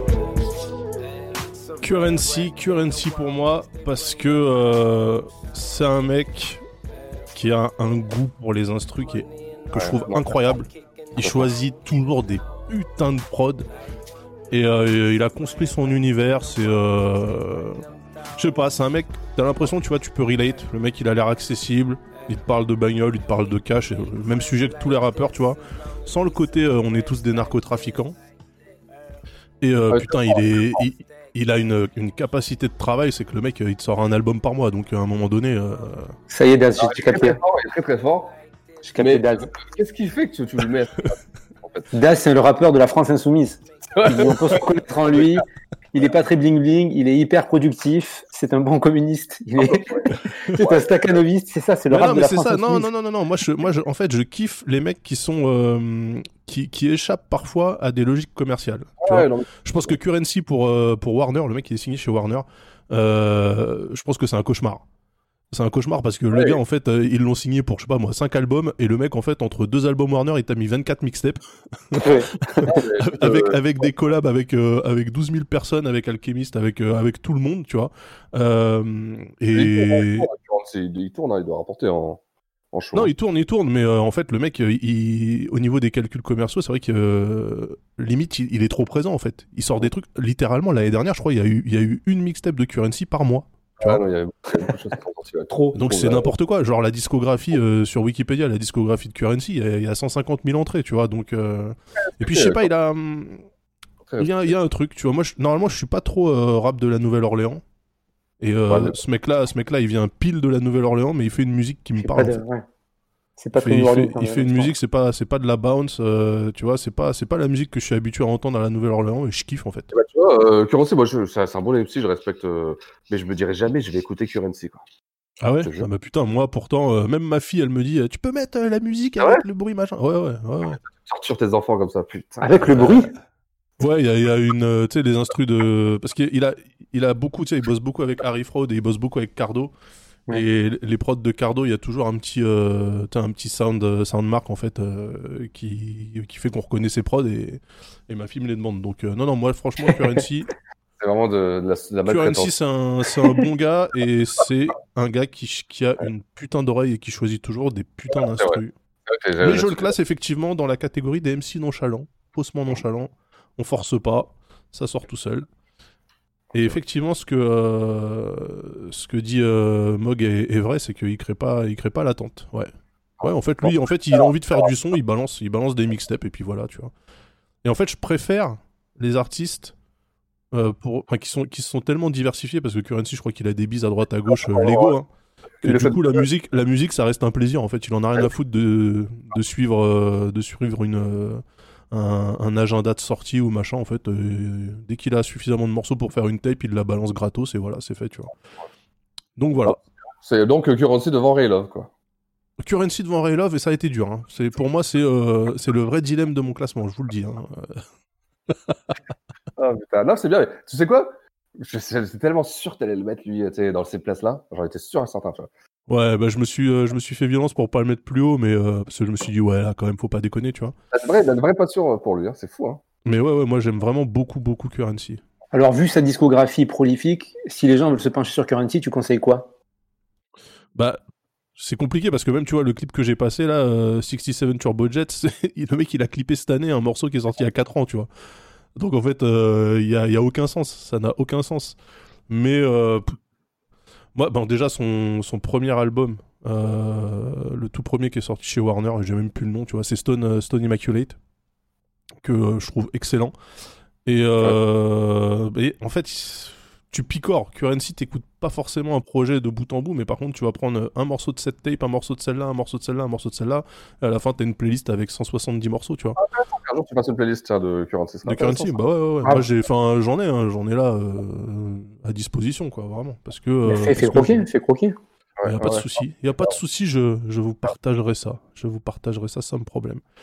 Currency, Currency pour moi, parce que euh, c'est un mec qui a un goût pour les instrus qui est, que je trouve incroyable. Il choisit toujours des putains de prod et euh, il a construit son univers. C'est, euh, je sais pas, c'est un mec. T'as l'impression, tu vois, tu peux relate. Le mec, il a l'air accessible. Il te parle de bagnole, il te parle de cash, le même sujet que tous les rappeurs, tu vois. Sans le côté, euh, on est tous des narcotrafiquants. Et euh, ouais, putain, il est, il, il a une, une capacité de travail, c'est que le mec, il te sort un album par mois, donc à un moment donné. Euh... Ça y est, Daz, j'ai capté. Il est très très fort. J'ai capté Daz. Qu'est-ce qui fait que tu, tu le mets en fait Daz, c'est le rappeur de la France insoumise. On peut se reconnaître en lui. Il est pas très bling bling, il est hyper productif, c'est un bon communiste, il est... c'est un staccanoviste, c'est ça, c'est le mais rap non, de mais la c'est France ça. insoumise. Non, non, non, non, non, moi, je, moi je, en fait, je kiffe les mecs qui sont, euh, qui, qui échappent parfois à des logiques commerciales. Tu ouais, vois. Je pense que Currency pour, euh, pour Warner, le mec qui est signé chez Warner, euh, je pense que c'est un cauchemar. C'est un cauchemar parce que ouais. le gars, en fait, euh, ils l'ont signé pour, je sais pas moi, cinq albums, et le mec, en fait, entre deux albums Warner, il t'a mis vingt-quatre mixtapes. Ouais. avec, avec des collabs avec, euh, avec douze mille personnes, avec Alchemist, avec, euh, avec tout le monde, tu vois. Euh, et... Il tourne, il, il tourne, hein, il doit rapporter en, en show. Non, il tourne, il tourne, mais euh, en fait, le mec, il, il, au niveau des calculs commerciaux, c'est vrai que euh, limite, il, il est trop présent, en fait. Il sort des trucs, littéralement, l'année dernière, je crois, il y a eu, il y a eu une mixtape de Currency par mois. Tu ah vois non, il y a beaucoup de choses qui sont sorties. Trop. Donc trop, c'est ouais. n'importe quoi. Genre la discographie euh, sur Wikipédia, la discographie de Currency, il y a, il y a cent cinquante mille entrées, tu vois. Donc euh... et puis je sais pas, il a, il y a, il y a un truc, tu vois. Moi, je... normalement, je suis pas trop euh, rap de la Nouvelle-Orléans. Et euh, ouais, ce mec-là, ce mec-là, il vient pile de la Nouvelle-Orléans, mais il fait une musique qui me parle. De... En fait. ouais. C'est pas il fait, il fait, il fait une musique, c'est pas, c'est pas de la bounce, euh, tu vois. C'est pas, c'est pas la musique que je suis habitué à entendre à la Nouvelle-Orléans et je kiffe en fait. Bah, tu vois, euh, Currency, moi, je, c'est, c'est un bon M C, je respecte, euh, mais je me dirais jamais, je vais écouter Currency, quoi. Ah ouais, ah bah putain, moi pourtant, euh, même ma fille, elle me dit, tu peux mettre euh, la musique avec ah ouais le bruit, machin. Ouais, ouais, ouais. ouais. Sortir tes enfants comme ça, putain. Avec le bruit. Ouais, il y, y a une, euh, tu sais, des instrus de, parce qu'il a, il a beaucoup, tu sais, il bosse beaucoup avec Harry Fraud et il bosse beaucoup avec Cardo. Ouais. Et les prods de Cardo, il y a toujours un petit, euh, un petit sound, soundmark en fait, euh, qui, qui fait qu'on reconnaît ses prods et, et ma fille me les demande. Donc euh, non, non, moi franchement, Currency, c'est vraiment de, de la, de la Currency, c'est un, c'est un bon gars et c'est un gars qui, qui a une putain d'oreille et qui choisit toujours des putains d'instrus. Ouais, mais je le classe effectivement dans la catégorie des M C nonchalants, faussement nonchalants. On force pas, ça sort tout seul. Et effectivement, ce que, euh, ce que dit euh, Mog est, est vrai, c'est qu'il crée pas, il crée pas l'attente. Ouais. Ouais, en fait, lui, en fait, il a envie de faire du son, il balance, il balance des mixtapes et puis voilà, tu vois. Et en fait, je préfère les artistes euh, pour, enfin, qui sont, qui sont tellement diversifiés parce que Currency, je crois qu'il a des bises à droite, à gauche, euh, Lego. Hein, que du coup, la musique, la musique, ça reste un plaisir. En fait, il en a rien à foutre de, de suivre, euh, de suivre une. Euh, Un, un agenda de sortie ou machin en fait euh, dès qu'il a suffisamment de morceaux pour faire une tape il la balance gratos et voilà c'est fait tu vois donc voilà c'est donc Currency devant Ray Love quoi. Currency devant Ray Love et ça a été dur hein. C'est, pour moi c'est, euh, c'est le vrai dilemme de mon classement je vous le dis hein. Ah putain non c'est bien mais tu sais quoi je, j'étais tellement sûr que t'allais le mettre lui dans ces places là j'en étais sûr et certain tu vois. Ouais, bah je me suis, euh, je me suis fait violence pour pas le mettre plus haut, mais euh, parce que je me suis dit ouais là quand même faut pas déconner, tu vois. C'est vrai, il a une vraie passion pour lui, hein, c'est fou. Hein. Mais ouais, ouais, moi j'aime vraiment beaucoup, beaucoup Currency. Alors vu sa discographie prolifique, si les gens veulent se pencher sur Currency, tu conseilles quoi ? Bah c'est compliqué parce que même tu vois le clip que j'ai passé là, euh, soixante-dix-sept Turbo Jet, le mec il a clippé cette année un morceau qui est sorti il y a quatre ans, tu vois. Donc en fait il euh, y a, y a aucun sens, ça n'a aucun sens. Mais euh, moi, bon, déjà, son, son premier album, euh, le tout premier qui est sorti chez Warner, j'ai même plus le nom, tu vois, c'est Stone, euh, Stone Immaculate, que euh, je trouve excellent. Et, euh, ouais. et en fait, tu picores. Currency, t'écoutes pas forcément un projet de bout en bout, mais par contre, tu vas prendre un morceau de cette tape, un morceau de celle-là, un morceau de celle-là, un morceau de celle-là, et à la fin, t'as une playlist avec cent soixante-dix morceaux, tu vois. Ah, un jour, tu passes une playlist tiens, de Currency. De Currency, bah ouais, ouais, ouais. Ah, moi, j'ai, enfin, j'en ai, hein, j'en ai là euh, à disposition, quoi, vraiment. Parce que. Euh, fais, fais croquer, que... fais croquer. Il n'y a pas de souci. Il n'y a pas de souci, je, je vous partagerai ça. Je vous partagerai ça sans problème.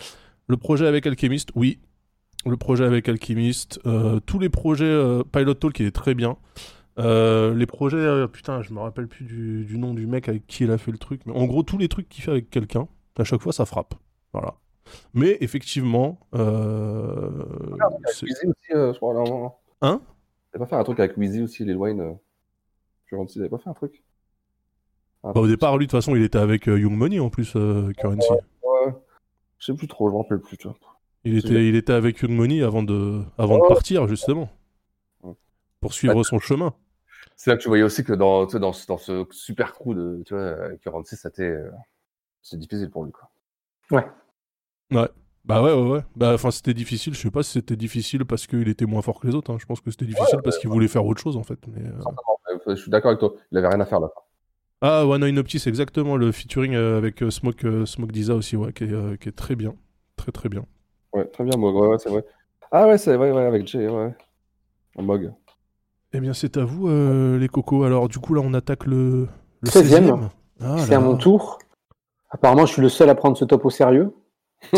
Le projet avec Alchemist, oui. Le projet avec Alchemist. Euh, tous les projets... Euh, Pilot Talk, il est très bien. Euh, les projets... Euh, putain, je me rappelle plus du, du nom du mec avec qui il a fait le truc. Mais en gros, tous les trucs qu'il fait avec quelqu'un, à chaque fois, ça frappe. Voilà. Mais effectivement... Euh, ah, c'est... Wheezy aussi, euh, je crois, là, non. Hein? Il n'avait pas fait un truc avec Wheezy aussi, Lil Wayne euh... Il n'avait pas fait un truc ah, bah, au départ, lui, de toute façon, il était avec euh, Young Money, en plus, euh, Currency. Ouais, ouais. Je sais plus trop, je me rappelle plus, tu vois. Il était, il était avec Young Money avant de, avant ouais. de partir, justement. Ouais. Pour suivre ouais. son chemin. C'est là que tu voyais aussi que dans, tu sais, dans, dans ce super crew de tu vois, Currency, c'était euh, c'est difficile pour lui, quoi. Ouais. Ouais. Bah ouais, ouais, ouais. Bah, enfin, c'était difficile. Je sais pas si c'était difficile parce qu'il était moins fort que les autres. Hein. Je pense que c'était difficile ouais, parce ouais, qu'il ouais. voulait faire autre chose, en fait. Mais, euh... Je suis d'accord avec toi. Il avait rien à faire là. Ah, One Eye Opti, c'est exactement le featuring euh, avec euh, Smoke, euh, Smoke Disa aussi, ouais, qui est, euh, qui est très bien. Très, très bien. Ouais, très bien, Mog. Ouais, ouais, c'est vrai. Ah ouais, c'est vrai, ouais, avec Jay, ouais. Un Mog. Eh bien, c'est à vous, euh, les cocos. Alors, du coup, là, on attaque le, le seizième. seizième. Ah, c'est là. À mon tour. Apparemment, je suis le seul à prendre ce top au sérieux. Et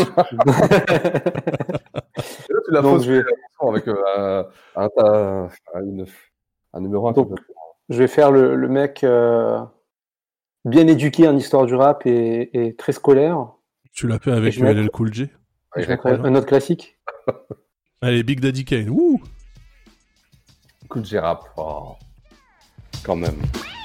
là, tu l'as Donc, je vais... avec euh, un, un, un, un numéro un. Donc, je vais faire le, le mec euh, bien éduqué en histoire du rap et, et très scolaire. Tu l'as fait avec U L L Cool J. Je vais un autre classique. Allez, Big Daddy Kane. Wouh! Cool J rap. Oh. Quand même.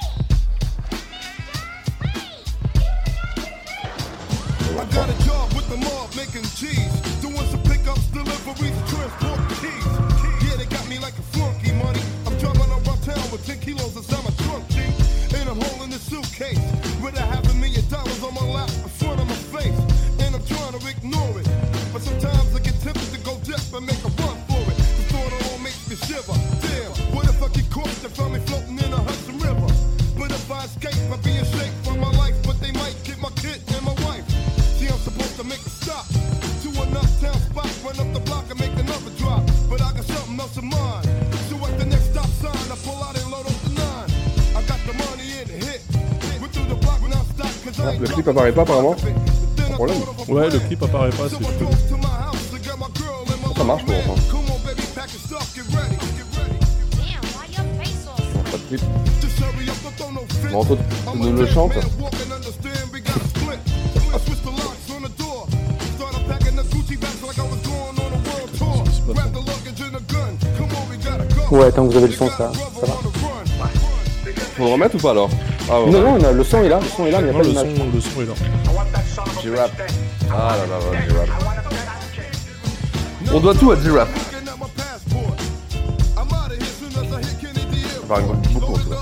I got a job with the mob making cheese, doing some pickups, deliveries, transport keys. Yeah, they got me like a flunky money. I'm driving around town with ten kilos inside my trunk, G. And I'm holding the suitcase with a half a million dollars on my lap in front of my face. And I'm trying to ignore it, but sometimes I get tempted to go dip and make a run for it. The thought alone makes me shiver. Damn, what if I get caught and find me floating in a Hudson River? But if I escape, I'll be in shape for my life, but they might get my kid and my wife. I'm supposed to make a stop to an uptown spot, run up the block and make another drop. But I got something else in mind. So at the next stop sign, I pull out and load up the nine. I got the money in the hit. Went through the block non stop cause I ain't le clip apparaît pas apparemment. Pas problème. Ouais, le clip apparaît pas, c'est chouette. Ça marche pour enfin. Pas de clip. Bon, toi, tu nous le chantes. Ouais, tant que vous avez le son, ça, ça va. Faut le remettre ou pas alors? Ah, ouais, non, ouais. non, le son est là, le son est là, mais il n'y a pas d'image. Le son est là. J-Rap. Ah là là, là J-Rap. On doit tout à J-Rap. Enfin, beaucoup en tout cas.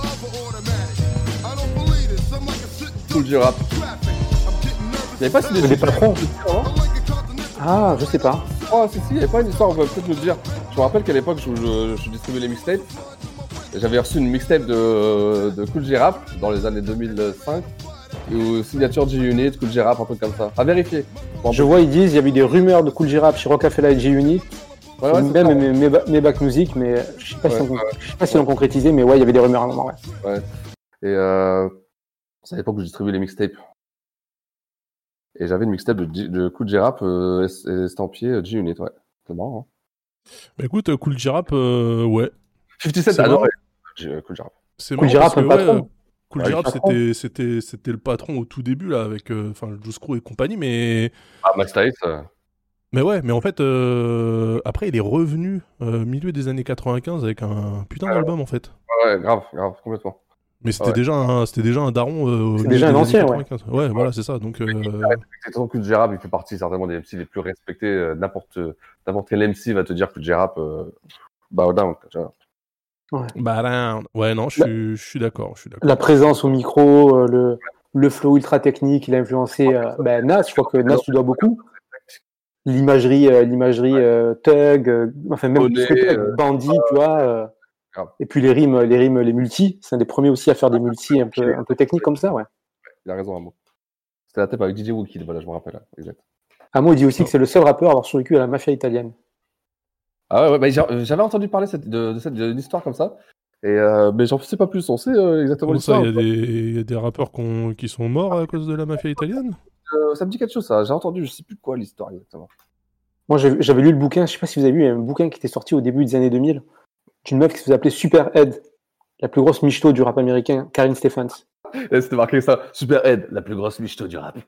Tout le J-Rap. Il n'y avait pas si des, des patrons. Ah, je sais pas. Oh, si, si, il n'y avait pas une histoire, on va peut-être le dire. Je me rappelle qu'à l'époque, je, je, je distribuais les mixtapes. J'avais reçu une mixtape de, de Cool J-Rap dans les années deux mille cinq. Ou signature G-Unit, Cool J-Rap, un truc comme ça. À vérifier. Bon, je vois, ils disent, il y avait des rumeurs de Cool J-Rap chez Rockefeller et G-Unit. Ouais, ouais, même mes, mes, mes back music, mais je sais pas, ouais, si, on, ouais. je sais pas si on concrétisé, mais ouais, il y avait des rumeurs à un moment, ouais. Ouais. Et euh, c'est à l'époque où je distribuais les mixtapes. Et j'avais une mixtape de, de Cool J-Rap euh, estampillé G-Unit, ouais. C'est marrant, hein. Bah écoute, Cool J-Rap, euh, ouais. cinquante-sept, adoré. Cool J-Rap. C'est Cool J-Rap, un patron. Ouais, Cool J-Rap, c'était, c'était, c'était le patron au tout début, là, avec enfin euh, Juice Crew et compagnie, mais... Ah, Max Tice euh... Mais ouais, mais en fait, euh, après, il est revenu euh, milieu des années quatre-vingt-quinze avec un putain ouais, d'album, en fait. Ouais, ouais, grave, grave, complètement. Mais c'était, ouais. déjà, un, c'était déjà un daron. Euh, c'est déjà un ancien, ouais. Ouais, ouais, voilà, c'est ça. Donc, euh... c'est ton Cool J-Rap, il fait partie certainement des M C les plus respectés. Euh, n'importe, n'importe quel M C va te dire Cool J-Rap, euh, bow down. Tu vois. Ouais. Bow down. Ouais, non, je suis, je suis d'accord, je suis d'accord. La présence au micro, euh, le, le flow ultra technique, il a influencé euh, ben, Nas. Je crois que Nas, tu dois beaucoup. L'imagerie, euh, l'imagerie euh, Thug, euh, enfin même Bonnet, ce que euh, Bandit, euh, tu vois. Euh, et puis les rimes, les rimes, les multis. C'est un des premiers aussi à faire des multis un peu, un peu techniques comme ça, ouais. Il a raison, Amo. C'était la tape avec D J Wookie, voilà, je me rappelle. Exact. Amo dit aussi que c'est le seul rappeur à avoir survécu à la mafia italienne. Ah ouais, ouais bah, j'avais entendu parler de, de, de cette d'une histoire comme ça. Et euh, mais j'en sais pas plus. On sait euh, exactement l'histoire. Il y, y a des rappeurs qui sont morts à cause de la mafia italienne. Euh, ça me dit quelque chose, ça. J'ai entendu, je sais plus quoi l'histoire exactement. Moi, j'avais, j'avais lu le bouquin, je sais pas si vous avez vu, il y a un bouquin qui était sorti au début des années deux mille, d'une meuf qui se faisait appeler Superhead, la plus grosse michto du rap américain, Karine Stephens. Et c'était marqué ça, Superhead, la plus grosse michto du rap.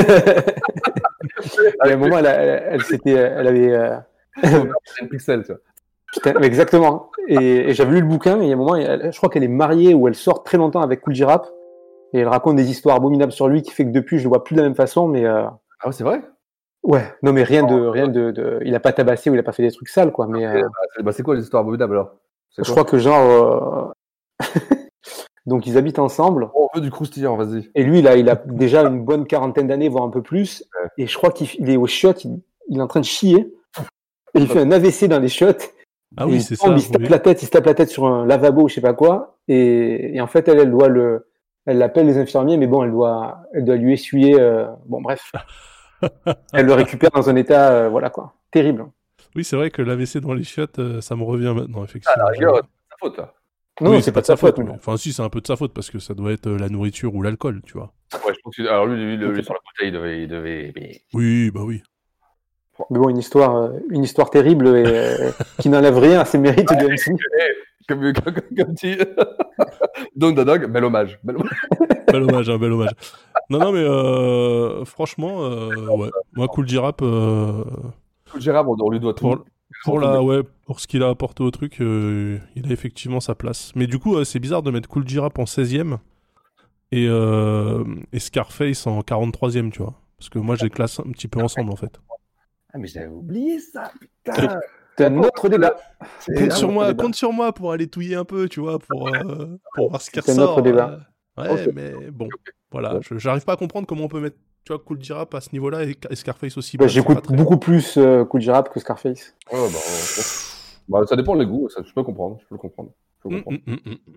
À un moment, elle, elle, elle, s'était, elle avait... Euh... une pixel, tu vois. Putain, exactement. Et, et j'avais lu le bouquin, et il y a un moment, elle, je crois qu'elle est mariée ou elle sort très longtemps avec Kool G Rap, et elle raconte des histoires abominables sur lui qui fait que depuis, je le vois plus de la même façon, mais... Euh... Ah ouais, c'est vrai? Ouais, non mais rien de... rien de, de... Il a pas tabassé ou il a pas fait des trucs sales, quoi. Mais, okay, euh... bah, bah, c'est quoi les histoires abominables, alors? C'est Je quoi? crois que genre... Euh... Donc ils habitent ensemble. Oh, on veut du croustillant, vas-y. Et lui, là, il a déjà une bonne quarantaine d'années, voire un peu plus. Ouais. Et je crois qu'il il est au shot, il, il est en train de chier. Et il fait un A V C dans les shots. Ah oui, il c'est tombe, ça. Il se tape Oui. la tête, il se tape la tête sur un lavabo ou je sais pas quoi. Et, et en fait, elle, elle doit le, elle l'appelle les infirmiers, mais bon, elle doit, elle doit lui essuyer. Euh... Bon, bref. Elle le récupère dans un état, euh, voilà quoi, terrible. Oui, c'est vrai que l'A V C dans les chiottes, euh, ça me revient maintenant, effectivement. Ah, la rigueur, c'est sa faute, là. Non, oui, c'est, c'est pas de sa faute. faute mais... Enfin, si, c'est un peu de sa faute parce que ça doit être la nourriture ou l'alcool, tu vois. Ouais, je pense que. Alors, lui, lui, lui, lui sur la bouteille, il devait. Il devait... Mais... Oui, bah oui. Mais bon, une histoire, euh, une histoire terrible et euh, qui n'enlève rien à ses mérites de M C. Comme, comme, comme, comme dit. Dog Dog, bel hommage. Bel hommage, bel hommage, hein, bel hommage. Non, non, mais euh, franchement, euh, ouais. Moi, Kool G Rap. Euh... Kool G Rap, on, on lui doit tout. Pour, pour, la, ouais, pour ce qu'il a apporté au truc, euh, il a effectivement sa place. Mais du coup, euh, c'est bizarre de mettre Kool G Rap en seizième et, euh, et Scarface en quarante-troisième, tu vois. Parce que moi, je les classe un petit peu ensemble, en fait. Ah, mais j'avais oublié ça, putain. C'est un autre débat. Compte sur moi, compte sur moi pour aller touiller un peu, tu vois, pour, euh, pour voir ce qui c'est ressort. Un autre débat. Euh, ouais, okay. Mais bon, voilà, je, j'arrive pas à comprendre comment on peut mettre, tu vois, Kool G Rap à ce niveau-là et, et Scarface aussi. Bah, j'écoute très... beaucoup plus euh, Kool G Rap que Scarface. Ouais, bah, bah, bah, ça dépend des goûts, ça, je peux comprendre, je peux le comprendre. Je peux comprendre. Mm, mm, mm.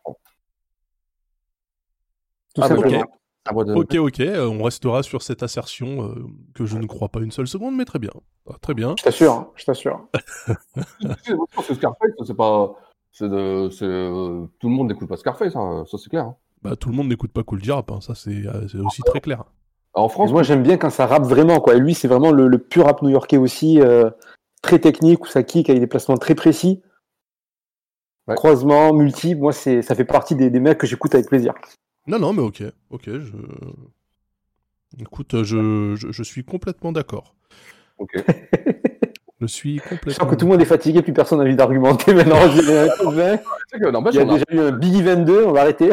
Tout ah, simplement. Okay. De... Ok, ok, euh, on restera sur cette assertion euh, que je ne crois pas une seule seconde, mais très bien. Ah, très bien. Je t'assure, hein, je t'assure. Je pense que Scarface, c'est pas. C'est de... c'est... Tout le monde n'écoute pas Scarface, hein. Ça c'est clair. Hein. Bah, tout le monde n'écoute pas Kool G Rap, hein. Ça c'est, euh, c'est aussi très clair. En France, moi j'aime bien quand ça rappe vraiment, quoi. Et lui, c'est vraiment le, le pur rap new-yorkais aussi, euh, très technique, où ça kick avec des placements très précis. Ouais. Croisement, multi, moi c'est... ça fait partie des, des mecs que j'écoute avec plaisir. Non, non, mais ok, ok, je... Écoute, je, je, je suis complètement d'accord. Ok. Je suis complètement... Je sens que tout le monde est fatigué, plus personne n'a envie d'argumenter maintenant. Il y a déjà eu un Biggie vingt-deux, on va arrêter.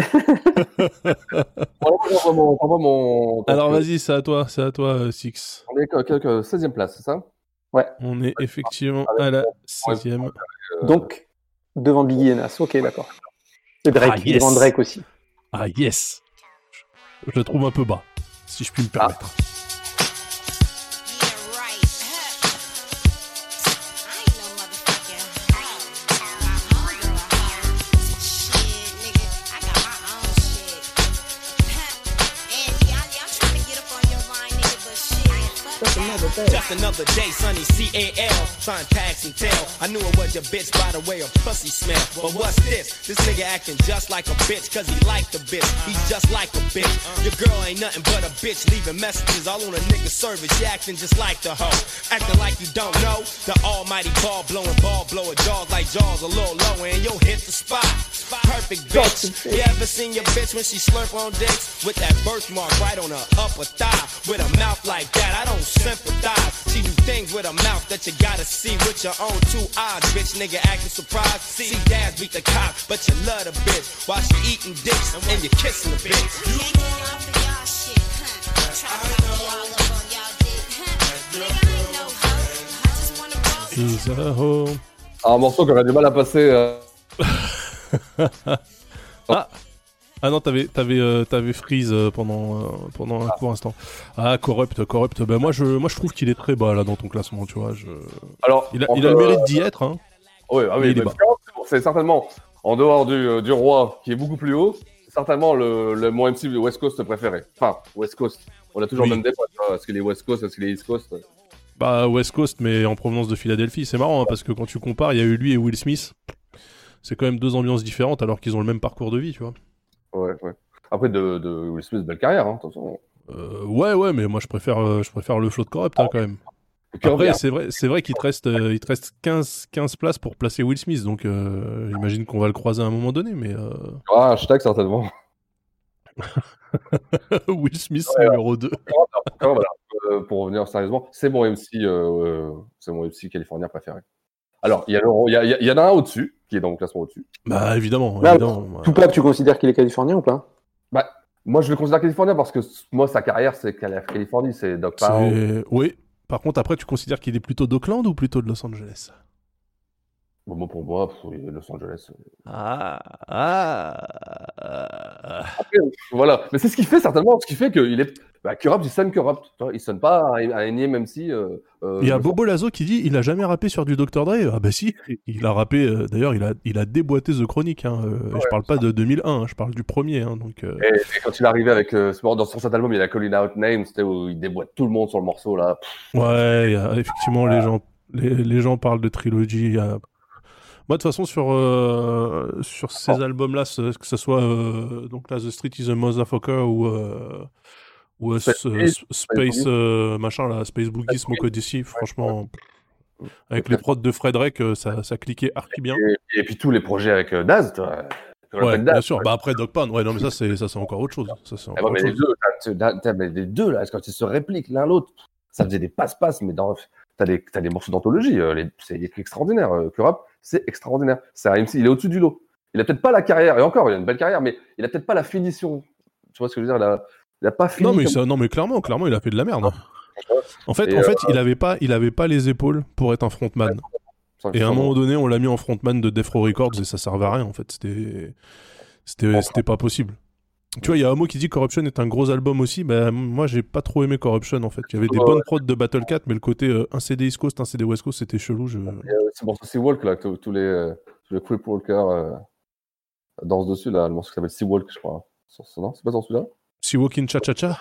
Alors vas-y, c'est à toi, c'est à toi, Six. On est à seizième place, c'est ça? Ouais. On est effectivement à la seizième. Donc, devant Biggie et Nas, ok, d'accord. Et Drake, ah, yes. Devant Drake aussi. Ah yes, je le trouve un peu bas, si je puis me permettre. Ah. Just another day, sunny C A L, trying tax and tell. I knew it was your bitch by the way her pussy smell. But what's this? This nigga acting just like a bitch, cause he like the bitch. He's just like a bitch. Your girl ain't nothing but a bitch, leaving messages all on a nigga's service. She acting just like the hoe. Acting like you don't know. The almighty ball blowing, ball blower, jaws like jaws a little lower, and you'll hit the spot. Perfect bitch. You ever seen your bitch when she slurp on dicks? With that birthmark right on her upper thigh. With a mouth like that, I don't sympathize. She do things with a mouth that you gotta see with your own two eyes. Bitch, nigga acting surprised. See, Dad beat the cop, but you love the bitch. While she eating dicks and you kissing the bitch. Is a home. Un morceau qui aurait du mal à passer. Euh... ah. ah non, t'avais, t'avais, euh, t'avais Freeze euh, pendant, euh, pendant un ah. court instant. Ah, Corrupt, Corrupt. Ben moi, je, moi, je trouve qu'il est très bas là dans ton classement, tu vois. Je... Alors, il a, il a le mérite d'y être, hein. Oui, ah oui, il est bas. C'est certainement, en dehors du, euh, du Roi, qui est beaucoup plus haut, c'est certainement le, le mon M C West Coast préféré. Enfin, West Coast. On a toujours oui. le même débat. Est-ce qu'il est West Coast, est-ce qu'il est East Coast? Bah, West Coast, mais en provenance de Philadelphie. C'est marrant, hein, parce que quand tu compares, il y a eu lui et Will Smith. C'est quand même deux ambiances différentes alors qu'ils ont le même parcours de vie, tu vois. Ouais, ouais. Après, de, de Will Smith, belle carrière, hein, de toute façon. Euh, ouais, ouais, mais moi je préfère, euh, je préfère le flow de Corrupt, hein, quand même. Après, c'est vrai, c'est vrai qu'il te reste, euh, il te reste quinze, quinze places pour placer Will Smith, donc euh, j'imagine qu'on va le croiser à un moment donné, mais... Euh... Ah, hashtag certainement. Will Smith, ouais, numéro deux. Alors, voilà, euh, pour revenir sérieusement, c'est mon M C, euh, c'est mon M C californien préféré. Alors, il y, y, a, y, y en a un au-dessus, qui est dans mon classement au-dessus. Bah, évidemment. Bah, évidemment Tupac, ouais. Tu considères qu'il est californien ou pas? Bah, moi, je le considère californien parce que moi, sa carrière, c'est Californie, c'est Dog Pound. Oui. Par contre, après, tu considères qu'il est plutôt d'Oakland ou plutôt de Los Angeles? Bon, moi, pour moi, pour Los Angeles. Ah, ah. Après, voilà. Mais c'est ce qui fait certainement, ce qui fait qu'il est. Bah, Kurupt, il sonne Kurupt. Il sonne pas à un énième M C. Euh, euh, il y a Bobo Lazo qui dit il a jamais rappé sur du docteur Dre. Ah bah si, il a rappé. Euh, d'ailleurs, il a, il a déboîté The Chronic. Hein. Euh, ouais, je parle pas de deux mille un, hein, je parle du premier. Hein, donc. Euh... Et, et quand il est arrivé avec euh, dans sur cet album, il y a Calling Out Names, c'était où il déboîte tout le monde sur le morceau là. Pff, ouais, y a, effectivement, les gens, les, les gens parlent de trilogie. Y a... Moi, de toute façon, sur, euh, sur ces oh. albums-là, que ce soit euh, donc là, The Street is a Motherfucker ou, euh, ou euh, Space, euh, Space euh, machin, là, Space Boogie, Smoke Odyssey, franchement, ouais. Avec les prods de Fred Drake, ça, ça cliquait archi bien. Et, et puis tous les projets avec euh, Daz, tu vois. Ouais, Daz, bien sûr. Ouais. Bah après, Dog Pound, ouais, non, mais ça, c'est, ça, c'est encore autre chose. Ça, c'est encore ah, mais autre les, chose. Deux, t'as, t'as, t'as, les deux, là, quand ils se répliquent l'un l'autre, ça faisait des passe-passe, mais dans. T'as des, t'as des morceaux d'anthologie, euh, les, c'est extraordinaire. Euh, Kurupt, c'est extraordinaire. C'est un M C, il est au-dessus du lot. Il a peut-être pas la carrière, et encore, il a une belle carrière, mais il a peut-être pas la finition. Tu vois ce que je veux dire? Il a, il a pas fini. Non mais, comme... ça, non, mais clairement, clairement, il a fait de la merde. Hein. En fait, et en euh, fait il, avait pas, il avait pas les épaules pour être un frontman. Ouais, et à un moment donné, on l'a mis en frontman de Death Row Records, et ça servait à rien, en fait. C'était, c'était, c'était pas possible. Tu vois, il y a Homo qui dit Corruption est un gros album aussi. Bah, moi, j'ai pas trop aimé Corruption en fait. Il y avait des oh, bonnes ouais. prods de Battle Cat, mais le côté euh, un C D East Coast, un C D West Coast, c'était chelou. Je... Euh, c'est pour ça, c'est Walk là, que tous les, euh, tous les Creep Walkers euh, dansent dessus là. Le morceau qui s'appelle Sea Walk, je crois. Non, c'est pas dans celui-là. Sea Walk in Cha Cha Cha.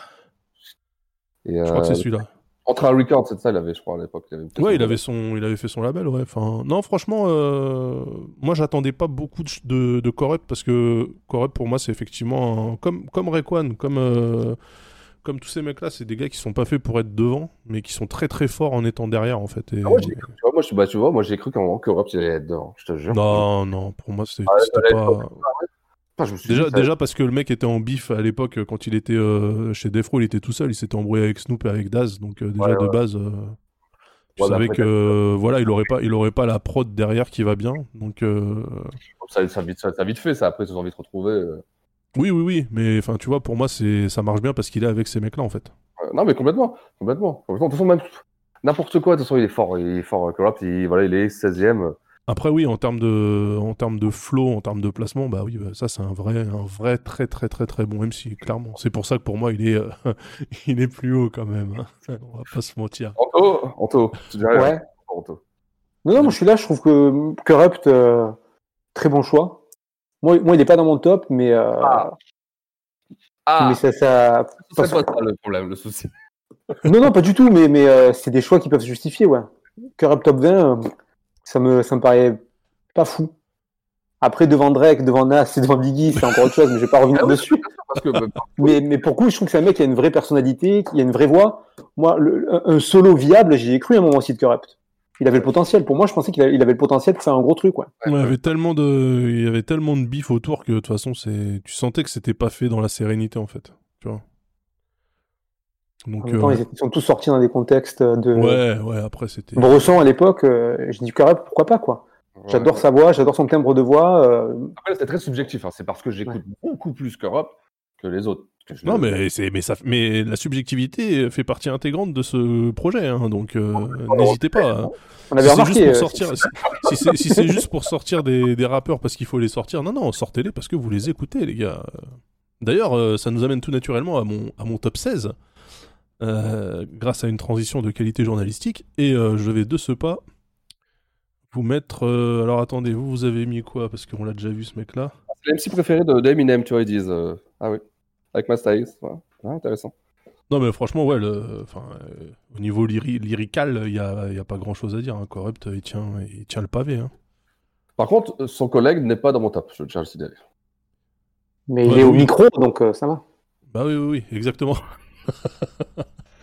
Et, euh, je crois que c'est celui-là. Entre un record, c'est ça, il avait, je crois, à l'époque. Il avait ouais, il avait, son, il avait fait son label, ouais. Enfin, non, franchement, euh, moi, j'attendais pas beaucoup de, de, de Kurupt parce que Kurupt, pour moi, c'est effectivement un, comme, comme Raekwon, comme, euh, comme tous ces mecs-là, c'est des gars qui sont pas faits pour être devant, mais qui sont très très forts en étant derrière, en fait. Et... Ah, moi, j'ai cru, tu vois, moi, je, bah, tu vois, moi, j'ai cru qu'en Kurupt, il allait être devant, je te jure. Non, non, pour moi, c'est, ah, c'était pas. Pas déjà, dit, déjà parce que le mec était en bif à l'époque quand il était euh, chez Death Row, il était tout seul, il s'était embrouillé avec Snoop et avec Daz, donc euh, déjà ouais, de ouais. base, euh, tu ouais, savais que euh, voilà, il aurait pas, il aurait pas la prod derrière qui va bien, donc euh... ça, ça, vite, ça, ça vite fait, ça après ils ont envie de retrouver. Euh... Oui, oui, oui, mais enfin, tu vois, pour moi, c'est, ça marche bien parce qu'il est avec ces mecs-là en fait. Euh, non, mais complètement, complètement. De toute façon, même n'importe quoi, de toute façon, il est fort, il est fort, Kurupt, il, voilà, il est seizième. Après oui, en termes de, en termes de flow, en termes de placement, bah oui, bah, ça c'est un vrai, un vrai très très très très bon M C, clairement. C'est pour ça que pour moi il est, euh, il est plus haut quand même. Hein. On va pas se mentir. Anto, Anto, tu dirais ouais. Anto. Non non, moi je suis là, je trouve que Kurupt, euh, très bon choix. Moi, moi il est pas dans mon top, mais. Euh... Ah. ah. Mais ça, ça. C'est pas ça le problème, le souci. Non non, pas du tout, mais mais euh, c'est des choix qui peuvent se justifier, ouais. Kurupt top vingt. Euh... Ça me, ça me paraît pas fou. Après, devant Drake, devant Nas et devant Biggie, c'est encore autre chose, mais je vais pas revenir dessus. Parce que, mais, mais pour le coup, je trouve que c'est un mec qui a une vraie personnalité, qui a une vraie voix. Moi, le, un solo viable, j'y ai cru à un moment aussi de Kurupt. Il avait le potentiel. Pour moi, je pensais qu'il avait, il avait le potentiel pour faire un gros truc, ouais. Ouais, il y avait tellement de, il y avait tellement de bif autour que de toute façon, c'est, tu sentais que c'était pas fait dans la sérénité, en fait. Tu vois. Donc, en même temps, euh... ils sont tous sortis dans des contextes de. Ouais, ouais, après c'était. Bresson à l'époque, euh, je dis Kurupt, pourquoi pas, quoi. Ouais. J'adore sa voix, j'adore son timbre de voix. Euh... Après, c'est très subjectif, hein. C'est parce que j'écoute ouais. beaucoup plus Kurupt que les autres. Que non, mais, c'est, mais, ça, mais la subjectivité fait partie intégrante de ce projet, hein, donc euh, oh, n'hésitez pas. Hein. On avait si remarqué. C'est juste pour sortir, si, si, c'est, si c'est juste pour sortir des, des rappeurs parce qu'il faut les sortir, non, non, sortez-les parce que vous les écoutez, les gars. D'ailleurs, euh, ça nous amène tout naturellement à mon, à mon top seize. Euh, grâce à une transition de qualité journalistique, et euh, je vais de ce pas vous mettre. Euh, alors attendez, vous, vous avez mis quoi? Parce qu'on l'a déjà vu ce mec-là. C'est l'M C préféré de, d'Eminem, tu vois, ils disent. Euh... Ah oui, avec Masta X. Ouais. Ah, intéressant. Non, mais franchement, ouais, le... enfin, euh, au niveau lyri- lyrical, il n'y a, y a pas grand-chose à dire. Hein. Kurupt, il tient, il tient le pavé. Hein. Par contre, son collègue n'est pas dans mon top, je tiens à le signaler. Mais ouais, il est oui. au micro, donc euh, ça va. Bah oui, oui, oui, exactement.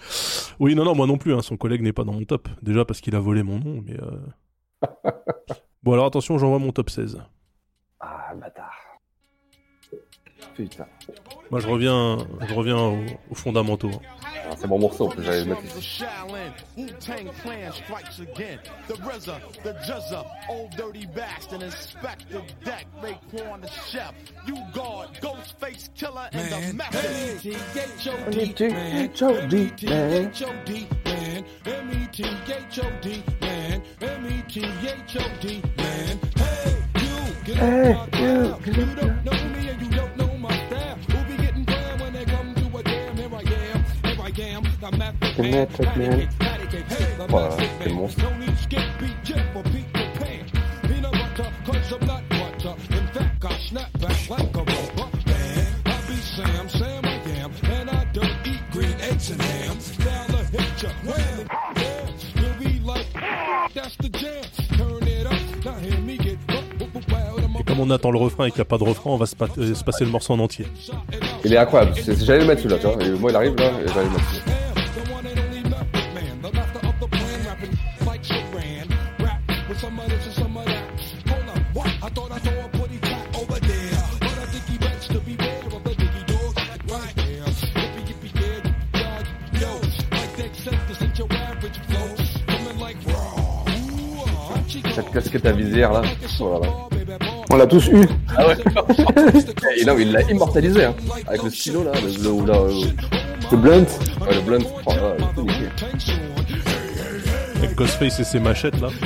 Oui, non, non, moi non plus. Hein, son collègue n'est pas dans mon top. Déjà parce qu'il a volé mon nom, mais. Euh... bon, alors attention, j'envoie mon top seize. Ah, bâtard. Putain. Moi, je reviens, je reviens aux, aux fondamentaux. Ah, c'est mon morceau, j'allais le mettre ici. Wu-Tang Clan strikes again. The R Z A, the Juzza, old dirty bastard, Inspector Deck, Raekwon the chef, you guard, Ghostface Killer, and the Master. M E T H O D, man. M E T H O D, man. M E T H O D, man. M E T H O D, man. Hey, you, get Hey, up my you, style. You don't know me and you don't know my style. Who be getting down when they come to a jam? Here I am, here I am, the Method The Man. Method Man. Voilà, quel monstre. No need to skip, be jet for Peter Pan. Peanut butter, cause I'm not butter. In fact, I snap back like a rubber band. I be Sam, Sam I am, and I don't eat green eggs and ham. Now the hit ya, when the yeah, you'll be like, that's the jam. Turn it up, now hear me get up, up, up, wild. I'm Et comme on attend le refrain et qu'il n'y a pas de refrain, on va se, pa- euh, se passer le morceau en entier. Il est incroyable. C'est- c'est- J'allais le mettre celui-là, tu vois. Et moi, il arrive là, et j'allais le mettre celui-là. the one and only Method Man, the master of the plan, rapping like Sharan. Rap with some of this and some of that. Hold up, what? I thought I saw a putty cat over there, but I think he bets to beware of the diggy dog right there. Yippee yippee yeah, dog, yo, like they said, this ain't your average flow, coming like raw. Ooh, ah, chico. Cette casquette à visière là. Oh là là. On l'a tous eu. Ah ouais. Et là, il l'a immortalisé, hein. Avec le stylo là, le, le, là, euh, Le blunt. ouais, le blunt. Oh, là, il est tout niqué. Avec Ghostface et ses machettes là.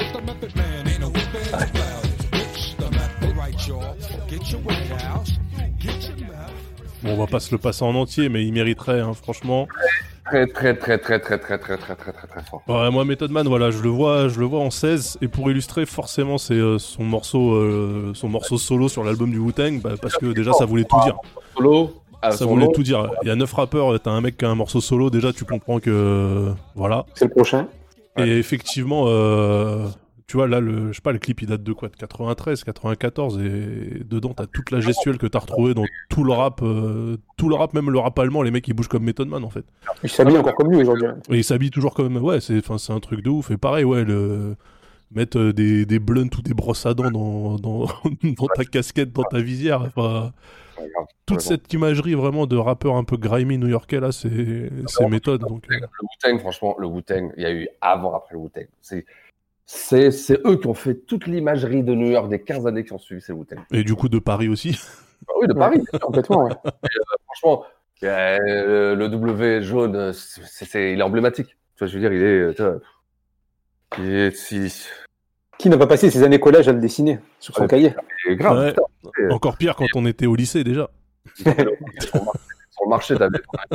Bon, on va pas se le passer en entier, mais il mériterait, hein, franchement. Très, très, très, très, très, très, très, très, très, très, très fort. Ouais, moi, Method Man, voilà, je le vois, je le vois en seize, et pour illustrer, forcément, c'est euh, son morceau, euh, son morceau solo sur l'album du Wu-Tang, bah, parce que déjà, ça voulait tout dire. Solo. Ah, Ça son voulait nom. tout dire. Il y a neuf rappeurs, t'as un mec qui a un morceau solo, déjà, tu comprends que, voilà. C'est le prochain. Et effectivement, euh, tu vois, là, le, je sais pas, le clip, il date de quoi? De quatre-vingt-treize, quatre-vingt-quatorze, et dedans, t'as toute la gestuelle que t'as retrouvée dans tout le rap, euh, tout le rap, même le rap allemand, les mecs, ils bougent comme Method Man, en fait. Il s'habille encore comme lui aujourd'hui. Et il s'habille toujours comme... Ouais, c'est, enfin, c'est un truc de ouf. Et pareil, ouais, le... mettre euh, des, des blunts ou des brosses à dents dans, dans, dans ta casquette, dans ta visière, enfin... Toute cette imagerie vraiment de rappeur un peu grimy new-yorkais, là, c'est, c'est méthode. Donc, euh... Le Wu-Tang, franchement, le Wu-Tang, il y a eu avant, après le Wu-Tang. C'est, c'est, c'est eux qui ont fait toute l'imagerie de New York des quinze années qui ont suivi, c'est le Wu-Tang. Et du coup, de Paris aussi. Bah oui, de Paris. Ouais, complètement, ouais. Et, euh, franchement, euh, le W jaune, c'est, c'est, il est emblématique. Tu vois, je veux dire, il est... Tu vois, il est si... Qui n'a pas passé ses années collège à le dessiner sur son Ouais, cahier? c'est grave. Ouais. putain. Et, Encore pire quand on était au lycée, déjà. sur le marché, sur le marché, t'avais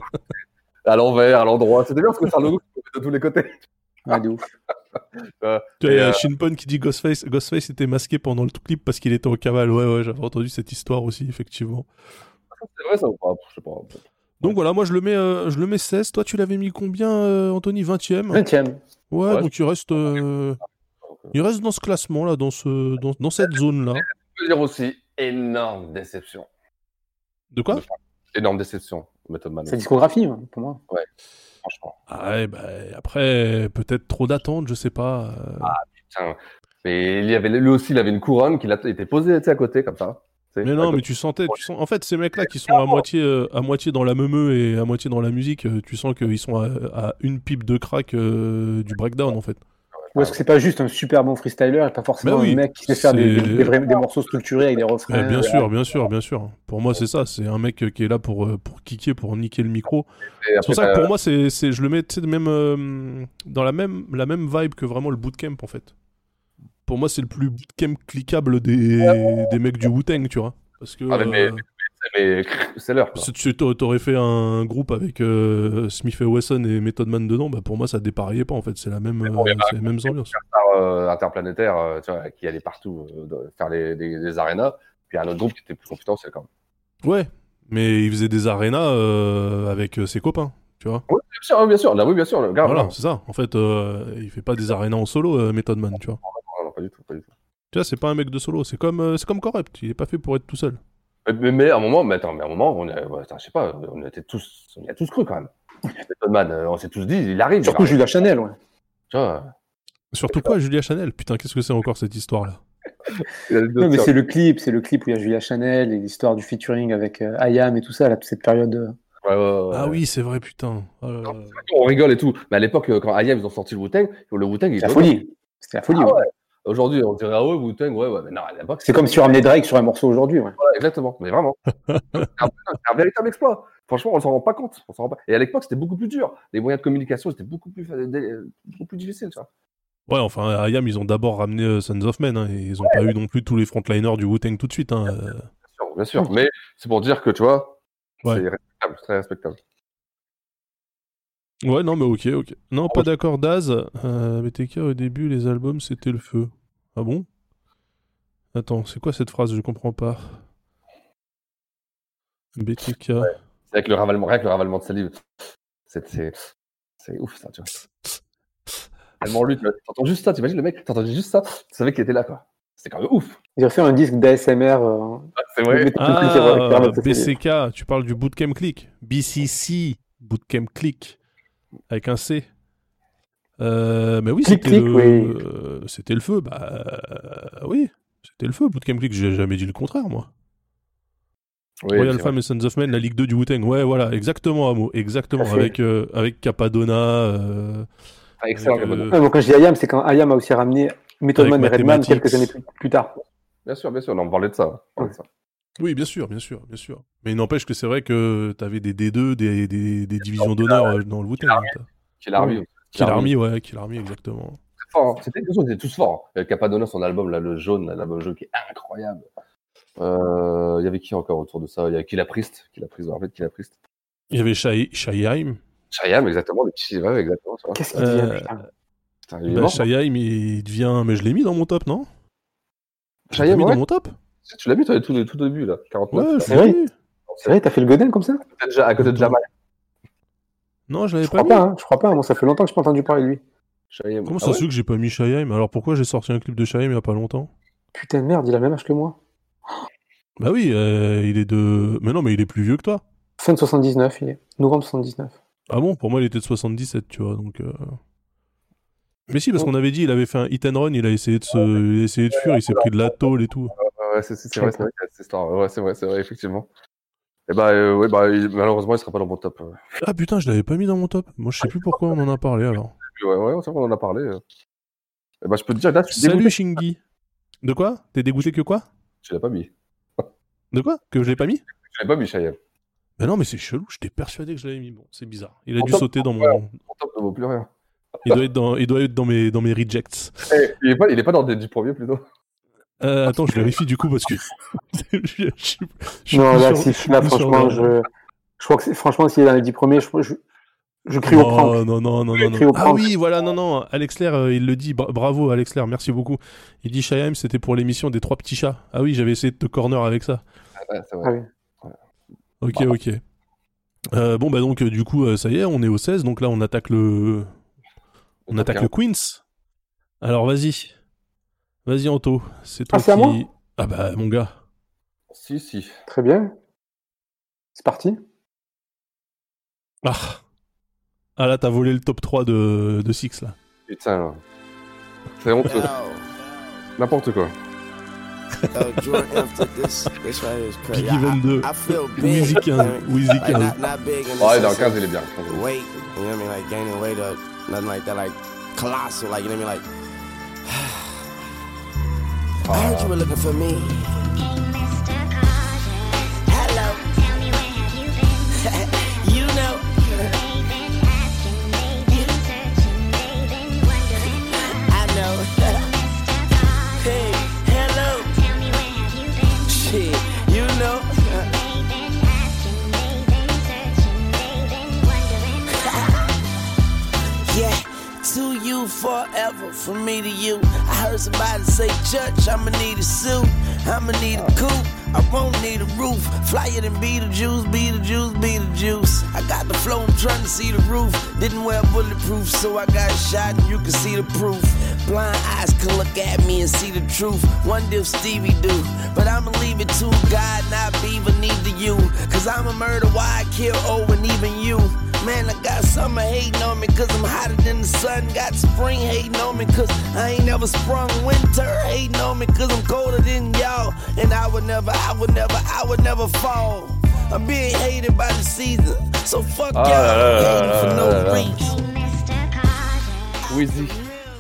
à l'envers, à l'endroit. C'était bien parce que c'est un logo qui pouvait de tous les côtés. Ah, de ouf. Euh, Tu vois, il y a euh, Shinpon qui dit Ghostface, Ghostface était masqué pendant le tout clip parce qu'il était au cavale. Ouais, ouais, j'avais entendu cette histoire aussi, effectivement. c'est vrai ça ou pas? Je sais pas. Donc voilà, moi je le mets, euh, je le mets seize. Toi, tu l'avais mis combien, euh, Anthony? vingtième? vingtième. Ouais, Ouais, donc il reste, euh, il reste dans ce classement là, dans ce, dans, dans cette zone là. Je peux dire aussi, énorme déception. De quoi? Énorme déception, Method Man. Sa discographie, hein, pour moi. Ouais, franchement. Ah ouais, bah, après, peut-être trop d'attente, je sais pas. euh. Ah putain. Mais il y avait, lui aussi, il avait une couronne qui était posée, tu sais, à côté, comme ça. Tu sais, Mais à non, côté. mais tu sentais, tu sens. En fait, ces mecs-là qui sont à moitié, euh, à moitié dans la meumeux et à moitié dans la musique, euh, tu sens qu'ils sont à, à une pipe de crack euh, du breakdown en fait. Ou est-ce que c'est pas juste un super bon freestyler et pas forcément Bah oui, un mec qui sait faire des, c'est- des, des vrais- des morceaux structurés avec des refrains? Eh, bien euh, sûr, bien sûr, bien sûr. Pour moi, c'est ça. C'est un mec qui est là pour, euh, pour kicker, pour niquer le micro. Et C'est pour après, ça que t'as- pour moi, c'est, c'est, je le mets tu sais, même, euh, dans la même, la même vibe que vraiment le bootcamp en fait. Pour moi, c'est le plus bootcamp cliquable des, des mecs du Wu-Tang, tu vois. Parce que. Ah, mais, mais, euh, mais, mais c'est l'heure. quoi. Si tu t'a- t'aurais fait un groupe avec euh, Smith et Wesson et Method Man dedans, bah pour moi ça dépareillait pas en fait, c'est la même, bon, il y euh, avait c'est les mêmes ambiances. Star, euh, interplanétaire, euh, tu vois, qui allait partout euh, de- faire les, des, des arénas. Puis un autre groupe qui était plus confidentiel quand même. Ouais, mais il faisait des arénas euh, avec euh, ses copains, tu vois. Oui, bien sûr, oui, bien sûr. Là, oui, bien sûr. Le gars, Voilà, non, c'est ça. En fait, euh, il fait pas des arénas en solo, euh, Method Man, tu vois. non, pas du tout, pas du tout. Tu vois, c'est pas un mec de solo, c'est comme, euh, c'est comme Corrupt, il est pas fait pour être tout seul. Mais, mais, mais à un moment, mais attends, mais à un moment, on a, ouais, attends, je sais pas, on était tous, on y a tous cru quand même. Method Man, euh, on s'est tous dit, il arrive. Surtout il Julia Chanel, ouais. Tu vois. Surtout quoi, Julia Chanel? Putain, qu'est-ce que c'est encore cette histoire-là? Non, mais c'est le clip, c'est le clip où il y a Julia Chanel et l'histoire du featuring avec euh, I A M et tout ça, là, toute cette période. Euh... Ouais, ouais, ouais. Ah oui, c'est vrai, putain. Oh là là. On rigole et tout. Mais à l'époque, quand I A M ils ont sorti le Wu-Tang, le Wu-Tang, il c'était la folie. C'était la folie. Ah, ouais. ouais. Aujourd'hui, on dirait, ah ouais, Wu-Tang, ouais, ouais. Mais non, à l'époque. C'est comme si tu ramenais Drake sur un morceau aujourd'hui. Ouais. Ouais, exactement. Mais vraiment. c'est, un, c'est un véritable exploit. Franchement, on s'en rend pas compte. On s'en rend pas... Et à l'époque, c'était beaucoup plus dur. Les moyens de communication, c'était beaucoup plus, beaucoup plus difficile, tu vois. Ouais, enfin, I A M, ils ont d'abord ramené euh, Sons of Men, hein, et ils ont ouais. pas eu non plus tous les frontliners du Wu-Tang tout de suite. Hein, euh... Bien sûr, bien sûr. Mais c'est pour dire que, tu vois, ouais. c'est respectable, très respectable. Ouais, non, mais ok, ok. Non, pas d'accord, Daz. Euh, B T K, au début, les albums, c'était le feu. Ah bon? Attends, c'est quoi cette phrase? Je comprends pas. B T K. Ouais. C'est avec le ravalement, rien que le ravalement de salive. C'est, c'est, c'est ouf, ça, tu vois. Tellement lui, tu entends juste ça, t'imagines le mec, t'entends juste ça, tu savais qu'il était là, quoi. C'est quand même ouf. J'ai refait un disque d'A S M R. Euh... C'est vrai. Ah, B C K, tu parles du Bootcamp Click. B C C, Bootcamp Click. Avec un C. Euh, mais oui, clic, c'était, clic, le... oui. Euh, c'était le feu. Bah euh, oui, c'était le feu. Bootcamp Click, j'ai jamais dit le contraire, moi. Oui, Royal Femme et Sons of Men, la Ligue deux du Wu-Tang. Ouais, voilà, exactement, Amo. Exactement. Avec, euh, avec Capadonna. Euh, ah, excellent, avec, euh... ouais, quand je dis I A M, c'est quand I A M a aussi ramené Method Man et Redman quelques années plus, plus tard. Bien sûr, bien sûr, on en parlait de ça. Ouais. de ça. Oui, bien sûr, bien sûr, bien sûr. Mais il n'empêche que c'est vrai que t'avais des D deux, des, des, des divisions d'honneur dans le Wu-Tang. Kill Army. Kill Army, ouais, Kill Army, exactement. Fort, hein. C'était, ils étaient tous forts. Hein. Capadonna, son album, là, le jaune, là, l'album jaune qui est incroyable. Il euh, y avait qui encore autour de ça? Il y avait Killah Priest. Killah Priest, en fait, Killah Priest. Il y avait Shyheim. Shyheim, exactement. Le petit, ouais, exactement. Ça. Qu'est-ce qu'il dit, euh, putain, putain, il bah, Shyheim, il devient. Mais je l'ai mis dans mon top, non? Shyheim, mis ouais. dans mon top. Tu l'as mis, toi, tout, tout début, là. quarante-neuf. Ouais, c'est vrai. C'est vrai, t'as fait le Godin comme ça? Peut-être à côté de Jamal. Non, je l'avais je pas crois mis. Pas, hein, je crois pas, moi, ça fait longtemps que je n'ai pas entendu parler de lui. Shyheim. Comment ah ça ouais se fait que j'ai pas mis Shyheim? Alors pourquoi j'ai sorti un clip de Shyheim il y a pas longtemps? Putain de merde, il a le même âge que moi. Bah oui, euh, il est de. Mais non, mais il est plus vieux que toi. Fin de soixante-dix-neuf, il est. Novembre soixante-dix-neuf. Ah bon? Pour moi, il était de soixante-dix-sept, tu vois, donc. Euh... Mais si, parce qu'on avait dit, il avait fait un hit and run, il a essayé de se, il a essayé de fuir, il s'est pris de la tôle et tout. Ouais, c'est, c'est, c'est vrai, c'est vrai, cette histoire. Ouais, c'est vrai, c'est vrai, effectivement. Et bah, euh, ouais, bah, il, malheureusement, il sera pas dans mon top. Ah putain, je l'avais pas mis dans mon top. Moi, je sais plus pourquoi on en a parlé alors. Ouais, ouais, c'est vrai, on en a parlé. Et bah, je peux te dire, là, je suis Salut dégoûté. Shingy. De quoi? T'es dégoûté que quoi? Tu l'as pas mis. De quoi? Que je l'ai pas mis? Je l'ai pas mis, Shyheim. Bah non, mais c'est chelou, j'étais persuadé que je l'avais mis. Bon, c'est bizarre. Il a Mon dû top, sauter dans mon. Ouais, mon top ne vaut plus rien. Il doit être dans, il doit être dans mes, dans mes rejects. Hey, il est pas, il est pas dans les dix premiers plutôt. Euh, attends, je vérifie du coup parce que. je, je, je, je non, là, si, là franchement, je, je crois que c'est, franchement, s'il est dans les dix premiers, je, je, je crie non, au prank. Non, non, non, non, non. Ah oui, voilà, non, non. Alex Lair, euh, il le dit. Bra- bravo, Alex Lair, merci beaucoup. Il dit Shyheim, c'était pour l'émission des trois petits chats. Ah oui, j'avais essayé de te corner avec ça. Ouais, c'est vrai. Ah oui. Ok, bah. ok. Euh, bon, bah donc, euh, du coup, euh, ça y est, on est au seize. Donc là, on attaque le. On le attaque le Queens. Alors, vas-y. Vas-y, Anto. C'est toi ah, c'est qui. À moi ah, bah, mon gars. Si, si. Très bien. C'est parti. Ah. Ah, là, t'as volé le top trois de, de Six, là. Putain. C'est honteux. N'importe quoi. Piggy vingt-deux. Wheezy quinze. Wheezy quinze. Ouais, dans le quinze, il est bien. Weight, you know what I mean? Like gaining weight up, nothing like that, like colossal, like, you know what I mean? Like, I heard you were looking for me. Hello. Tell me where have you been? You know. They've been asking, they've been searching, they've been wondering. I know. Hey, hello. Tell me where have you been? Shit, you know. They've been asking, they've been searching, they've been wondering. Yeah. To you forever, from me to you. I heard somebody say, Church, I'ma need a suit, I'ma need a coupe, I won't need a roof. Flyer than Beetlejuice, Beetlejuice, Beetlejuice. I got the flow, I'm trying to see the roof. Didn't wear bulletproof, so I got shot and you can see the proof. Blind eyes can look at me and see the truth. Wonder if Stevie do, but I'ma leave it to God, not Beaver, neither you. Cause I'm a murder, why I kill, oh, and even you. Man, I got summer hating on me cause I'm hotter than the sun. Got spring hating on me cause I ain't never sprung. Winter hating on me cause I'm colder than y'all. And I would never, I would never, I would never fall. I'm being hated by the season. So fuck Ah y'all, là là hating là for là no là là. reason. Wheezy.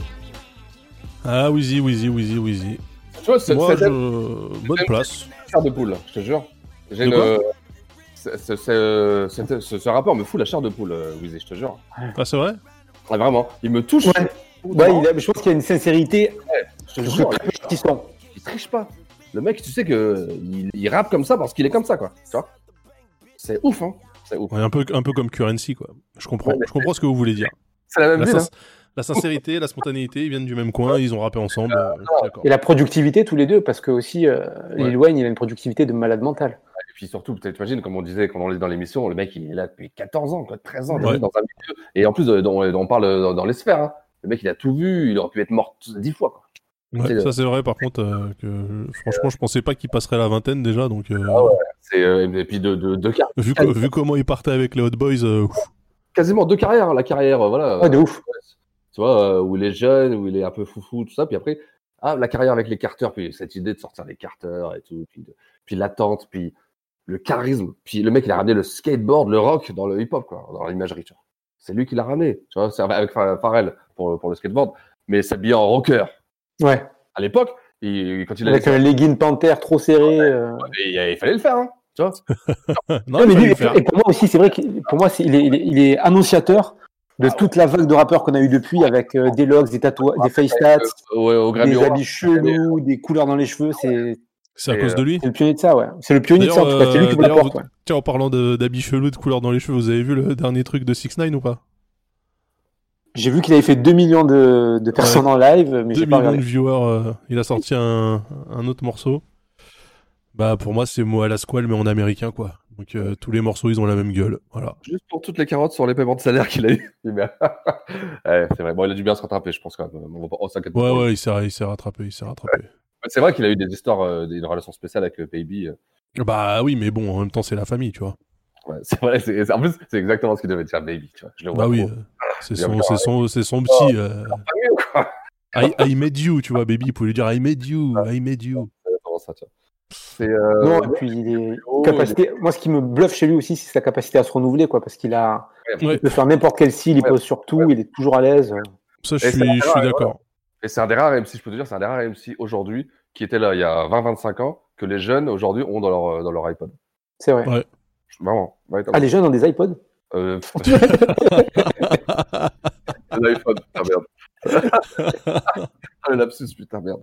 Ah, Wheezy, Wheezy, Wheezy, Wheezy. Tu vois, c'est Moi, c'est- je... bonne place. Chair de poule, je te jure. J'ai De quoi le. c'est- c'est- c'est- c'est- Ce ce rapport me fout la chair de poule, euh, Wheezy, je te jure. Ah, c'est vrai Ah, vraiment, il me touche. Ouais, ouais il a- je pense qu'il y a une sincérité. Ouais, je te Je jure, très il, persistant. il triche pas. Le mec, tu sais que il, il rappe comme ça parce qu'il est comme ça, quoi. Tu vois. C'est ouf, hein. C'est ouf. Ouais, un peu, un peu comme Currency, quoi. Je comprends, Ouais, mais je comprends ce que vous voulez dire. C'est la même La, ville, sin- la sincérité, la spontanéité, ils viennent du même coin, ils ont rappé ensemble. euh, je suis d'accord. Et la productivité, tous les deux, parce que aussi, euh, Lil Wayne, il a une productivité de malade mental. Et puis surtout, tu imagines, comme on disait quand on est dans l'émission, le mec il est là depuis quatorze ans, quoi, treize ans, Ouais. dans un milieu. Et en plus, euh, on, on parle dans, dans les sphères. Hein. Le mec il a tout vu, il aurait pu être mort dix fois. Quoi. Ouais, C'est- ça c'est vrai, par contre, euh, que franchement, je pensais pas qu'il passerait la vingtaine déjà, donc. euh, Ah ouais, c'est, euh, et puis deux de, de, car- vu, co- vu comment il partait avec les Hot Boys, euh, ouf. quasiment deux carrières, hein, la carrière, euh, voilà. Ouais, de ouf. Tu vois, euh, où il est jeune, où il est un peu foufou, tout ça, puis après, ah, la carrière avec les Carter, puis cette idée de sortir les Carter et tout, puis, de- puis l'attente, puis le charisme, puis le mec il a ramené le skateboard, le rock dans le hip-hop, quoi, dans l'imagerie, tu vois. C'est lui qui l'a ramené, tu vois, c'est avec Pha- Pharrell pour, pour le skateboard, mais s'habillé en rocker. Ouais. À l'époque, il- quand il a Avec un legging panthère trop serré. euh. il, il fallait le faire, hein, tu vois. non, Ouais, il mais fallait lui, le faire. et pour moi aussi, c'est vrai que pour moi, c'est- il, est, il, est, il est annonciateur de toute la vague de rappeurs qu'on a eu depuis, avec euh, des locks, des tatouages, des face tats, Euh, ouais, au Grammy des Award. habits chelous, des couleurs dans les cheveux. C'est C'est à Et, cause de lui. c'est le pionnier de ça, ouais. C'est le pionnier de ça, en tout cas. C'est lui qui vous d'ailleurs, l'apporte, vous- ouais. Tiens, en parlant de- d'habits chelous, de couleurs dans les cheveux, vous avez vu le dernier truc de six ix ou pas? J'ai vu qu'il avait fait deux millions de, de personnes Ouais. en live, mais deux j'ai pas millions de regardé. viewers, euh, il a sorti un, un autre morceau. Bah, pour moi, c'est Mo à la Squale, mais en américain, quoi. Donc, euh, tous les morceaux, ils ont la même gueule. Voilà. Juste pour toutes les carottes sur les paiements de salaire qu'il a eu. Il met- ouais, c'est vrai. Bon, il a dû bien se rattraper, je pense quand même. On va pas- on s'inquiète pas. Ouais, ouais, il s'est, il s'est rattrapé, il s'est rattrapé. C'est vrai qu'il a eu des histoires, euh, une relation spéciale avec euh, Baby. euh. Bah oui, mais bon, en même temps, c'est la famille, tu vois. Ouais, c'est vrai. c'est- c'est- En plus, c'est exactement ce qu'il devait dire Baby. Tu vois. Je le vois Bah oui, trop. euh, c'est Il va son, me dire, c'est son, c'est son petit. euh, Famille ou quoi I, I made you, tu vois, baby. Il pouvait lui dire I made you, I made you. C'est exactement ça, tu vois. C'est, euh, Non, et puis il est Oh, capacité. Moi, ce qui me bluffe chez lui aussi, c'est sa capacité à se renouveler, quoi, parce qu'il a, Ouais. il peut faire n'importe quel style, il Ouais. pose sur tout, il est toujours à l'aise. Ça, je Et suis, c'est un je suis rare, d'accord. Et c'est un des rares M C, je peux te dire, c'est un des rares M C aujourd'hui qui était là il y a vingt vingt-cinq ans, que les jeunes aujourd'hui ont dans leur, euh, dans leur iPod. C'est vrai. Ouais. Vraiment. Ouais, Ah, les jeunes ont des iPods. Euh... L'iPhone, putain merde. Ah, le lapsus, putain merde.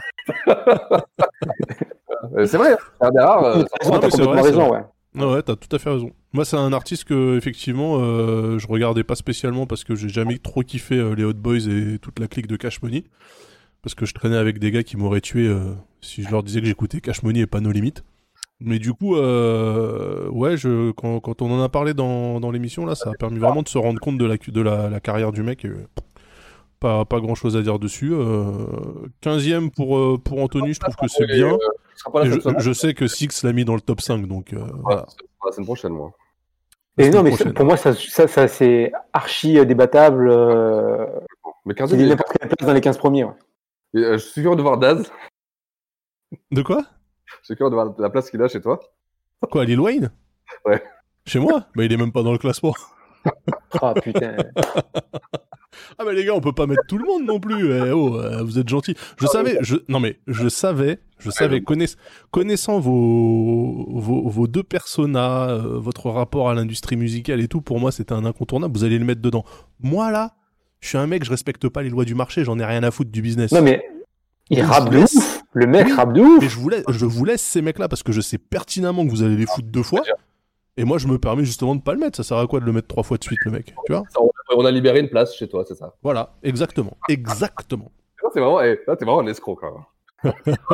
Euh, c'est vrai, c'est un des rares. euh, T'as Non, mais c'est complètement vrai, c'est raison, vrai. ouais. Non, ouais, t'as tout à fait raison. Moi, c'est un artiste que, effectivement, euh, je regardais pas spécialement parce que j'ai jamais trop kiffé euh, les Hot Boys et toute la clique de Cash Money. Parce que je traînais avec des gars qui m'auraient tué euh, si je leur disais que j'écoutais Cash Money et pas No Limit. Mais du coup, euh, ouais, je, quand, quand on en a parlé dans, dans l'émission, là, ça a permis vraiment de se rendre compte de la, de la, la carrière du mec. euh, pas, pas grand chose à dire dessus. Euh, quinzième pour, euh, pour Anthony, je trouve que c'est bien. Il sera pas là Et cette je, semaine. je sais que Six l'a mis dans le top cinq, donc euh, voilà. C'est pour la semaine prochaine, moi. Et semaine non, mais prochaine. ça- pour moi, ça, ça, ça c'est archi euh, débattable. Euh, Mais qu'il quinzième, ait il est- n'importe quelle place dans les quinze premiers. Ouais. Et, euh, je suis curieux de voir Daz. De quoi? Je suis curieux de voir la place qu'il a chez toi. Quoi, Lil Wayne? Ouais. Chez moi? Bah, il est même pas dans le classement. Ah putain. Ah bah les gars, on peut pas mettre tout le monde non plus. Eh, oh, euh, vous êtes gentils. Je savais, je non mais je savais, je savais connaiss- connaissant vos, vos vos deux personas, euh, votre rapport à l'industrie musicale et tout, pour moi c'était un incontournable. Vous allez le mettre dedans. Moi là, je suis un mec, je respecte pas les lois du marché, j'en ai rien à foutre du business. Non, mais il Je rappe vous de laisse- ouf. Le mec Oui, rappe de ouf. Mais je vous laisse, je vous laisse ces mecs-là parce que je sais pertinemment que vous allez les foutre deux fois. Et moi, je me permets justement de pas le mettre. Ça sert à quoi de le mettre trois fois de suite, le mec? Tu vois? Ça, on, on a libéré une place chez toi, c'est ça. Voilà, exactement, exactement. Là, c'est vraiment, eh, là, t'es vraiment un escroc, quand même.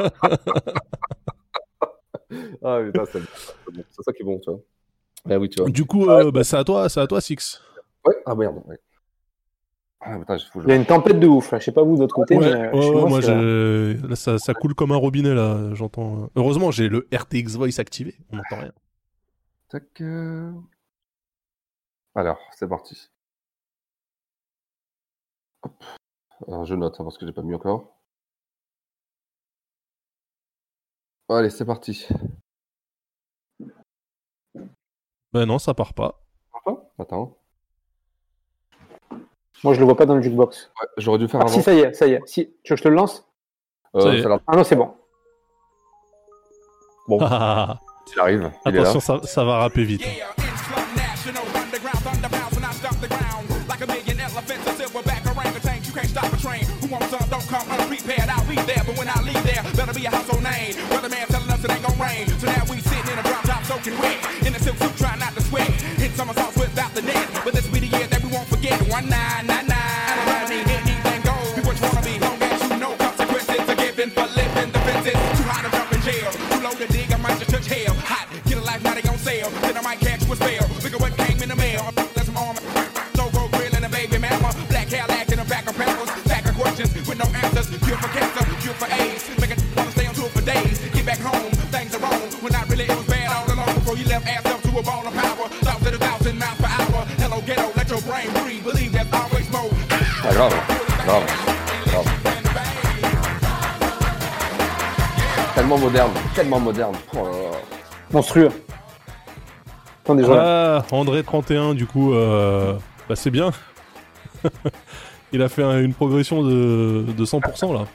Ah putain, c'est bon. C'est ça qui est bon, tu vois. Ah oui, tu vois. Du coup, euh, bah, c'est à toi, c'est à toi, Six. Ouais, ah merde, ouais. Ah putain, j'ai fou. Il y a une tempête de ouf. Là. Je sais pas vous de l'autre côté, Ouais, mais euh, ouais, chez ouais, moi, moi, c'est, j'ai- là, ça, ça coule comme un robinet, là, j'entends. Heureusement, j'ai le R T X Voice activé, on n'entend rien. Tac. euh, Alors, c'est parti. Hop. Alors, je note hein, parce que j'ai pas mis encore. Allez, c'est parti. Ben non, ça part pas. Attends. Moi, je le vois pas dans le jukebox. Ouais, j'aurais dû faire ah, avant. Si, ça y est, ça y est. Si, tu veux que je te le lance euh, ça Ah non, c'est bon. Bon, il arrive. Il Attention, est là. ça, ça va rapper vite. Ah, grave, grave, grave. Tellement moderne, tellement moderne. Oh là là. Monstrueux. Attendez, ah, André trente et un, du coup, euh, bah c'est bien. Il a fait un, une progression de, de cent pour cent là.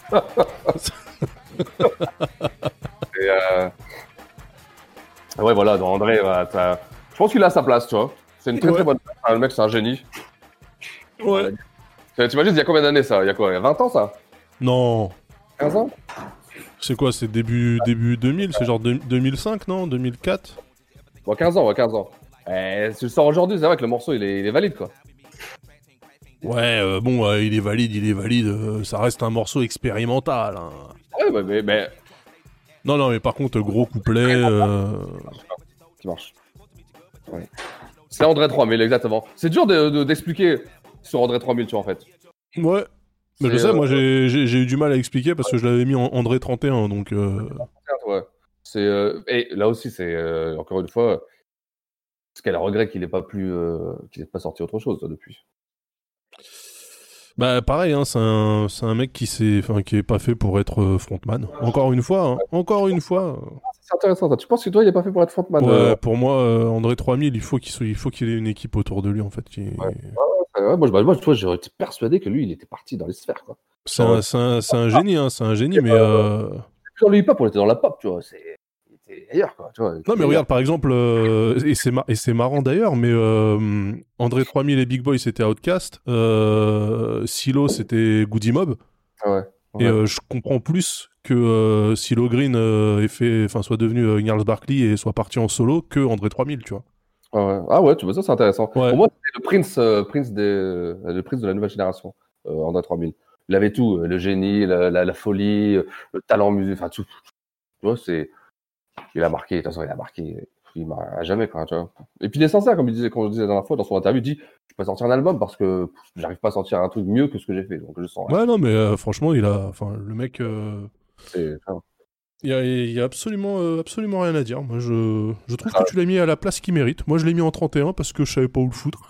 Et euh... Ouais, voilà, dans André, bah, t'as... je pense qu'il a sa place, tu vois. C'est une très ouais. très bonne place. Ah, le mec, c'est un génie. Ouais. T'imagines, il y a combien d'années ça? Il y a quoi? Il y a vingt ans ça? Non. quinze ans? C'est quoi? C'est début, début deux mille? C'est genre deux mille cinq, non? deux mille quatre? Ouais, quinze ans, ouais, quinze ans. Eh, si je sors aujourd'hui, c'est vrai que le morceau il est, il est valide quoi. Ouais, euh, bon, euh, il est valide, il est valide. Euh, ça reste un morceau expérimental. Hein. Ouais, bah, mais, mais. Non, non, mais par contre, gros couplet. Euh... Qui marche. Ouais. C'est André trois mille, exactement. C'est dur de, de, d'expliquer sur André trois mille, tu vois, en fait. Ouais. Mais je sais, euh... moi, j'ai, j'ai, j'ai eu du mal à expliquer parce que je l'avais mis en André trente et un, donc. Euh... Ouais. C'est, euh... Et là aussi, c'est, euh, encore une fois, parce qu'elle a regret qu'il n'ait pas plus. Euh... qu'il n'ait pas sorti autre chose, là, depuis. Bah pareil, hein, c'est un, c'est un mec qui s'est, enfin, qui est pas fait pour être euh, frontman. Encore une fois, hein, encore une fois. C'est intéressant. Ça. Tu penses que toi, il est pas fait pour être frontman? Ouais, euh... pour moi, euh, André trois mille, il faut qu'il soit, il faut qu'il ait une équipe autour de lui en fait. Qui... Ouais. Ouais, ouais, ouais, moi, je, moi, toi, j'aurais été persuadé que lui, il était parti dans les sphères, quoi. C'est un, c'est un, c'est un génie, hein, c'est un génie, mais. Euh... Dans le hip-hop, on était dans la pop, tu vois. C'est... ailleurs quoi, tu vois. Non mais regarde par exemple euh, et c'est mar- et c'est marrant d'ailleurs mais euh, André trois mille et Big Boy c'était Outkast, euh, Silo c'était Goody Mob. Ah ouais, ouais. Et euh, je comprends plus que euh, Silo Green euh, ait fait enfin soit devenu euh, Gnarls Barkley et soit parti en solo que André trois mille, tu vois. Ah ouais, ah ouais, tu vois ça c'est intéressant. Ouais. Pour moi c'était le Prince euh, Prince des le Prince de la nouvelle génération, euh, André trois mille. Il avait tout, le génie, la, la, la folie, le talent musical, enfin tout. Tu vois, c'est il a marqué, de toute façon, il a marqué, il marque à jamais, quoi, tu vois. Et puis il est sincère, comme il disait, comme je disais la dernière fois, dans son interview, il dit, je peux sortir un album parce que j'arrive pas à sortir un truc mieux que ce que j'ai fait, donc je sens. Ouais, non, mais euh, franchement, il a, enfin, le mec, euh... c'est... il y a, il y a absolument, euh, absolument rien à dire. Moi, je, je trouve ah. que tu l'as mis à la place qu'il mérite. Moi, je l'ai mis en trente et un parce que je savais pas où le foutre.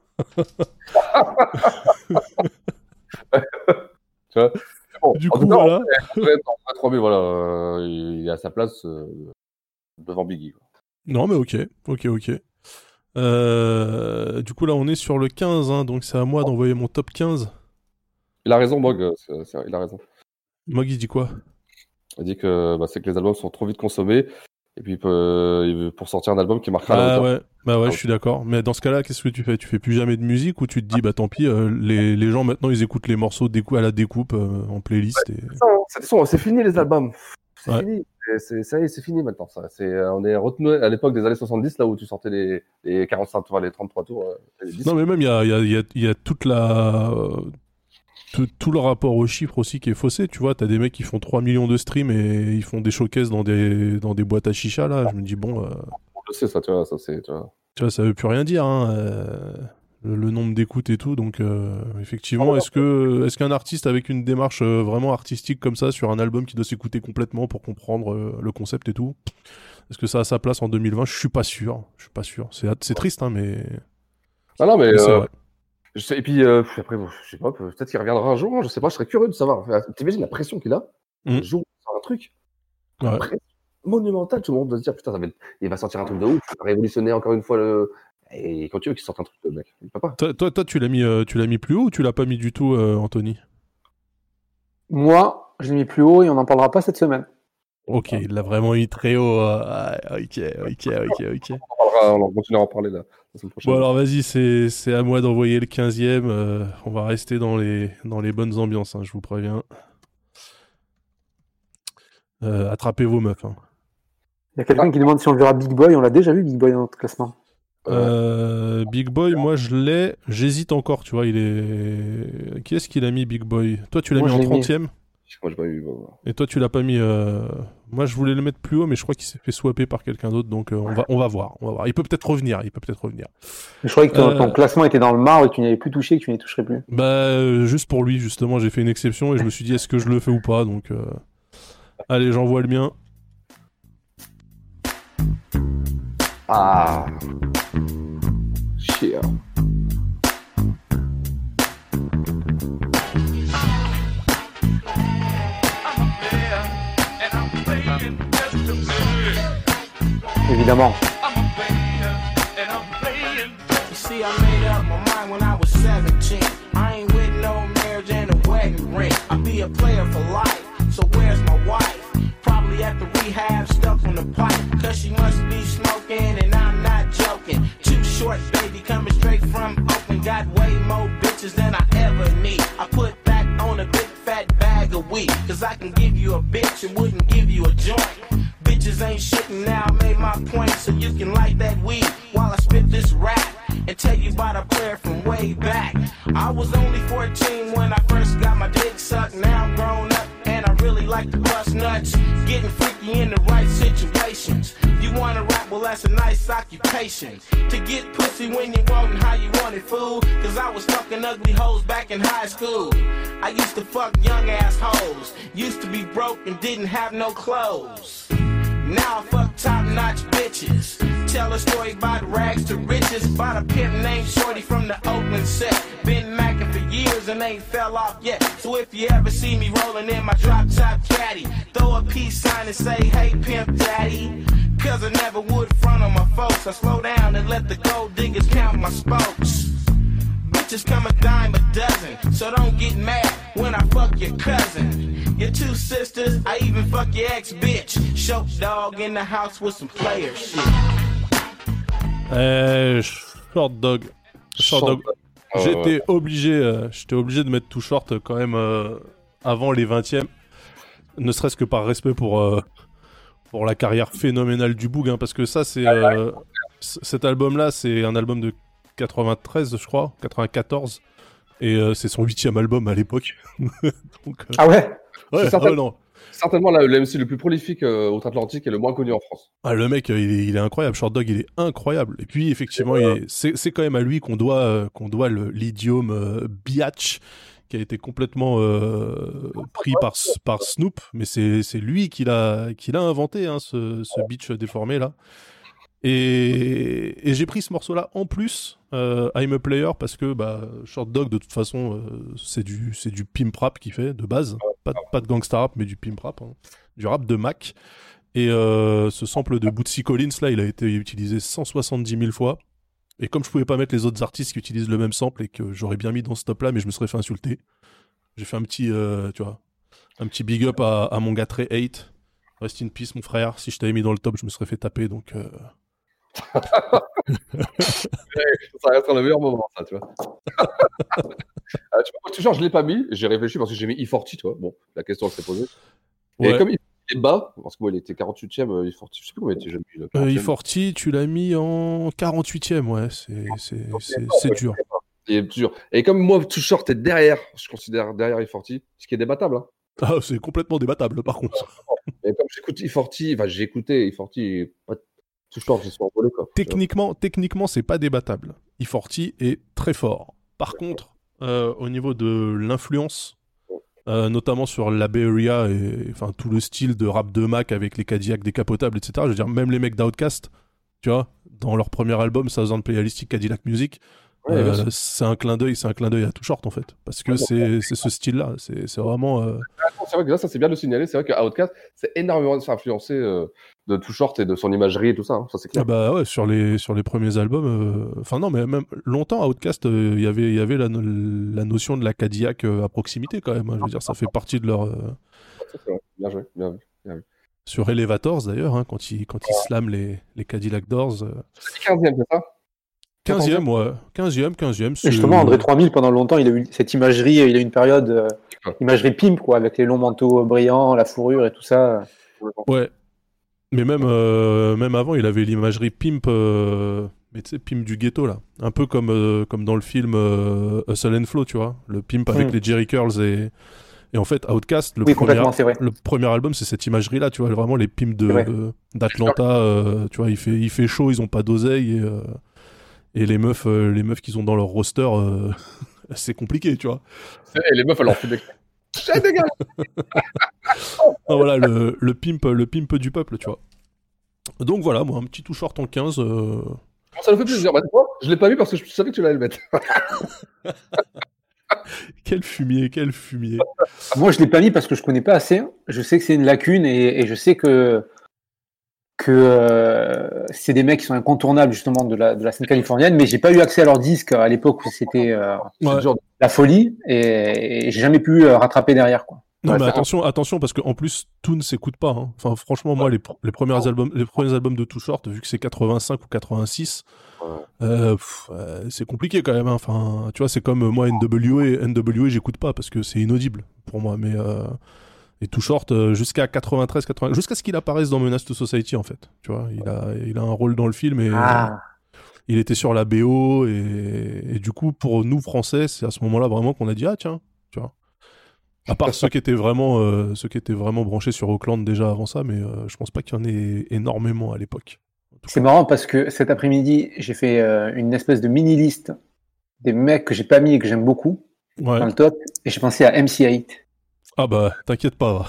Tu vois. Bon, du coup, voilà. trois mille, voilà, euh, il est à sa place euh, devant Biggie. Quoi. Non, mais ok, ok, ok. Euh, du coup, là, on est sur le quinze, hein, donc c'est à moi d'envoyer mon top quinze. Il a raison, Mog, c'est, c'est, il a raison. Mog, il dit quoi? Il dit que bah, c'est que les albums sont trop vite consommés, et puis euh, il veut, pour sortir un album qui marquera ah, la hauteur. Ouais, bah ouais, je suis d'accord. Mais dans ce cas-là, qu'est-ce que tu fais? Tu fais plus jamais de musique ou tu te dis, bah tant pis, euh, les, les gens maintenant ils écoutent les morceaux décou- à la découpe euh, en playlist. Ouais, et... c'est, ça, c'est, ça, c'est fini les albums. C'est ouais. fini. C'est, c'est, ça y est, c'est fini maintenant. Ça. C'est, on est retenu à l'époque des années soixante-dix, là où tu sortais les, les quarante-cinq tours, les trente-trois tours. Les dix. Non, mais même il y a, y, a, y, a, y a toute la. Tout, tout le rapport aux chiffres aussi qui est faussé, tu vois, t'as des mecs qui font trois millions de streams et ils font des showcases dans des, dans des boîtes à chicha, là, je me dis, bon... Euh... Je sais ça, tu vois, ça c'est... Tu vois, tu vois ça veut plus rien dire, hein, euh, le, le nombre d'écoutes et tout, donc euh, effectivement, est-ce que est-ce qu'un artiste avec une démarche euh, vraiment artistique comme ça, sur un album qui doit s'écouter complètement pour comprendre euh, le concept et tout, est-ce que ça a sa place en deux mille vingt? Je suis pas sûr, je suis pas sûr, c'est, c'est triste, hein, mais... Non, non, mais. Mais c'est euh, vrai. je sais, et puis, euh, après, bon, je sais pas, peut-être qu'il reviendra un jour, hein, je sais pas, je serais curieux de savoir. T'imagines la pression qu'il a Mm. le jour où il sort un truc Ouais. pression monumentale, tout le monde doit se dire putain, ça va être- il va sortir un truc de ouf, il va révolutionner encore une fois le. Et quand tu veux qu'il sorte un truc de mec, il peut pas. Toi, toi, toi, tu l'as mis, euh, tu l'as mis plus haut ou tu l'as pas mis du tout, euh, Anthony? Moi, je l'ai mis plus haut et on n'en parlera pas cette semaine. Ok, il l'a vraiment mis très haut. euh, ah, ok, ok, ok, ok. On, parlera, on continuera à en parler la, la semaine prochaine. Bon alors vas-y, c'est, c'est à moi d'envoyer le quinzième. euh, on va rester dans les, dans les bonnes ambiances, hein, je vous préviens. Euh, attrapez vos meufs. Hein. Il y a quelqu'un qui demande si on verra Big Boy. On l'a déjà vu, Big Boy, dans notre classement. Euh, Big Boy, moi je l'ai, j'hésite encore, tu vois, il est... Qui est-ce qu'il a mis Big Boy? Toi tu l'as Moi, mis je en l'ai mis. trentième? Moi, j'ai pas eu. Bon. Et toi tu l'as pas mis... euh, Moi je voulais le mettre plus haut, mais je crois qu'il s'est fait swapper par quelqu'un d'autre, donc euh, on, va, on va voir, on va voir. Il peut peut-être revenir, il peut peut-être revenir. Je croyais que ton, Euh, ton classement était dans le marbre et que tu n'y avais plus touché et que tu n'y toucherais plus. Bah, euh, juste pour lui, justement, j'ai fait une exception et je me suis dit, est-ce que je le fais ou pas, donc... euh, Allez, j'envoie le mien. Ah. Chier. Évidemment. You see, I made up my mind when I was seventeen. I ain't with no marriage and a wedding ring. I'll be a player for life, so where's my wife? Probably at the rehab, stuck on the pipe. Cause she must be smoking and I'm not joking. Too short, baby, coming straight from Oakland. Got way more bitches than I ever need. I put back on a big fat bag of weed. Cause I can give you a bitch and wouldn't give you a joint. Bitches ain't shit and now I made my point. So you can light that weed while I spit this rap. And tell you about a player from way back. I was only fourteen when I first got my dick sucked. Now I'm grown up and I really like to bust nuts. Getting freaky in the right situations. You wanna rap, well that's a nice occupation. To get pussy when you want and how you want it, fool. Cause I was fucking ugly hoes back in high school. I used to fuck young ass hoes. Used to be broke and didn't have no clothes. Now I fuck top notch bitches. Tell a story about rags to riches. About a pimp named Shorty from the Oakland set. Been macking for years and ain't fell off yet. So if you ever see me rolling in my drop top caddy, throw a peace sign and say, hey pimp daddy. Cause I never would front on my folks. I slow down and let the gold diggers count my spokes. Bitches come a dime a dozen, so don't get mad when I fuck your cousin. Your two sisters, I even fuck your ex-bitch. Show dog in the house with some player shit. Euh, short dog. Short dog. Ouais, J'étais ouais. obligé, euh, j'étais obligé de mettre tout short euh, quand même euh, avant les vingtièmes. Ne serait-ce que par respect pour, euh, pour la carrière phénoménale du Boog. Hein, parce que ça, c'est. Euh, c- cet album-là, c'est un album de quatre-vingt-treize, je crois, quatre-vingt-quatorze. Et euh, c'est son huitième album à l'époque. Donc, euh, Ah ouais ouais, C'est certain- ah ouais, non. Certainement la- le M C le plus prolifique euh, outre-Atlantique et le moins connu en France. Ah, le mec, euh, il est, il est incroyable. Short Dog, il est incroyable. Et puis, effectivement, il est- c'est, c'est quand même à lui qu'on doit, euh, qu'on doit le, l'idiome euh, biatch, qui a été complètement euh, pris par, par Snoop. Mais c'est, c'est lui qui l'a, qui l'a inventé, hein, ce, ce bitch déformé là. Et, et j'ai pris ce morceau-là en plus, euh, I'm a Player, parce que bah, Short Dog, de toute façon, euh, c'est du, c'est du pimp rap qu'il fait, de base. Pas, de- pas de gangsta rap, mais du pimp rap. Hein. Du rap de Mac. Et euh, ce sample de Bootsy Collins, là, il a été utilisé cent soixante-dix mille fois. Et comme je pouvais pas mettre les autres artistes qui utilisent le même sample et que j'aurais bien mis dans ce top-là, mais je me serais fait insulter, j'ai fait un petit, euh, tu vois, un petit big up à, à mon gars Trey eight. Rest in peace, mon frère. Si je t'avais mis dans le top, je me serais fait taper, donc... Euh... Ça restera le meilleur moment, ça, tu vois. Ah, tu vois, moi, toujours, je l'ai pas mis. J'ai réfléchi parce que j'ai mis E quarante, tu vois. Bon, la question elle s'est posée. Et Ouais. comme il est bas, parce que moi, il était quarante-huitième, euh, E quarante, je sais plus combien il était, j'ai mis le Euh, quarantième. E quarante, tu l'as mis en quarante-huitième, ouais, c'est, c'est, c'est, c'est dur. Il est dur. Et comme moi, Too Short est derrière, je considère derrière E quarante, ce qui est débattable. Hein. Ah, c'est complètement débattable, par contre. Et comme j'écoute E quarante, enfin, j'ai écouté E quarante, et pas Too Short, je suis envolé, quoi. Techniquement, techniquement, c'est pas débattable. E quarante est très fort. Par contre, euh, au niveau de l'influence, euh, notamment sur la Bay Area et enfin tout le style de rap de Mac avec les Cadillacs décapotables, et cetera. Je veux dire, même les mecs d'Outkast, tu vois, dans leur premier album, Southern Playalistic Cadillac Music, Ouais, euh, c'est un clin d'œil, c'est un clin d'œil à Too Short en fait, parce que Ouais, c'est, c'est ce style-là, c'est, c'est vraiment. Euh... C'est vrai que là, ça c'est bien de le signaler. C'est vrai que Outkast, c'est énormément influencé euh, de Too Short et de son imagerie et tout ça. Hein. Ça c'est clair. Ah bah ouais, sur les sur les premiers albums. Enfin euh... non, mais même longtemps Outkast, il euh, y avait il y avait la, no- la notion de la Cadillac euh, à proximité quand même. Hein. Je veux dire, ça fait partie de leur. Euh... Ça, c'est vrai. Bien joué, bien joué. Bien joué. Sur Elevators d'ailleurs, hein, quand ils quand ils slamment les les Cadillac Doors. Euh... C'est quinzième, c'est ça? quinzième, ouais. quinzième, quinzième. Et justement, André trois mille, pendant longtemps, il a eu cette imagerie, il a eu une période, euh, imagerie pimp, quoi, avec les longs manteaux brillants, la fourrure et tout ça. Ouais. Mais même, euh, même avant, il avait l'imagerie pimp, euh, mais tu sais, pimp du ghetto, là. Un peu comme, euh, comme dans le film euh, Hustle and Flow, tu vois. Le pimp avec Mm. les Jerry Curls et... Et en fait, Outkast, le, Oui, premier, complètement, c'est vrai. le premier album, c'est cette imagerie-là, tu vois, vraiment les pimps de, C'est vrai. de- d'Atlanta, euh, tu vois, il fait, il fait chaud, ils ont pas d'oseille, et, euh, et les meufs, euh, les meufs qu'ils ont dans leur roster, euh, c'est compliqué, tu vois. Et les meufs, elles leur font des. C'est dégueulasse. Non, voilà, le, le pimp, le pimp du peuple, tu vois. Donc voilà, moi, un petit Too Short en quinze. euh, Ça nous fait plaisir. Bah, tu vois, je l'ai pas vu parce que je savais que tu l'allais le mettre. Quel fumier, quel fumier. Moi, je l'ai pas mis parce que je connais pas assez. Je sais que c'est une lacune et, et je sais que que euh, c'est des mecs qui sont incontournables justement de la de la scène californienne, mais j'ai pas eu accès à leurs disques à l'époque où c'était euh, Ouais. la folie et, et j'ai jamais pu euh, rattraper derrière, quoi. Non, Ouais, mais ça- attention, attention, parce qu'en plus, tout ne s'écoute pas. Hein. Enfin, franchement, moi, les, pr- les, premiers albums, les premiers albums de Too Short, vu que c'est quatre-vingt-cinq ou quatre-vingt-six, euh, pff, euh, c'est compliqué quand même. Hein. Enfin, tu vois, c'est comme euh, moi, N W A, N W A, j'écoute pas parce que c'est inaudible pour moi. Mais euh, et Too Short, euh, jusqu'à quatre-vingt-treize, quatre-vingts, jusqu'à ce qu'il apparaisse dans Menace to Society, en fait. Tu vois, il a, il a un rôle dans le film et Ah. il était sur la B O et, et du coup, pour nous Français, c'est à ce moment-là vraiment qu'on a dit ah tiens, tu vois. À part ceux qui étaient vraiment, euh, ceux qui étaient vraiment branchés sur Auckland déjà avant ça, mais euh, je pense pas qu'il y en ait énormément à l'époque. C'est marrant parce que cet après-midi, j'ai fait euh, une espèce de mini-liste des mecs que j'ai pas mis et que j'aime beaucoup Ouais. dans le top et j'ai pensé à M C huit. Ah bah t'inquiète pas.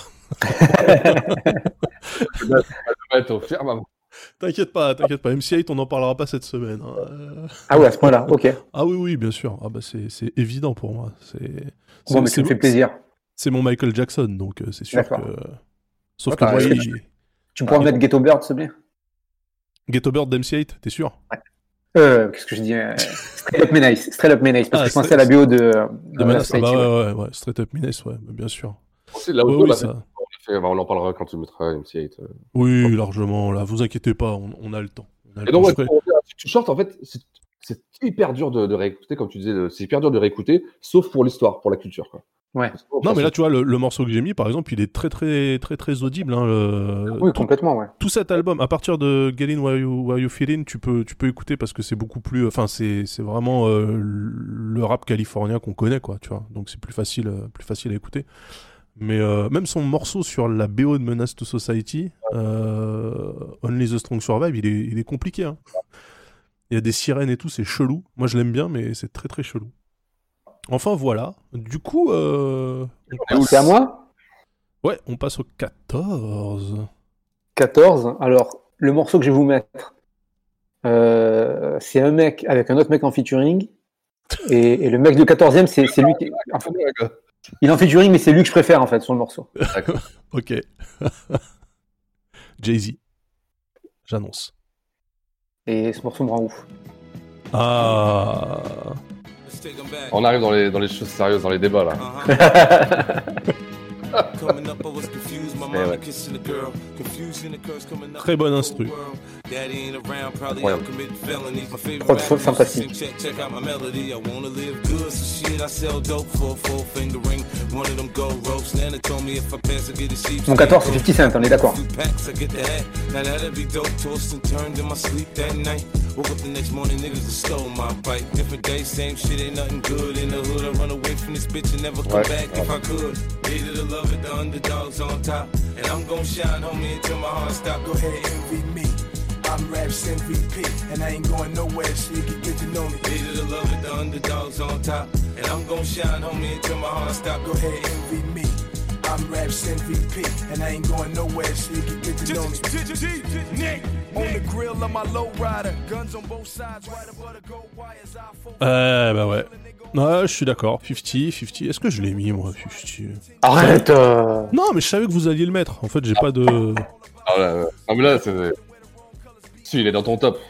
Ouais, au firmament. T'inquiète pas, t'inquiète pas. M C huit, on n'en parlera pas cette semaine. hein. Euh, Ah ouais, à ce point-là, ok. Ah oui, oui, bien sûr. Ah bah c'est, c'est évident pour moi. C'est, c'est, Bon, mais c'est ça me fait plaisir. C'est mon Michael Jackson, donc euh, c'est sûr D'accord. que. Sauf Ouais, que t'as moi, raison. il... Tu pourras Ah, me mettre Ghetto Bird, s'il te plaît? Ghetto Bird d'M C huit, t'es sûr? Euh, qu'est-ce que je dis? euh, Straight Up Menace. Straight Up Menace, parce Ah, que je pensais à la B O de, de, De Menace. Ah bah Society, ouais, ouais. ouais, ouais, Straight Up Menace, ouais, bien sûr. Aussi, là Ouais, où oui, on, ça- on, a fait, bah, on en parlera quand tu mettras M C huit. euh. Oui, largement, là, vous inquiétez pas, on, on a le temps. On a le Et donc, temps. ouais, Je ferai- pour revenir à Too Short, en fait, c'est, c'est hyper dur de, de réécouter, comme tu disais, de- c'est hyper dur de réécouter, sauf pour l'histoire, pour la culture, quoi. Ouais. Non, mais là, tu vois, le, le morceau que j'ai mis, par exemple, il est très, très, très, très audible. Hein, le- Oui, tout- complètement, ouais. Tout cet album, à partir de Get In Where You, Where You Fit In, tu peux, tu peux écouter parce que c'est beaucoup plus. Enfin, c'est, c'est vraiment euh, le rap californien qu'on connaît, quoi, tu vois. Donc c'est plus facile, euh, plus facile à écouter. Mais euh, même son morceau sur la B O de Menace to Society, euh, Only the Strong Survive, il est, il est compliqué. Hein. Il y a des sirènes et tout, c'est chelou. Moi, je l'aime bien, mais c'est très, très chelou. Enfin, voilà. Du coup, euh, on passe- C'est à moi? Ouais, on passe au quatorze. quatorze. Alors, le morceau que je vais vous mettre, euh, c'est un mec avec un autre mec en featuring. Et, et le mec du quatorzième, c'est, c'est lui qui. en fait, il est en featuring, mais c'est lui que je préfère en fait sur le morceau. Ok. Jay-Z. J'annonce. Et ce morceau me rend ouf. Ah. On arrive dans les, dans les choses sérieuses, dans les débats, là. Coming up, I was confused. My Eh mama ouais. kissing the girl. Confusion and curse coming up. Très bon instru. Daddy ain't around, probably Ouais. out committing felonies. My favorite Prod rapper fantastique. used to sing, check, check out my melody. I wanna live good, so shit, I sell dope for a four finger ring. One of them gold ropes. Nana told me if I pass, I get a sheep. Mon quatorze, c'est fifty Cent, on est d'accord. Few packs, I get the hat. Now that'd be dope. Tossed and turned in my sleep that night. Woke up the next morning, niggas just stole my bike. Different day, same shit, ain't nothing good in the hood. I run away from this bitch and never come Ouais. back if I could. Needed to love it, the underdogs on top. And I'm gon' shine, homie, until my heart stop. Go ahead, envy me. I'm Raps M V P, and I ain't going nowhere, so you can get to know me. Needed to love it, the underdogs on top. And I'm gon' shine, homie, until my heart stop. Go ahead, envy me. I'm Raps M V P, and I ain't going nowhere, so you can get to know me. On the grill of my lowrider, guns on both sides, right above the gold wires. Euh, bah ouais. Ouais, je suis d'accord. cinquante, cinquante. Est-ce que je l'ai mis, moi, cinquante? Arrête euh... Non, mais je savais que vous alliez le mettre. En fait, j'ai ah. pas de... Ah, là, ah mais là, c'est... Si, il est dans ton top.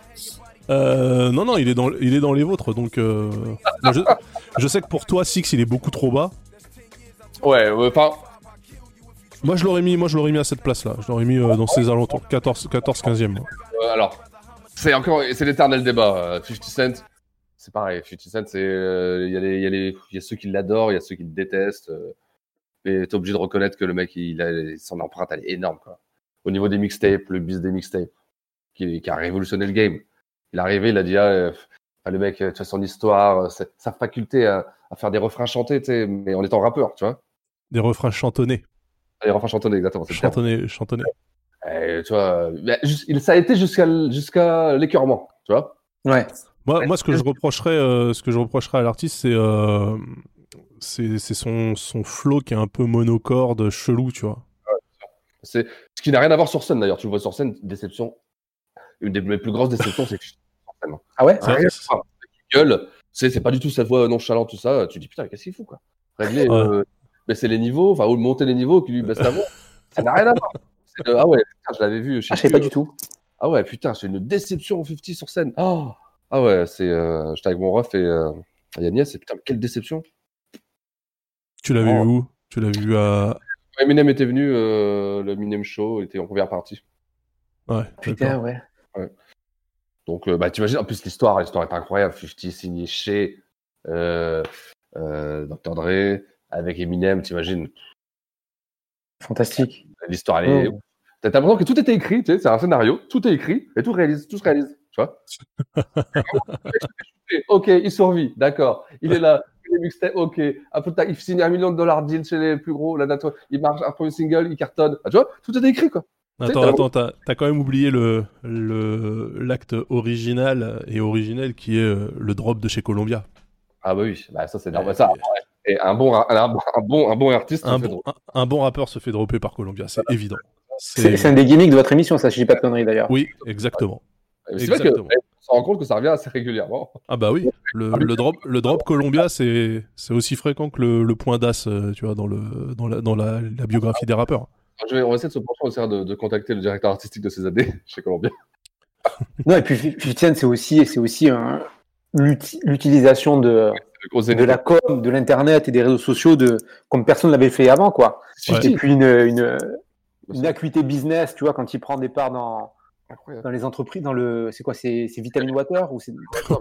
Euh, non, non, il est dans, il est dans les vôtres, donc... Euh... moi, je... je sais que pour toi, Six, il est beaucoup trop bas. Ouais, ouais, enfin... Moi, je l'aurais mis, moi, je l'aurais mis à cette place-là. Je l'aurais mis euh, dans ces alentours, quatorze, quinzième. Euh, alors, c'est encore... C'est l'éternel débat. cinquante Cent, c'est pareil. cinquante Cent, c'est... Il euh, y, y, les... y a ceux qui l'adorent, il y a ceux qui le détestent. Euh... Et t'es obligé de reconnaître que le mec, il a... son empreinte, elle est énorme, quoi. Au niveau des mixtapes, le biz des mixtapes, qui, qui a révolutionné le game. Il est arrivé, il a dit, ah, euh, le mec, tu vois, son histoire, sa faculté à, à faire des refrains chantés, tu sais, mais en étant rappeur, tu vois. Des refrains chantonnés. Des refrains chantonnés, exactement. Chantonnés, chantonnés. Et, tu vois, mais, ça a été jusqu'à, jusqu'à l'écœurement, tu vois. Ouais. Moi, moi, ce que je reprocherais, euh, ce que je reprocherais à l'artiste, c'est, euh, c'est, c'est son, son flow qui est un peu monocorde, chelou, tu vois. C'est ce qui n'a rien à voir sur scène d'ailleurs. Tu le vois sur scène, déception. Une des mes plus grosses déceptions, c'est que ah ouais, c'est rien. Gueule, c'est c'est pas du tout cette voix nonchalante tout ça. Tu dis putain, qu'est-ce qu'il fout quoi. Régler, ouais. euh, baisser les niveaux, enfin ou monter les niveaux, qui lui baisse la voix. Ça n'a rien à voir. C'est, euh, ah ouais, putain, je l'avais vu. Je ah, sais pas du tout. Ah ouais, putain, c'est une déception cinquante sur scène. Oh ah ouais, c'est. Euh, j'étais avec mon ref et euh, Yanis, et putain, quelle déception. Tu l'as oh. vu où? Tu l'as vu à. Eminem était venu, euh, le Eminem Show, il était en première partie. Ouais, putain, ouais. ouais. Donc, euh, bah, t'imagines, en plus, l'histoire, l'histoire est incroyable. cinquante signé chez euh, euh, docteur Dre, avec Eminem, t'imagines. Fantastique. L'histoire, elle est. Oh. T'as l'impression que tout était écrit, tu sais, c'est un scénario, tout est écrit, et tout, réalise, tout se réalise, tu vois. Ok, il survit, d'accord. Il est là. Les mixtapes, ok. Après, il signe un million de dollars de deal chez les plus gros. Là, il marche un premier single, il cartonne. Ah, tu vois, tout est écrit, quoi. Attends, t'as attends, t'as, t'as quand même oublié le, le, l'acte original et originel qui est euh, le drop de chez Columbia. Ah, bah oui, bah, ça, c'est normal. Ça, et... et un bon, un, un, un, bon, un bon artiste. Un bon, un, un bon rappeur se fait dropper par Columbia, c'est voilà. évident. C'est... C'est, c'est un des gimmicks de votre émission, ça, si je dis pas de conneries d'ailleurs. Oui, exactement. C'est exactement. vrai que. On se rend compte que ça revient assez régulièrement. Ah bah oui, le, le drop, le drop Columbia, c'est, c'est aussi fréquent que le, le point d'as, euh, tu vois, dans, le, dans, la, dans la, la biographie des rappeurs. Je vais, on va essayer de se pencher, on va essayer de, de contacter le directeur artistique de ces années chez Columbia. Non, et puis cinquante Cent, c'est aussi, c'est aussi un, l'uti, l'utilisation de, ouais, de la com, de l'internet et des réseaux sociaux de, comme personne ne l'avait fait avant, quoi. Ouais. Et puis une, une, une acuité business, tu vois, quand il prend des parts dans... Incroyable. Dans les entreprises, dans le, c'est quoi, c'est, c'est Vitamin Water ou c'est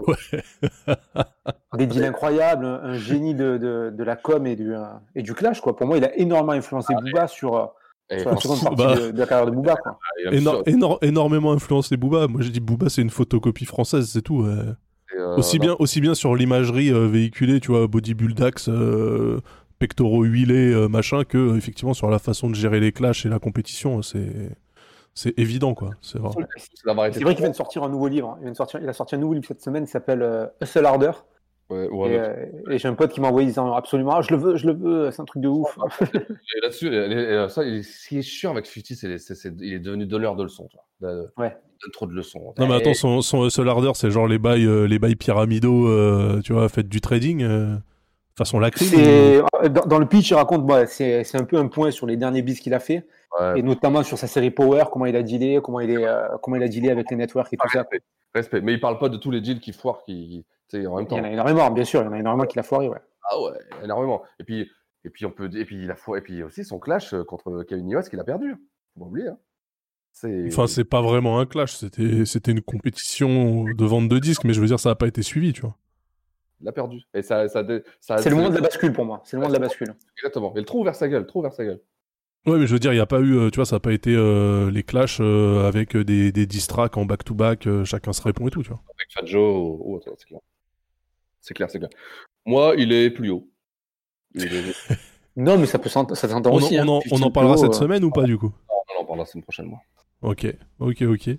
ouais. des deals incroyables, un, un génie de, de, de la com et du, et du clash, quoi. Pour moi, il a énormément influencé ah, Booba sur, sur la seconde partie bah, de, de la carrière de Booba, quoi. Éno- éno- énormément influencé Booba. Moi, j'ai dit Booba, c'est une photocopie française, c'est tout. Euh... Euh, aussi bien, aussi bien sur l'imagerie euh, véhiculée, tu vois, bodybuildax, euh, pectoraux huilés, euh, machin, que effectivement sur la façon de gérer les clashs et la compétition, c'est. C'est évident, quoi. C'est vrai. C'est vrai qu'il vient de sortir un nouveau livre. Il, vient de sortir, il a sorti un nouveau livre cette semaine qui s'appelle euh, Hustle Harder. Ouais, ouais, et, euh, et j'ai un pote qui m'a envoyé disant absolument, ah, je le veux, je le veux, c'est un truc de ouf. Et là-dessus, et, et, ça, ce qui est chiant avec cinquante, c'est, c'est, c'est il est devenu donneur de leçons. Tu vois. De, ouais. Il donne trop de leçons. Non, mais attends, son, son Hustle Harder, c'est genre les bails, euh, les bails pyramidaux, euh, tu vois, faites du trading. Euh... façon lacrée. C'est... Ou... Dans, dans le pitch, il raconte, bah, c'est, c'est un peu un point sur les derniers bis qu'il a fait. Ouais. Et notamment sur sa série Power, comment il a dealé, comment il, est, euh, comment il a dealé avec les networks et tout ah, ça. Respect, respect. Mais il parle pas de tous les deals qui foirent, qui, qui en même temps. Il y en a énormément, bien sûr, il y en a énormément qui l'a foiré, ouais. Ah ouais, énormément. Et puis, et puis on peut, et puis il a foiré, et puis aussi son clash contre Kanye West qu'il a perdu. Faut pas oublier. Hein. C'est... Enfin, c'est pas vraiment un clash, c'était, c'était une compétition de vente de disques, mais je veux dire, ça a pas été suivi, tu vois. Il a perdu. Et ça, ça, ça, c'est ça, le moment de la bascule pour moi. C'est le moment de la bascule. Exactement. Et le trop ouvert sa gueule, trop ouvert sa gueule. Ouais, mais je veux dire, il n'y a pas eu, tu vois, ça n'a pas été euh, les clashs euh, avec des, des diss tracks en back-to-back, euh, chacun se répond et tout, tu vois. Avec Fat Joe, oh, oh, c'est clair. C'est clair, c'est clair. Moi, il est plus haut. Il est... non, mais ça peut s'entendre, ça s'entend on aussi. En, hein, on, en, on en parlera haut, cette euh... semaine ou pas, du coup? Non, on en parlera la semaine prochaine, moi. Ok, ok, ok.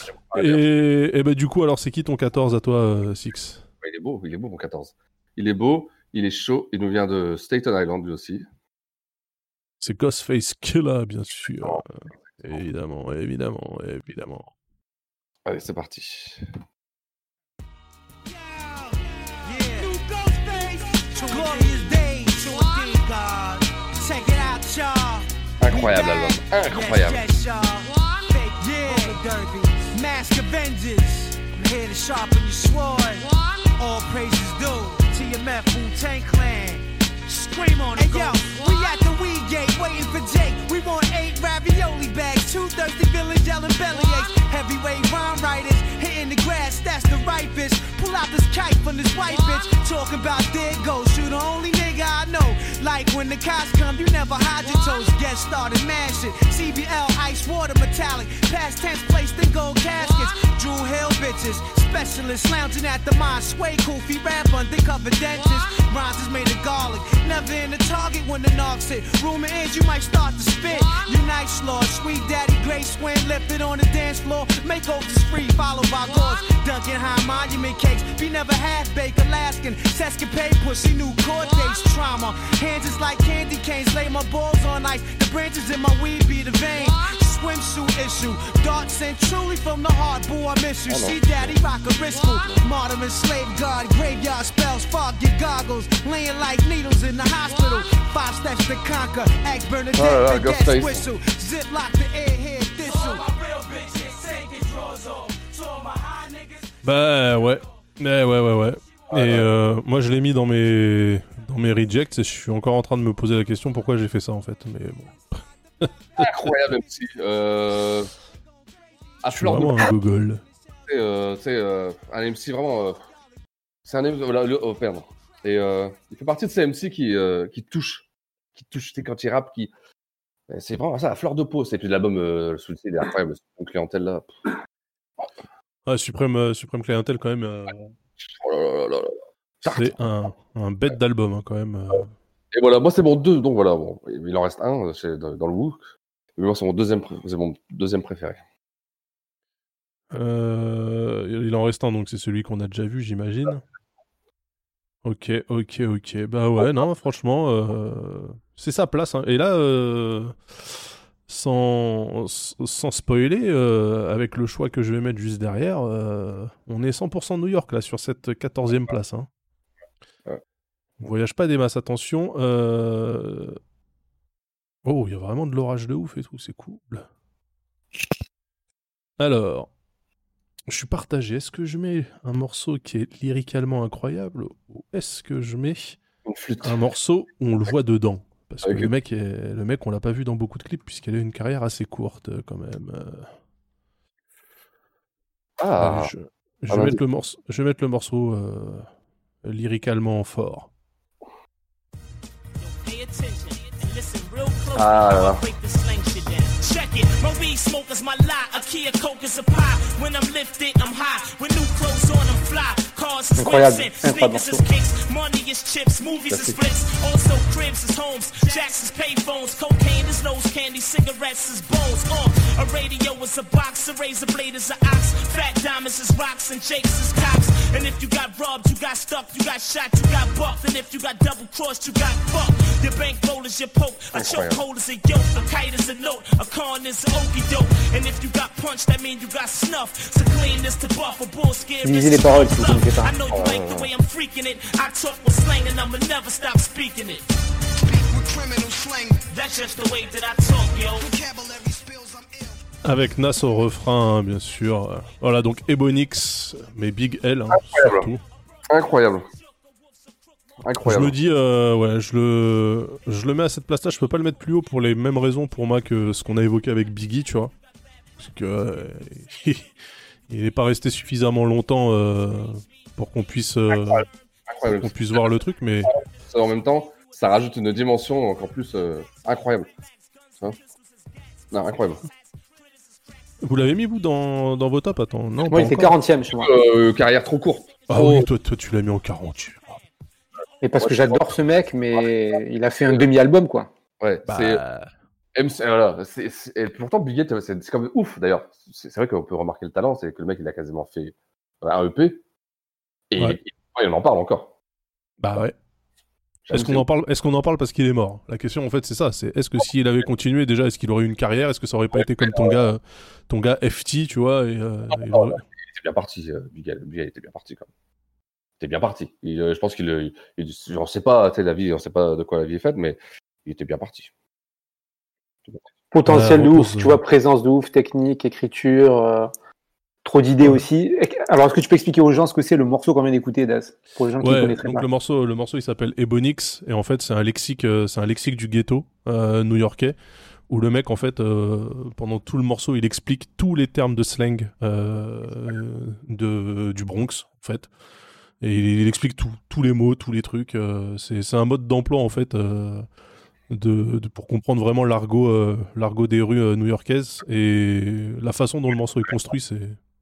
Et, et bah, du coup, alors, c'est qui ton quatorze à toi, euh, Six? Ouais, il est beau, il est beau, mon quatorze. Il est beau, il est chaud, il nous vient de Staten Island, lui aussi. C'est Ghostface Killah, bien sûr. Euh, évidemment, évidemment, évidemment. Allez, c'est parti. Incroyable album, incroyable. Mask Avengers, I'm here to sharpen your sword. All praises due to your Meth Wu-Tang Clan. Scream on it, hey, yo, we at the weed gate waiting for Jake. We want eight ravioli bags, two thirsty villains yelling bellyaches. Heavyweight rhyme writers hitting the grass, that's the right bitch. Pull out this kite from this white bitch. Talking about there goes, you the only nigga I know. Like when the cops come, you never hide your toes. Get started, mash it. C B L, ice water, metallic. Past tense placed in gold caskets. Jewel Hill bitches. Specialists lounging at the mine. Sway Kofi rap undercover dentist. Rhymes is made of garlic. Never in the target when the knocks hit. Rumor is you might start to spit. You nice lord, sweet daddy, great swing, lifted on the dance floor. Makeovers free, followed by gauze. Dunkin' high monument cakes. Be never half baked, Alaskan. Sescapade, pussy, new court dates, trauma. Hands is like candy canes, lay my balls on ice. The branches in my weed be the vein. Swimsuit issue, dark sent truly from the heart. Boo, I miss you. See daddy rock a wrist move. Martyr and slave guard, graveyard spells, fog your goggles. Laying like needles in the hospital. Five steps to conquer. Axe Bernadette, oh, the gas whistle. Ziplock the airhead thistle. Bah ouais, ouais, ouais, ouais, ouais. Et euh, moi je l'ai mis dans mes dans mes rejects et je suis encore en train de me poser la question pourquoi j'ai fait ça en fait. Mais bon. Incroyable M C. Euh... À fleur de vraiment un gogol. C'est euh, euh, un M C vraiment. Euh... C'est un M C. Voilà, le... oh, pardon. Et euh, il fait partie de ces M C qui euh, qui touchent, qui touchent. Tu sais, quand il rappe, qui. C'est vraiment ça, à fleur de peau. C'est puis l'album euh, le Soul, il est incroyable. Cette clientèle là. Ah, Suprême, euh, Suprême Clientèle quand même. Euh... Oh là là là là. C'est un, un bête d'album hein, quand même. Euh... Et voilà, moi c'est mon deux, donc voilà, bon, il en reste un c'est dans, dans le Wu. Mais moi c'est mon deuxième, c'est mon deuxième préféré. Euh... Il en reste un, donc c'est celui qu'on a déjà vu, j'imagine. Ok, ok, ok. Bah ouais, non, franchement, euh... c'est sa place. Hein. Et là, euh... sans, sans spoiler, euh, avec le choix que je vais mettre juste derrière, euh... on est cent pour cent New York là sur cette quatorzième place. Hein. On voyage pas des masses, attention. Euh... Oh, il y a vraiment de l'orage de ouf et tout, c'est cool. Alors, je suis partagé. Est-ce que je mets un morceau qui est lyricalement incroyable ou est-ce que je mets un morceau où on le voit dedans? Parce que okay. le, mec est... le mec, on l'a pas vu dans beaucoup de clips puisqu'il a une carrière assez courte quand même. Ah, Allez, je, je, ah, vais mettre le morceau... je vais mettre le morceau euh... lyricalement fort. Ah là là. Check it, my weed smoke is my lot. A Kia Coke is a pie. When I'm lifted, I'm high. When new clothes on, I'm fly. Cars is racing, sneakers is kicks, money is chips, movies is flicks. Also cribs is homes, jacks is payphones, cocaine is nose candy, cigarettes is bones. Uh, a radio is a box, a razor blade is an ox. Fat diamonds is rocks and jakes is cops. And if you got robbed, you got stuck, you got shot, you got bucked. And if you got double crossed, you got fucked. Your bankroll is your poke, a chokehold is a yoke, a kite is a note, a con is an okie doke. And if you got punched, that means you got snuff. So clean this to buff a bull scare. Lisez les paroles si vous connaissez pas. I know you like the way I'm freaking it. I talk with slang and I'ma never stop speaking it. Speak with criminal slang. That's just the way that I talk, yo. Vocabulary spills, I'm ill. Avec Nas au refrain, hein, bien sûr. Voilà, donc Ebonix, mais Big L, hein, incroyable. surtout. Incroyable. Incroyable. Je me dis, euh, ouais, je le, je le mets à cette place-là. Je peux pas le mettre plus haut pour les mêmes raisons pour moi que ce qu'on a évoqué avec Biggie, tu vois. Parce que euh, il n'est pas resté suffisamment longtemps euh, pour qu'on puisse, euh, incroyable. Incroyable. Qu'on puisse voir le truc, mais en même temps, ça rajoute une dimension encore plus euh, incroyable. Hein non, incroyable. Vous l'avez mis vous dans, dans vos tops? Attends, non. Moi, il était quarantième chez moi. Euh, carrière trop courte. Ah oh. oui, toi, toi, tu l'as mis en quarantième. Et parce ouais, que j'adore ce mec, mais il a fait un demi-album, quoi. Ouais, bah... c'est. M C, voilà, c'est, c'est... Et pourtant, Biggie, c'est, c'est comme ouf d'ailleurs. C'est, c'est vrai qu'on peut remarquer le talent, c'est que le mec, il a quasiment fait un E P. Et, ouais. et, et on en parle encore. Bah ouais. Est-ce qu'on en parle Est-ce qu'on en parle parce qu'il est mort? La question en fait c'est ça, c'est est-ce que s'il avait continué déjà, est-ce qu'il aurait eu une carrière? Est-ce que ça aurait pas été comme ton gars, ton gars F T, tu vois et, euh, non, il non, aurait... il était bien parti, euh, Miguel. Miguel était bien parti quand même. Il était bien parti. Il, euh, je pense qu'il, il, il, on sait pas, tu sais, la vie, on sait pas de quoi la vie est faite, mais il était bien parti. Potentiel Euh, de repose, ouf, tu vois, présence de ouf, technique, écriture, euh, trop d'idées aussi. Alors, est-ce que tu peux expliquer aux gens ce que c'est le morceau qu'on vient d'écouter, Daz, pour les gens qui Ouais, le connaîtraient donc pas. le morceau, le morceau il s'appelle Ebonix et en fait c'est un lexique, euh, c'est un lexique du ghetto euh, new-yorkais où le mec en fait euh, pendant tout le morceau il explique tous les termes de slang euh, de du Bronx en fait et il, il explique tout, tous les mots, tous les trucs. Euh, c'est c'est un mode d'emploi en fait euh, de, de pour comprendre vraiment l'argot euh, l'argot des rues euh, new-yorkaises et la façon dont le morceau est construit, c'est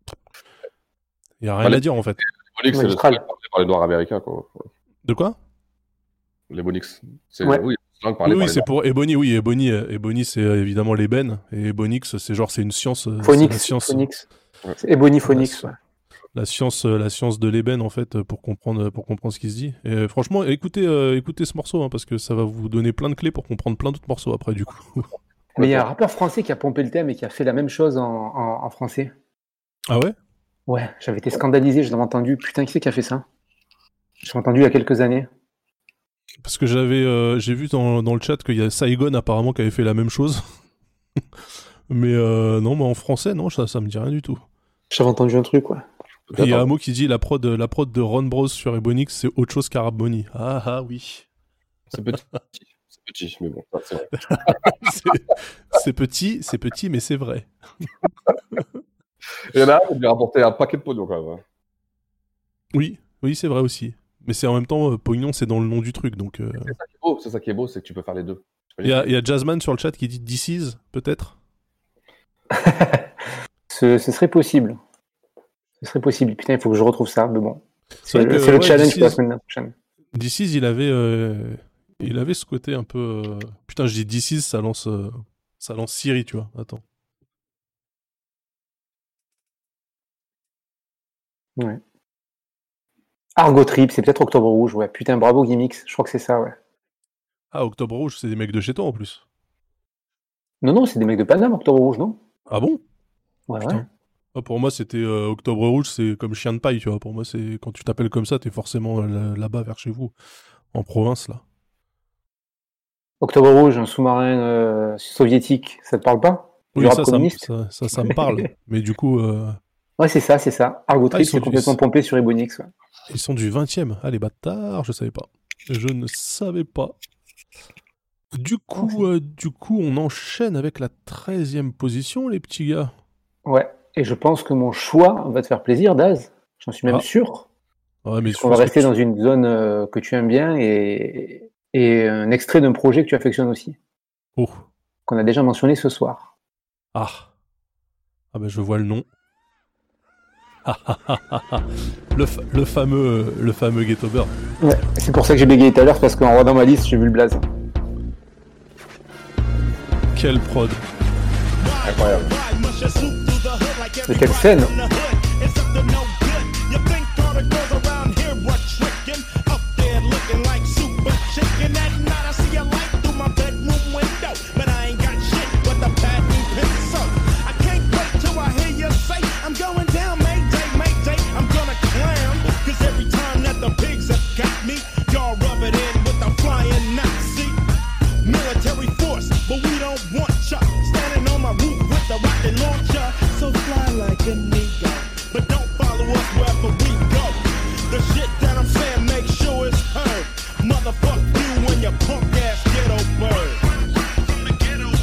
il y a rien Allez. à dire en fait. Les Bonix, c'est le slang parlé par les Noirs américains, quoi. De quoi? Les Bonix. C'est, Ouais. oui, le slang Oui, parlé oui, par les c'est Noirs. pour Ebony, oui, Ebony, euh, Ebony c'est euh, évidemment l'ébène, et Ebonix, c'est genre, c'est une science. euh, c'est Phonix, la science, Phonix. C'est Ebony la, Phonix, ouais. la science, euh, la science de l'ébène en fait, euh, pour comprendre, pour comprendre ce qui se dit. Et euh, franchement, écoutez, euh, écoutez ce morceau, hein, parce que ça va vous donner plein de clés pour comprendre plein d'autres morceaux après, du coup. Mais il y a un rappeur français qui a pompé le thème et qui a fait la même chose en, en, en français. Ah ouais? Ouais, j'avais été scandalisé, je l'avais entendu. Putain, qui c'est qui a fait ça? Je l'ai entendu il y a quelques années. Parce que j'avais, euh, j'ai vu dans, dans le chat qu'il y a Saigon apparemment qui avait fait la même chose. Mais euh, non, mais en français, non, ça, ça me dit rien du tout. J'avais entendu un truc, ouais. Et il y a un mot qui dit la prod, la prod de Ron Bros sur Ebonix, c'est autre chose qu'Arab Money. Ah ah oui. C'est petit. C'est petit, mais bon, ça, c'est vrai. c'est, c'est petit, c'est petit, mais c'est vrai. Il y en a un qui lui a rapporté un paquet de pognon quand même. hein. Oui, oui, c'est vrai aussi. Mais c'est en même temps, euh, pognon, c'est dans le nom du truc, donc... euh, C'est ça qui est beau, c'est ça qui est beau, c'est que tu peux faire les deux. Tu peux Il les y, a- faire. il y a Jazzman sur le chat qui dit This is, peut-être? Ce, ce serait possible. Ce serait possible. Putain, il faut que je retrouve ça, mais bon. C'est, vrai le, que, c'est le ouais, challenge This pour la is- semaine prochaine. This is, il avait, euh, il avait ce côté un peu... euh, Putain, je dis This is, ça lance, euh, ça lance Siri, tu vois. Attends. Ouais. Argo Trip, c'est peut-être Octobre Rouge, ouais. Putain, bravo Gimmicks, je crois que c'est ça, ouais. Ah, Octobre Rouge, c'est des mecs de chez toi, en plus. Non, non, c'est des mecs de Paname, Octobre Rouge, non? Ah bon? Ouais, Putain. ouais. Ah, pour moi, c'était euh, Octobre Rouge, c'est comme chien de paille, tu vois. Pour moi, c'est quand tu t'appelles comme ça, t'es forcément euh, là- là-bas, vers chez vous, en province, là. Octobre Rouge, un sous-marin euh, soviétique, ça te parle pas? Du Oui, rap ça, ça, me- communiste? ça, ça, ça me parle. Mais du coup, euh, Ouais, c'est ça, c'est ça. Argo Ah, Trip, ils sont c'est du- complètement pompé sur Ebonix, ouais. ils sont du vingtième. Ah, les bâtards, je savais pas. Je ne savais pas. Du coup, euh, du coup, on enchaîne avec la treizième position, les petits gars. Ouais, et je pense que mon choix va te faire plaisir, Daz. J'en suis même Ah. sûr. Ouais, mais je On va pense que rester tu- dans une zone euh, que tu aimes bien et, et un extrait d'un projet que tu affectionnes aussi. Oh. Qu'on a déjà mentionné ce soir. Ah. Ah ben je vois le nom. Ah, ah, ah, ah, ah. le, fa- le fameux, le fameux Ghetto Bird. Ouais, c'est pour ça que j'ai bégayé tout à l'heure, parce qu'en regardant ma liste, j'ai vu le blaze. Quelle prod. Incroyable. Mais quelle scène! Military force, but we don't want ya. Standing on my roof with the rocket launcher, so fly like an eagle. But don't follow us wherever we go. The shit that I'm saying, make sure it's heard. Motherfuck you and your punk ass ghetto bird.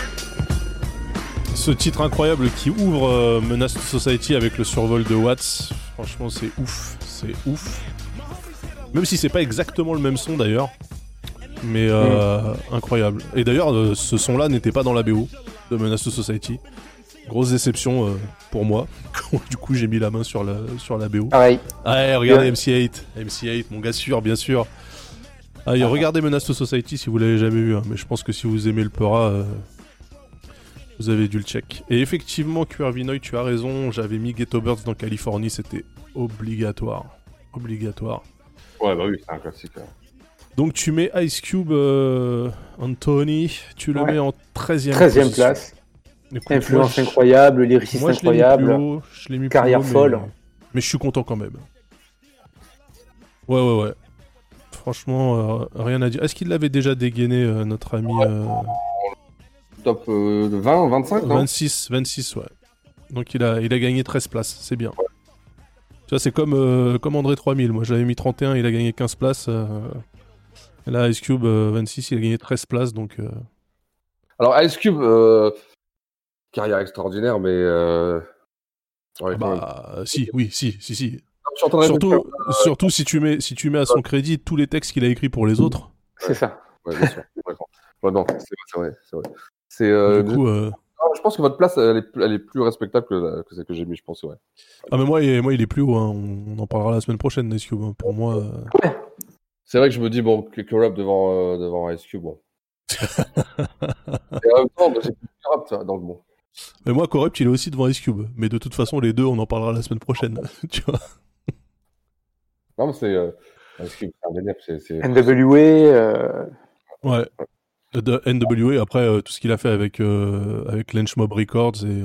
Ce titre incroyable qui ouvre euh, Menace to Society avec le survol de Watts. Franchement, c'est ouf. C'est ouf. Même si c'est pas exactement le même son d'ailleurs. Mais euh, incroyable. Et d'ailleurs, euh, ce son-là n'était pas dans la B O de Menace to Society. Grosse déception euh, pour moi. Du coup, j'ai mis la main sur la, sur la B O. Pareil. Ouais, regardez Ouais. M C huit. M C huit, mon gars sûr, bien sûr. Ah, et regardez Menace to Society si vous l'avez jamais vu. Hein. Mais je pense que si vous aimez le Peura, euh, vous avez dû le check. Et effectivement, Curvinoy, tu as raison. J'avais mis Ghetto Birds dans Californie. C'était obligatoire. Obligatoire. Ouais, bah oui, c'est un classique. hein. Donc tu mets Ice Cube, euh, Anthony, tu le Ouais. mets en treizième treizième position. place. Écoute, Influence moi, je- incroyable, lyriciste moi, je l'ai mis incroyable, plus haut, je l'ai mis plus carrière haut, mais- folle. Mais je suis content quand même. Ouais, ouais, ouais. Franchement, euh, rien à dire. Est-ce qu'il l'avait déjà dégainé, euh, notre ami euh, Top euh, vingt, vingt-cinq, non vingt-six, vingt-six, ouais. Donc il a, il a gagné treize places, c'est bien. Tu vois, c'est comme, euh, comme André trois mille. Moi, j'avais mis trente et un, il a gagné quinze places. euh, et là, Ice Cube, euh, vingt-six, il a gagné treize places, donc... euh, Alors, Ice Cube, euh, carrière extraordinaire, mais. Euh... ouais, quand même. Bah, si, oui, si, si, si. Je suis en train de Surtout, réfléchir, euh, surtout si, tu mets, si tu mets à son crédit tous les textes qu'il a écrits pour les autres. C'est ça. Ouais, bien sûr. D'accord. Ouais, non, c'est vrai, c'est vrai. C'est vrai. C'est, euh, Du coup, euh, non, je pense que votre place, elle est, plus- elle est plus respectable que, la- que celle que j'ai mis, je pense, ouais. Ah, mais moi, il, moi, il est plus haut, hein. on, on en parlera la semaine prochaine, Ice Cube. hein. Pour moi... euh, C'est vrai que je me dis, bon, que Corrupt devant, euh, devant Ice Cube, bon. Et en même temps, moi, j'ai plus Corrupt, ça, donc bon. Mais moi, Corrupt, il est aussi devant Ice Cube. Mais de toute façon, les deux, on en parlera la semaine prochaine. tu vois. Non, mais c'est. Euh, Ice Cube, c'est indéniable. C'est, c'est... N W A. Euh... Ouais. De N W A, après, euh, tout ce qu'il a fait avec, euh, avec Lynch Mob Records et, euh,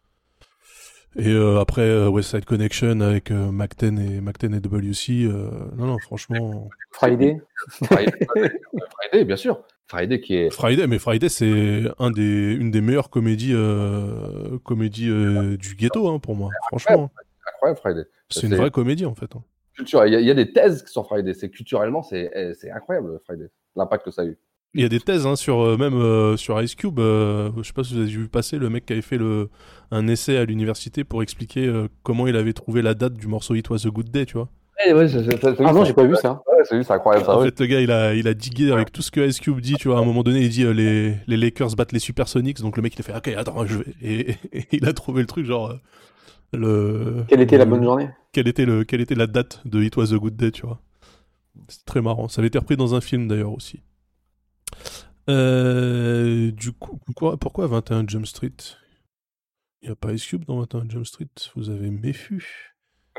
et euh, après euh, West Side Connection avec euh, Mac dix et, Mac dix et W C. Euh, non, non, franchement. Friday. Friday, Friday, bien sûr. Friday qui est. Friday, mais Friday, c'est un des, une des meilleures comédies, euh, comédies euh, du ghetto, hein, pour moi. Franchement. Incroyable, Friday. C'est une vraie comédie, en fait. hein. Culture, il y, a- il y a des thèses sur Friday. C'est culturellement, c'est, c'est incroyable, Friday. L'impact que ça a eu. Il y a des thèses hein, sur euh, même euh, sur Ice Cube. Euh, je sais pas si vous avez vu passer le mec qui avait fait le un essai à l'université pour expliquer euh, comment il avait trouvé la date du morceau It Was a Good Day, tu vois. Ouais, ouais, j'ai, j'ai, j'ai Ah non, j'ai pas vu ça. Ouais, c'est, c'est incroyable ça. En ouais. fait, le gars, il a il a digué avec tout ce que Ice Cube dit, tu vois. À un moment donné, il dit euh, les les Lakers battent les Supersonics, donc le mec il a fait ok, attends, je vais et, et il a trouvé le truc genre euh, le. Quelle était la le- bonne journée? Quelle était le quelle était la date de It Was a Good Day, tu vois. C'est très marrant. Ça avait été repris dans un film d'ailleurs aussi. Euh, du coup, pourquoi, pourquoi vingt et un Jump Street? Il n'y a pas Ice Cube dans vingt et un Jump Street? Vous avez méfu.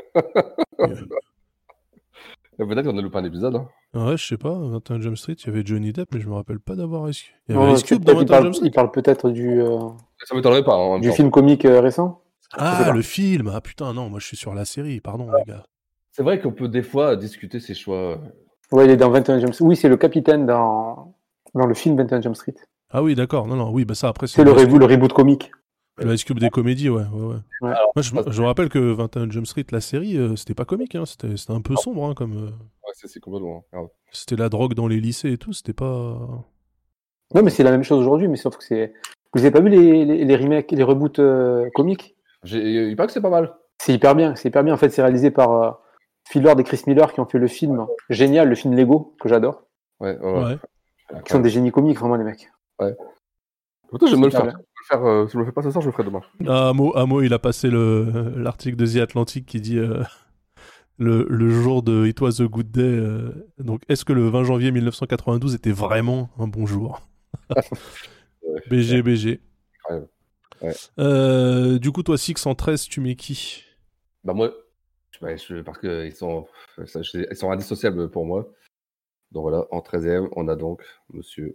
Peut-être qu'on a loupé un épisode. Hein. Ouais, je sais pas, vingt et un Jump Street, il y avait Johnny Depp, mais je me rappelle pas d'avoir Ice Cube. Il y Non, avait Ice Cube dans peut-être il vingt et un parle, Jump Street? il parle peut-être du, euh, Ça m'étonnerait pas. hein, en même du temps. film comique euh, récent. Je sais Ah, pas. le film! Ah putain, non, moi je suis sur la série, pardon les gars. C'est vrai qu'on peut des fois discuter ses choix. Ouais, il est dans vingt et un Jump Street. Oui, c'est le capitaine dans, dans le film vingt et un Jump Street. Ah oui, d'accord, non, non, oui, bah ça après C'est le, Ice reboot, le reboot comique. Cube- le Ice Cube des comédies, ouais, ouais, ouais. Ouais. Alors, Moi, je, me- je me rappelle que vingt et un Jump Street, la série, euh, c'était pas comique, hein, c'était, c'était un peu sombre, hein, comme. euh, ouais, c'est, c'est complètement. grave. C'était la drogue dans les lycées et tout, c'était pas. Non, mais c'est la même chose aujourd'hui, mais sauf que c'est. Vous avez pas vu les, les, les remakes, les reboots euh, comiques? J'ai, il paraît que c'est pas mal. C'est hyper bien, c'est hyper bien. En fait, c'est réalisé par euh, Phil Lord et Chris Miller qui ont fait le film génial, le film Lego, que j'adore. Ouais, ouais. ouais. Ouais. Qui sont des génies comiques, vraiment, les mecs. Ouais. Pourtant, je vais me le Super faire. bien. Je vais le faire, euh, si je me le fais pas ce soir, je le ferai demain. Ah, Amo, Amo, il a passé le, l'article de The Atlantic qui dit euh, le, le jour de It Was a Good Day. euh, donc, est-ce que le vingt janvier mille neuf cent quatre-vingt-douze était vraiment un bon jour? Ouais. B G, B G. Incroyable. Ouais. Euh, du coup, toi, six cent treize, tu mets qui? Bah moi, ouais, je, parce qu'ils sont, ça, je- ils sont indissociables pour moi. Donc voilà, en treizième, on a donc monsieur.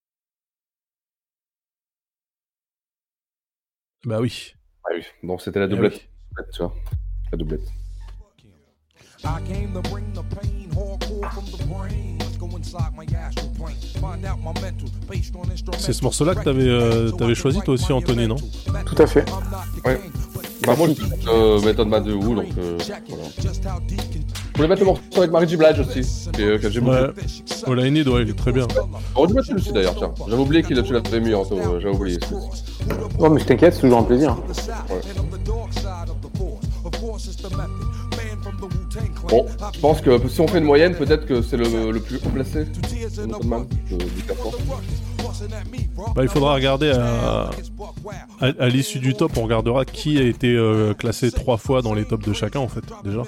Bah oui. Ah oui, donc c'était la Eh doublette. oui. Tu vois, la doublette. I came to bring the pain, hardcore from the brain. Let's go inside my astral plane, find out my mental, based on instrumental. C'est ce morceau-là que t'avais, euh, t'avais choisi toi aussi, Anthony, non? Tout à fait. Ouais. Bah moi, je suis euh, Method Man de Who, donc euh, voilà. Je voulais mettre le morceau avec Mary J. Blige aussi, que, que j'aime Ouais. beaucoup. All I Need, ouais, il est très bien. On aurait dû mettre celui-ci d'ailleurs, tiens. J'avais oublié qu'il tu l'avais mis, Anto, euh, j'avais oublié. celui-ci. Non, mais je t'inquiète, c'est toujours un plaisir. Ouais. Bon, je pense que si on fait une moyenne, peut-être que c'est le, le plus haut placé, le Method Man, de- du classement. Bah, il faudra regarder à, à, à l'issue du top, on regardera qui a été euh, classé trois fois dans les tops de chacun en fait, déjà.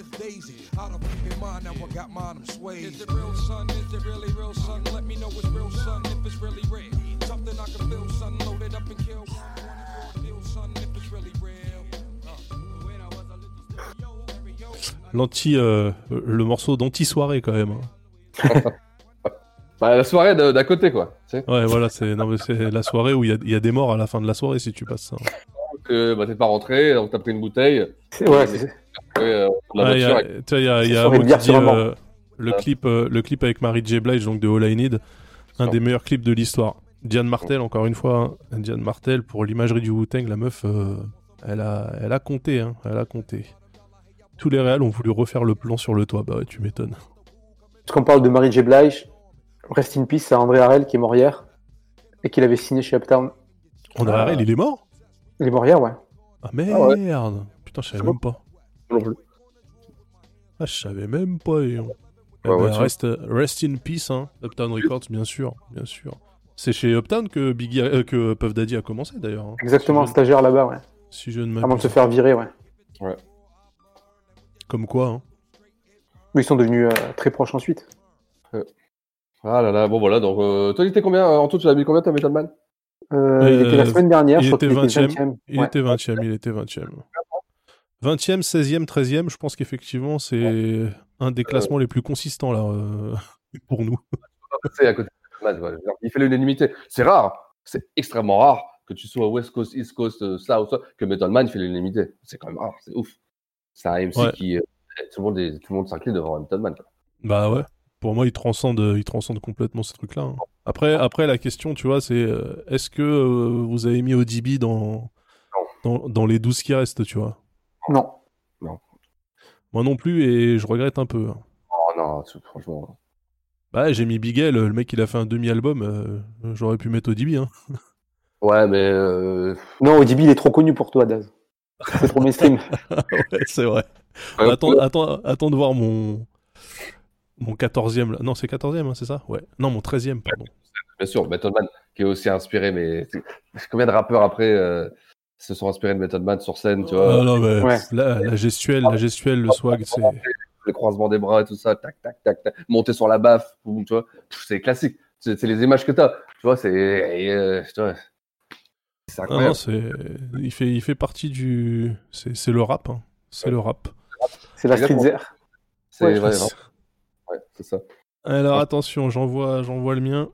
L'anti, euh, le morceau d'anti-soirée quand même. hein. Bah, la soirée de- d'à côté, quoi. Tu sais. Ouais, voilà, c'est non, mais c'est la soirée où il y a, il y a des morts à la fin de la soirée si tu passes ça. Donc, euh, bah, t'es pas rentré, donc t'as pris une bouteille. C'est- ouais, c'est- Ouais, euh, la Ouais, il y a, voiture, tu sais, il y a, il y a Sur un une mot qui bière dit, sur un banc. euh, le, clip, euh, le clip avec Mary J. Blige, donc de All I Need, un des meilleurs clips de l'histoire. Diane Martel, encore une fois, hein. Diane Martel, pour l'imagerie du Wu-Tang, la meuf, euh, elle, a, elle a compté, hein, elle a compté. Tous les réals ont voulu refaire le plan sur le toit, bah ouais, tu m'étonnes. Parce qu'on parle de Mary J. Blige, rest in peace à André Harrell qui est mort hier et qu'il avait signé chez Uptown. André Euh, Harrell, il est mort? Il est mort hier, ouais. Ah merde, Ah ouais. Putain, je savais même pas. Non plus. Ah, je savais même pas. Et on... Ouais, eh ben, ouais, tu rest, rest in peace, hein. Uptown Records, bien sûr, bien sûr. C'est chez Uptown que Biggie, a- euh, que Puff Daddy a commencé d'ailleurs. hein. Exactement, Si je- stagiaire là-bas, ouais. Si je ne Avant de m'abuse. se faire virer, ouais. Ouais. Comme quoi, hein. Mais ils sont devenus euh, très proches ensuite. Ah là là, bon voilà, donc euh, toi il était combien, en tout tu l'as mis combien ta Method Man? Euh, il était la semaine dernière, il je crois était qu'il était vingtième. vingtième. Il Ouais. était vingtième, il était vingtième. vingtième, seizième, treizième, je pense qu'effectivement c'est un des classements les plus consistants là euh, pour nous. C'est à côté de Method Man, quoi. Il fait l'unanimité. C'est rare, c'est extrêmement rare que tu sois West Coast, East Coast, euh, South, ça, que Method Man fait l'unanimité. C'est quand même rare, c'est ouf. C'est un M C Ouais. qui. euh, tout le monde est- tout le monde s'incline devant un Method Man, quoi. Bah ouais. Pour moi, il transcende, il transcende complètement ce truc-là. hein. Après, après, la question, tu vois, c'est euh, est-ce que euh, vous avez mis O D B dans, dans, dans les douze qui restent, tu vois? Non. Non. Moi non plus, et je regrette un peu. hein. Oh non, c'est- franchement. Bah, j'ai mis Bigel, le mec, il a fait un demi-album, euh, j'aurais pu mettre O D B. Hein. Ouais, mais. Euh... Non, O D B, il est trop connu pour toi, Daz. C'est trop mainstream. ouais, c'est vrai. Ouais, attends, ouais. attends, attends de voir mon, mon quatorzième. Là. Non, c'est quatorzième, hein, c'est ça? Ouais. Non, mon treizième, pardon. Bien sûr, Method Man qui est aussi inspiré, mais c'est- combien de rappeurs après euh, se sont inspirés de Method Man sur scène, tu vois? Ah non, mais Ouais. la, la gestuelle, la gestuelle, le swag, c'est. Les croisements des bras et tout ça, tac, tac, tac, tac, monter sur la baffe, boum, tu vois, Pff, c'est classique. C'est c'est les images que t'as, tu vois, c'est, et, euh, tu vois, c'est Ah incroyable. non, c'est... Il, fait, il fait partie du... C'est, c'est le rap, hein. C'est Ouais. le rap. C'est la Exactement. street zère. C'est Ouais, ouais, je vraiment. pense. Ouais, c'est ça. Alors Ouais. attention, j'envoie, j'envoie le mien.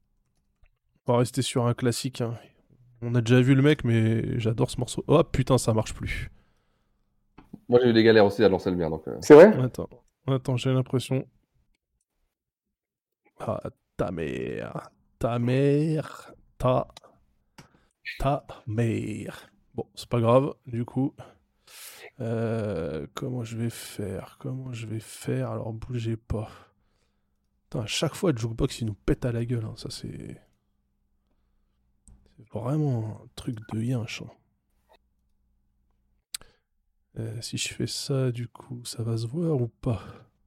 On va rester sur un classique. hein. On a déjà vu le mec, mais j'adore ce morceau. Oh putain, ça marche plus. Moi, j'ai eu des galères aussi à lancer le mien, donc. euh, C'est vrai? Attends, attends, j'ai l'impression... Ah, ta mère, ta mère, ta... Ta mère. Bon, c'est pas grave, du coup... Euh, comment je vais faire? Comment je vais faire? Alors, bougez pas. Putain, à chaque fois, le jukebox, il nous pète à la gueule. hein. Ça, c'est... C'est vraiment un truc de yinche. hein. Euh, si je fais ça, du coup, ça va se voir ou pas?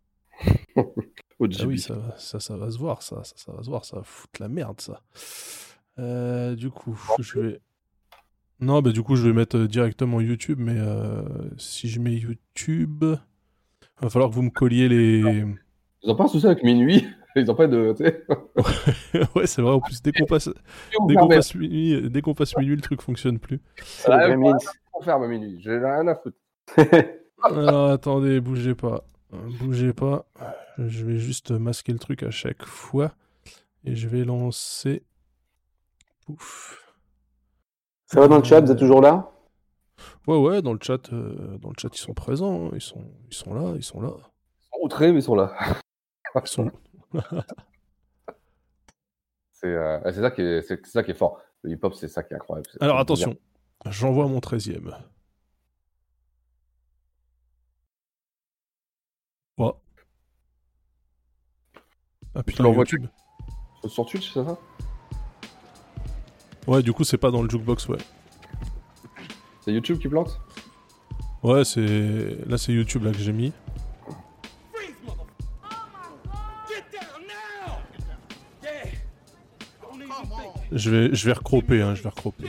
O Ah G B. oui, ça, va- ça, ça va se voir, ça, ça, ça va se voir, ça va foutre la merde, ça. Euh, du coup, je vais... Non, bah du coup, je vais mettre euh, directement YouTube, mais euh, si je mets YouTube, il va falloir que vous me colliez les... Ils ont pas un souci avec minuit. Ils ont pas de, tu sais. ouais, c'est vrai, en plus, dès qu'on passe, on dès qu'on ferme. passe minuit, dès qu'on passe minuit, le truc fonctionne plus. C'est les Ouais, Gremlins. On ferme à minuit. J'ai rien à foutre. Alors, attendez, bougez pas. Euh, Bougez pas. Je vais juste masquer le truc à chaque fois. Et je vais lancer... Pouf. Ça va dans le chat, vous êtes toujours là? Ouais, ouais, dans le chat, euh, dans le chat, ils sont présents. hein. Ils sont, ils sont là, ils sont là. Ils sont outrés, mais ils sont là. Ils sont... C'est euh, c'est ça qui est, c'est c'est ça qui est fort. Le hip-hop, c'est ça qui est incroyable. C'est- Alors c'est attention, j'envoie mon treizième. Oh. Ah putain, l'envoies YouTube. bien. Sur Twitch, c'est ça? Ouais, du coup, c'est pas dans le jukebox, ouais. C'est YouTube qui plante? Ouais, c'est... Là, c'est YouTube, là, que j'ai mis. Je vais, je vais recroper, hein, je vais recroper.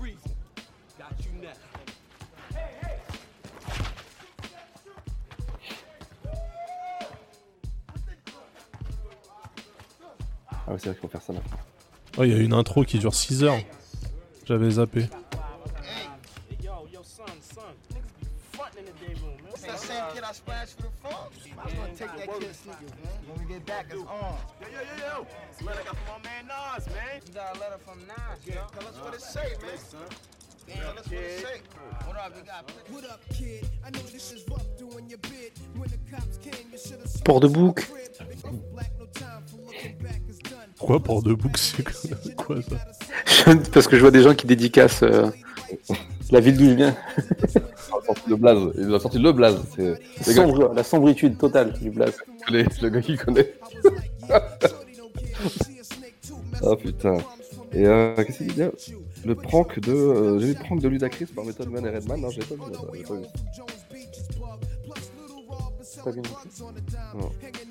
Ah ouais, c'est vrai qu'il faut faire ça maintenant. Oh, il y a une intro qui dure six heures. J'avais zappé. It's that same kid I splashed for the phone. I was gonna take that kid's sneakers, man. When we get back, it's on. Yo, yo, yo, yo. It's a letter I got from my man Nas, man. You got a letter from Nas, yo. Tell us what it say, man. Yeah, tell us what it say. What up, you got? What up, kid? I know this is rough doing your bid. When the cops came, you should have Port de bouc. Pourquoi port de bouc, c'est quoi ça? Parce que je vois des gens qui dédicacent euh, la ville d'où je viens. Le blaze, il a sorti le blaze. C'est Sombre, gars... La sombritude totale du blaze. Les... Le gars qui connaît. Oh putain. Et euh, qu'est-ce qu'il dit? Le prank de. Euh, j'ai vu le prank de Ludacris par Method Man et Redman. Non, j'ai pas vu. J'ai pas vu. Pas vu non plus. Non.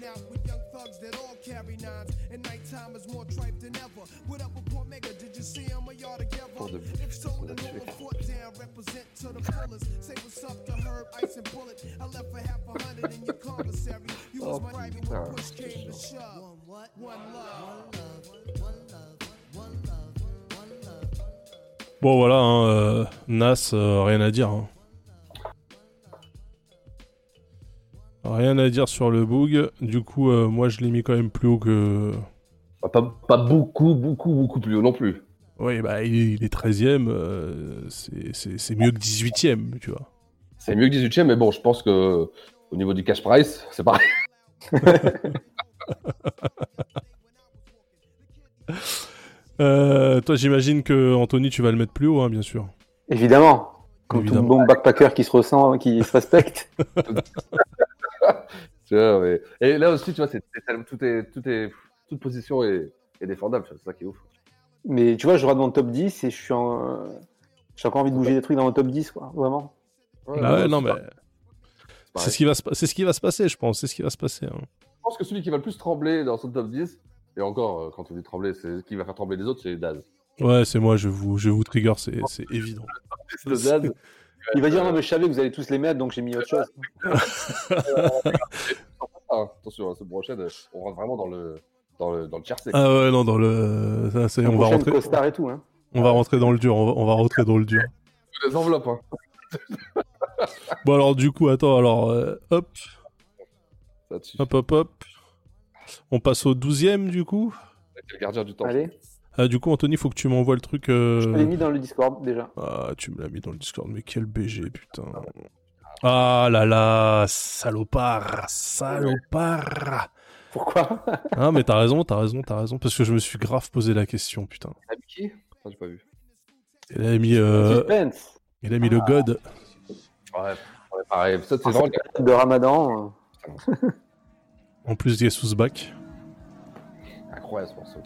Pour de oh putain. Bon voilà, hein, euh, Nas, euh, rien à dire. Hein. Rien à dire sur le Boog. Du coup, euh, moi je l'ai mis quand même plus haut que... Pas, pas beaucoup, beaucoup, beaucoup plus haut non plus. Oui, bah il, il est treizième, euh, c'est, c'est, c'est mieux que dix-huitième, tu vois. C'est mieux que dix-huitième, mais bon, je pense que au niveau du cash price, c'est pareil. euh, toi, j'imagine que Anthony, tu vas le mettre plus haut, hein, bien sûr. Évidemment, comme Évidemment. tout bon backpacker qui se ressent, qui se respecte. Tu vois, mais... Et là aussi, tu vois, c'est, c'est, tout est, tout est, toute position est, est défendable, c'est ça qui est ouf. Mais tu vois, je regarde mon top dix et je suis en... j'ai encore envie de bouger des trucs dans mon top dix, quoi, vraiment. Ouais, bah ouais, non, mais c'est, c'est, ce qui va se... c'est ce qui va se passer, je pense. C'est ce qui va se passer. Hein. Je pense que celui qui va le plus trembler dans son top dix, et encore, quand on dit trembler, c'est ce qui va faire trembler les autres, c'est Daz. Ouais, c'est moi, je vous, je vous trigger, c'est, c'est évident. Le Daz. Il va dire non, mais je savais que vous allez tous les mettre, donc j'ai mis autre chose. Attention, cette prochaine, on rentre vraiment dans le. Dans le, dans le tiercé. Ah ouais, non, dans le. Ça, c'est, on va rentrer. Costard et tout, hein. On va rentrer dans le dur, on va, on va rentrer dans le dur. Les enveloppes, hein. Bon, alors, du coup, attends, alors, euh, hop. Hop, hop, hop. On passe au douzième, du coup. C'est le gardien du temps. Allez. Ah, du coup, Anthony, faut que tu m'envoies le truc. Euh... Je l'ai mis dans le Discord déjà. Ah, tu me l'as mis dans le Discord, mais quel B G, putain. Ah là là, salopard, salopard. Pourquoi? Ah, mais t'as raison, t'as raison, t'as raison, parce que je me suis grave posé la question, putain. Il a mis qui? Ah, j'ai pas vu. Il a mis. Euh... Il a mis ah. le God. Ouais, ouais pareil. Ça, c'est ah, vraiment le de Ramadan. En plus, Jesus back. Incroyable ce morceau.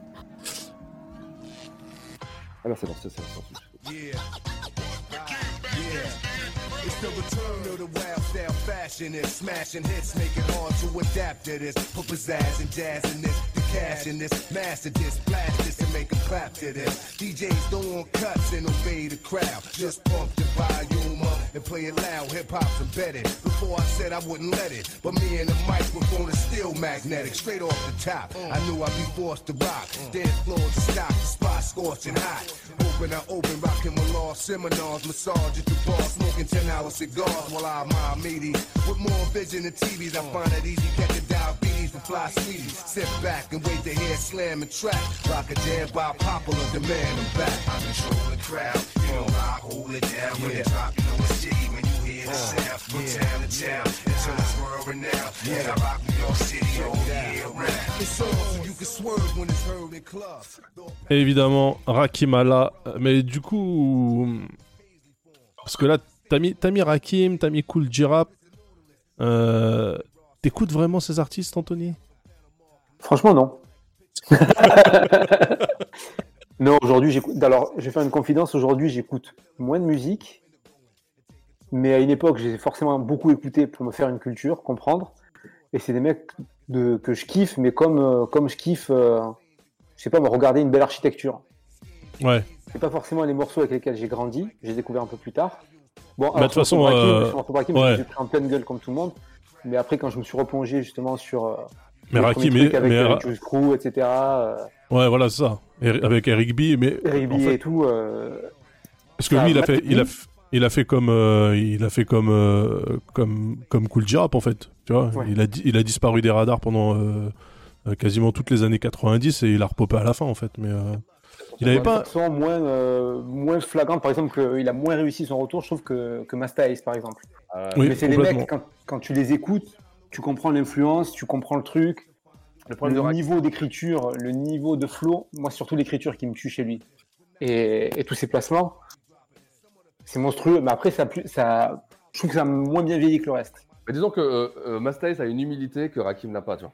Ah non, c'est bon, c'est ça. Yeah. Yeah. It's the return of the wild style fashion and smashing hits, make it hard to adapt to this. Put pizzazz and jazz in this, the cash in this, master this, blast this and make a clap to this. D Js don't want cuts and obey the crowd. Just pump the volume up and play it loud. Hip hop's embedded. Before I said I wouldn't let it, but me and the microphone is still magnetic. Straight off the top, I knew I'd be forced to rock. Dance floor to stop, the spot scorching hot. Open, I open, rocking with law seminars, massage at the bar, smoking ten hour cigars while I admire meaties. With more vision than T Vs, I find it easy catching diabetes from fly sweeties. Sit back and wait to hear slam and track. Rock a jam by popular demand. I'm back. I control the crowd. You know I hold it down when it drop. You know it's jiggy when you hear the sound. From town to town until it's world renowned. Yeah, I rock New York City all year round. It's on so you can swerve when it's heard in clubs. Et évidemment, Rakimala. Mais du coup, parce que là, t'as mis, t'as mis Rakim, t'as mis Kool G-Rap. Euh, t'écoutes vraiment ces artistes, Anthony? Franchement, non. Non, aujourd'hui, j'écoute. Alors, je vais faire une confidence. Aujourd'hui, j'écoute moins de musique. Mais à une époque, j'ai forcément beaucoup écouté pour me faire une culture, comprendre. Et c'est des mecs de, que je kiffe, mais comme, euh, comme je kiffe, euh, je sais pas, me regarder une belle architecture. Ouais. C'est pas forcément les morceaux avec lesquels j'ai grandi. J'ai découvert un peu plus tard. Bon, de toute façon, Brakim, euh... Brakim, ouais. J'ai pris en pleine gueule comme tout le monde. Mais après, quand je me suis replongé justement sur euh, mais Rakim, mais, avec mais... euh, Juice Crew, et cetera. Euh... Ouais, voilà, c'est ça. Et avec Eric B, mais Eric B en fait... et tout. Euh... Parce que lui, il a fait, il a, Il a fait comme, euh, il a fait comme, euh, comme, comme Kool G-Rap en fait. Tu vois, Ouais. il a, di- il a disparu des radars pendant euh, euh, quasiment toutes les années quatre-vingt-dix et il a repopé à la fin en fait. Mais euh, il avait De pas. façon moins, euh, moins flagrante, par exemple, qu'il a moins réussi son retour, je trouve, que, que Masta Ace, par exemple. Oui, Mais c'est des complètement. mecs, quand, quand tu les écoutes, tu comprends l'influence, tu comprends le truc, Le le, problème de Rakim, niveau d'écriture, le niveau de flow. Moi, c'est surtout l'écriture qui me tue chez lui. Et, et tous ses placements, c'est monstrueux. Mais après, ça, a plus- ça, je trouve que ça a moins bien vieilli que le reste. mais disons que euh, euh, Masta Ace a une humilité que Rakim n'a pas, tu vois.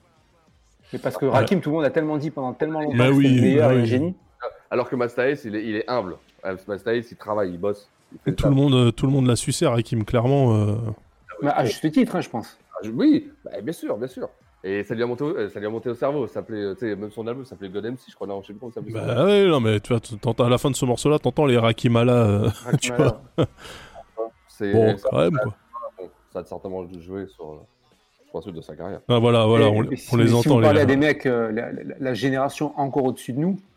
Mais parce que Rakim, tout le monde a tellement dit pendant tellement longtemps Bah que oui, c'est le meilleur bah et un oui. génie. Alors que Masta Ace, il est, il est humble. Euh, Masta Ace, il travaille, il bosse. Il fait le Tout taf. le monde, euh, tout le monde l'a sucé, Rakim, clairement. euh, Mais à juste titre, hein, je pense. Ah, je- Oui, bah, bien sûr, bien sûr. Et ça lui a monté au, euh, ça lui a monté au cerveau. Ça s'appelait, euh, tu sais, même son album s'appelait God M C, je crois. Non, je sais plus comment ça s'appelait. Bah ouais, non mais tu vois, t'entends à la fin de ce morceau-là, t'entends les Rakimala. euh, tu Rakimala. vois. C'est- Bon, ça, quand même quoi. bon, ça a certainement joué sur, euh, sur la suite de sa carrière. Ah, voilà, voilà, Et- on, et si, on les si entend. vous parlez les... à des mecs, euh, la, la- la génération encore au-dessus de nous,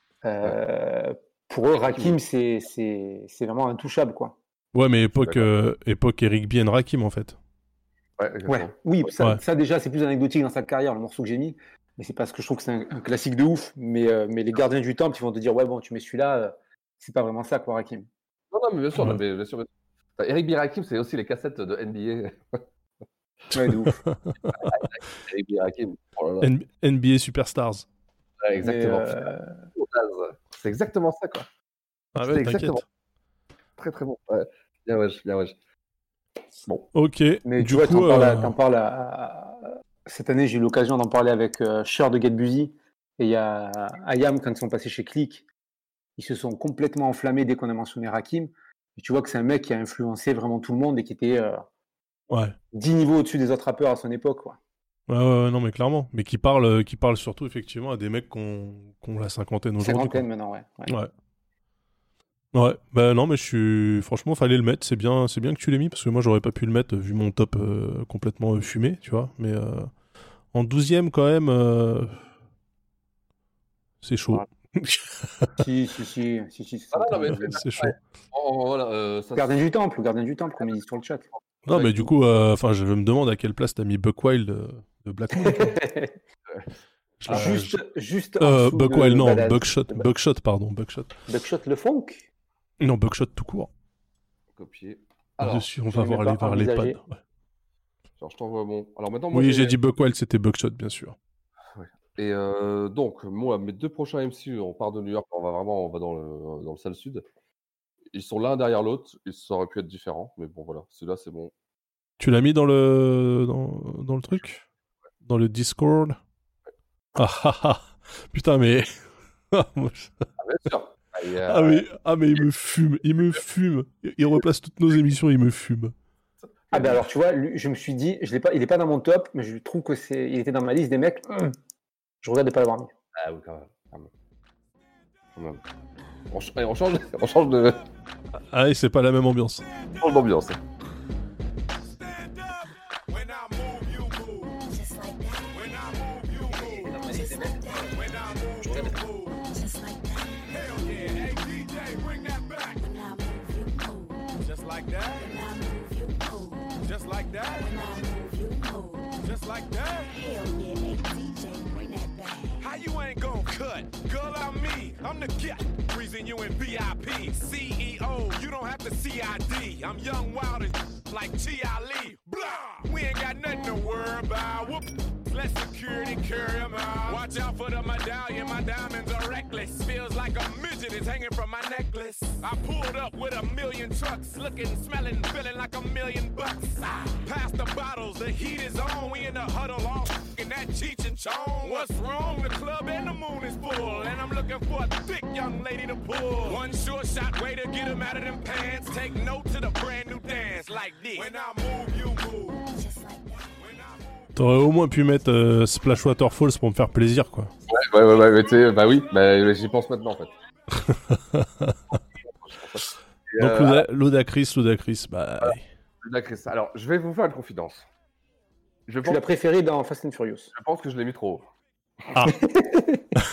euh, pour eux, Rakim, c'est c'est- c'est vraiment intouchable, quoi. Ouais, mais époque, euh, époque Eric B. and Rakim en fait. Ouais, Ouais, oui, ça, Ouais. ça déjà, c'est plus anecdotique dans sa carrière, le morceau que j'ai mis, mais c'est parce que je trouve que c'est un, un classique de ouf. Mais, euh, mais les gardiens du temple, ils vont te dire, ouais, bon, tu mets celui-là, euh, c'est pas vraiment ça, quoi, Rakim. Non, non, mais bien sûr, Ouais. non, mais bien sûr. bien sûr. Enfin, Eric B. Rakim, c'est aussi les cassettes de N B A. Ouais, de ouf. Eric B. Rakim. Oh là là. N- NBA Superstars. Ouais, exactement. Mais, euh, C'est exactement ça, quoi. Ah C'est ouais, exactement. t'inquiète. Très, très bon. Ouais. Bien, ouais, bien, ouais. Bon. Ok, Mais du tu vois, coup, t'en parles, à- euh, t'en parles à- à- cette année, j'ai eu l'occasion d'en parler avec euh, Cher de Get Busy et il y a Ayam quand ils sont passés chez Click. Ils se sont complètement enflammés dès qu'on a mentionné Rakim. Et tu vois que c'est un mec qui a influencé vraiment tout le monde et qui était euh, ouais. dix niveaux au-dessus des autres rappeurs à son époque, quoi. Ouais, ouais, ouais, non, mais clairement. Mais qui parle, euh, qui parle surtout effectivement à des mecs qui ont qui ont la cinquantaine aujourd'hui. Cinquantaine quoi. maintenant, ouais. ouais. Ouais. Ouais, bah non, mais je suis. Franchement, fallait le mettre. C'est bien, c'est bien que tu l'aies mis parce que moi, j'aurais pas pu le mettre vu mon top euh, complètement euh, fumé, tu vois. Mais euh, en douzième, quand même, euh, c'est chaud. si, si, si, si, si, Ah, non, mais C'est chaud. Oh, voilà, euh, ça, Gardien du temple, gardien du temple, comme il dit sur le chat. Non, mais du coup, euh, enfin, je me demande à quelle place t'as mis Buck Wild euh, de Black Moon. tu vois. Je- juste, je- juste en Euh, dessous Buck de Wild, non, Badass. Buckshot, Buckshot, pardon, Buckshot. Buckshot le funk. Non, Buckshot tout court. copier. Alors, Dessus, on je va l'ai voir même les, pas voir les pads. envisagé. Ouais. genre, je t'envoie mon. Alors maintenant, moi, Oui, j'ai dit Buck Wild, c'était Buckshot, bien sûr. Et euh, donc, moi, mes deux prochains M C, on part de New York, on va vraiment, on va dans le, dans le sale sud. Ils sont l'un derrière l'autre, ils ça aurait pu être différent, mais bon, voilà, celui-là, c'est bon. Tu l'as mis dans le dans, dans le truc, dans le Discord. Ah ah ah. Putain, mais ah, moi, je- Ah, bien sûr. Ah, il y a- ah, mais ah mais il me fume, il me fume. Il il replace toutes nos émissions, il me fume. Ah ben alors tu vois, lui, je me suis dit, je l'ai pas, il est pas dans mon top, mais je trouve que c'est, il était dans ma liste des mecs. hum, Je regrette de pas l'avoir mis. Ah oui, quand même. Quand même. Quand même. On, ch- allez, on change, on change de, Ah, et c'est pas la même ambiance. on change d'ambiance. Just like that. Just like that. Just like that. How you ain't gon' cut? Girl, I'm me. I'm the cat. Reason you in V I P. C E O. You don't have to C I D. I'm young, wild, and like T I Lee. Blah. We ain't got nothing to worry about. Whoop. Let security carry 'em out. Watch out for the medallion. My diamonds are reckless. Feels like a midget is hanging from my necklace. I pulled up with a million trucks. Looking, smelling, feeling like a million bucks. Ah, pass the bottles. The heat is on. We in the huddle all in that Cheech and Chong. What's wrong? The club and the moon is full. And I'm looking for a thick young lady to pull. One short shot way to get 'em out of them pants. Take note to the brand new dance like this. When I move, you move. T'aurais au moins pu mettre euh, Splash Waterfalls pour me faire plaisir, quoi. Ouais, ouais, ouais, ouais, mais tu sais, bah oui, bah, j'y pense maintenant en fait. Et, Donc euh, Luda- Ludacris, Ludacris, bah... voilà. Ludacris. Alors, je vais vous faire une confidence. Je Tu pense, l'as préféré dans Fast and Furious. je pense que je l'ai mis trop haut. Ah.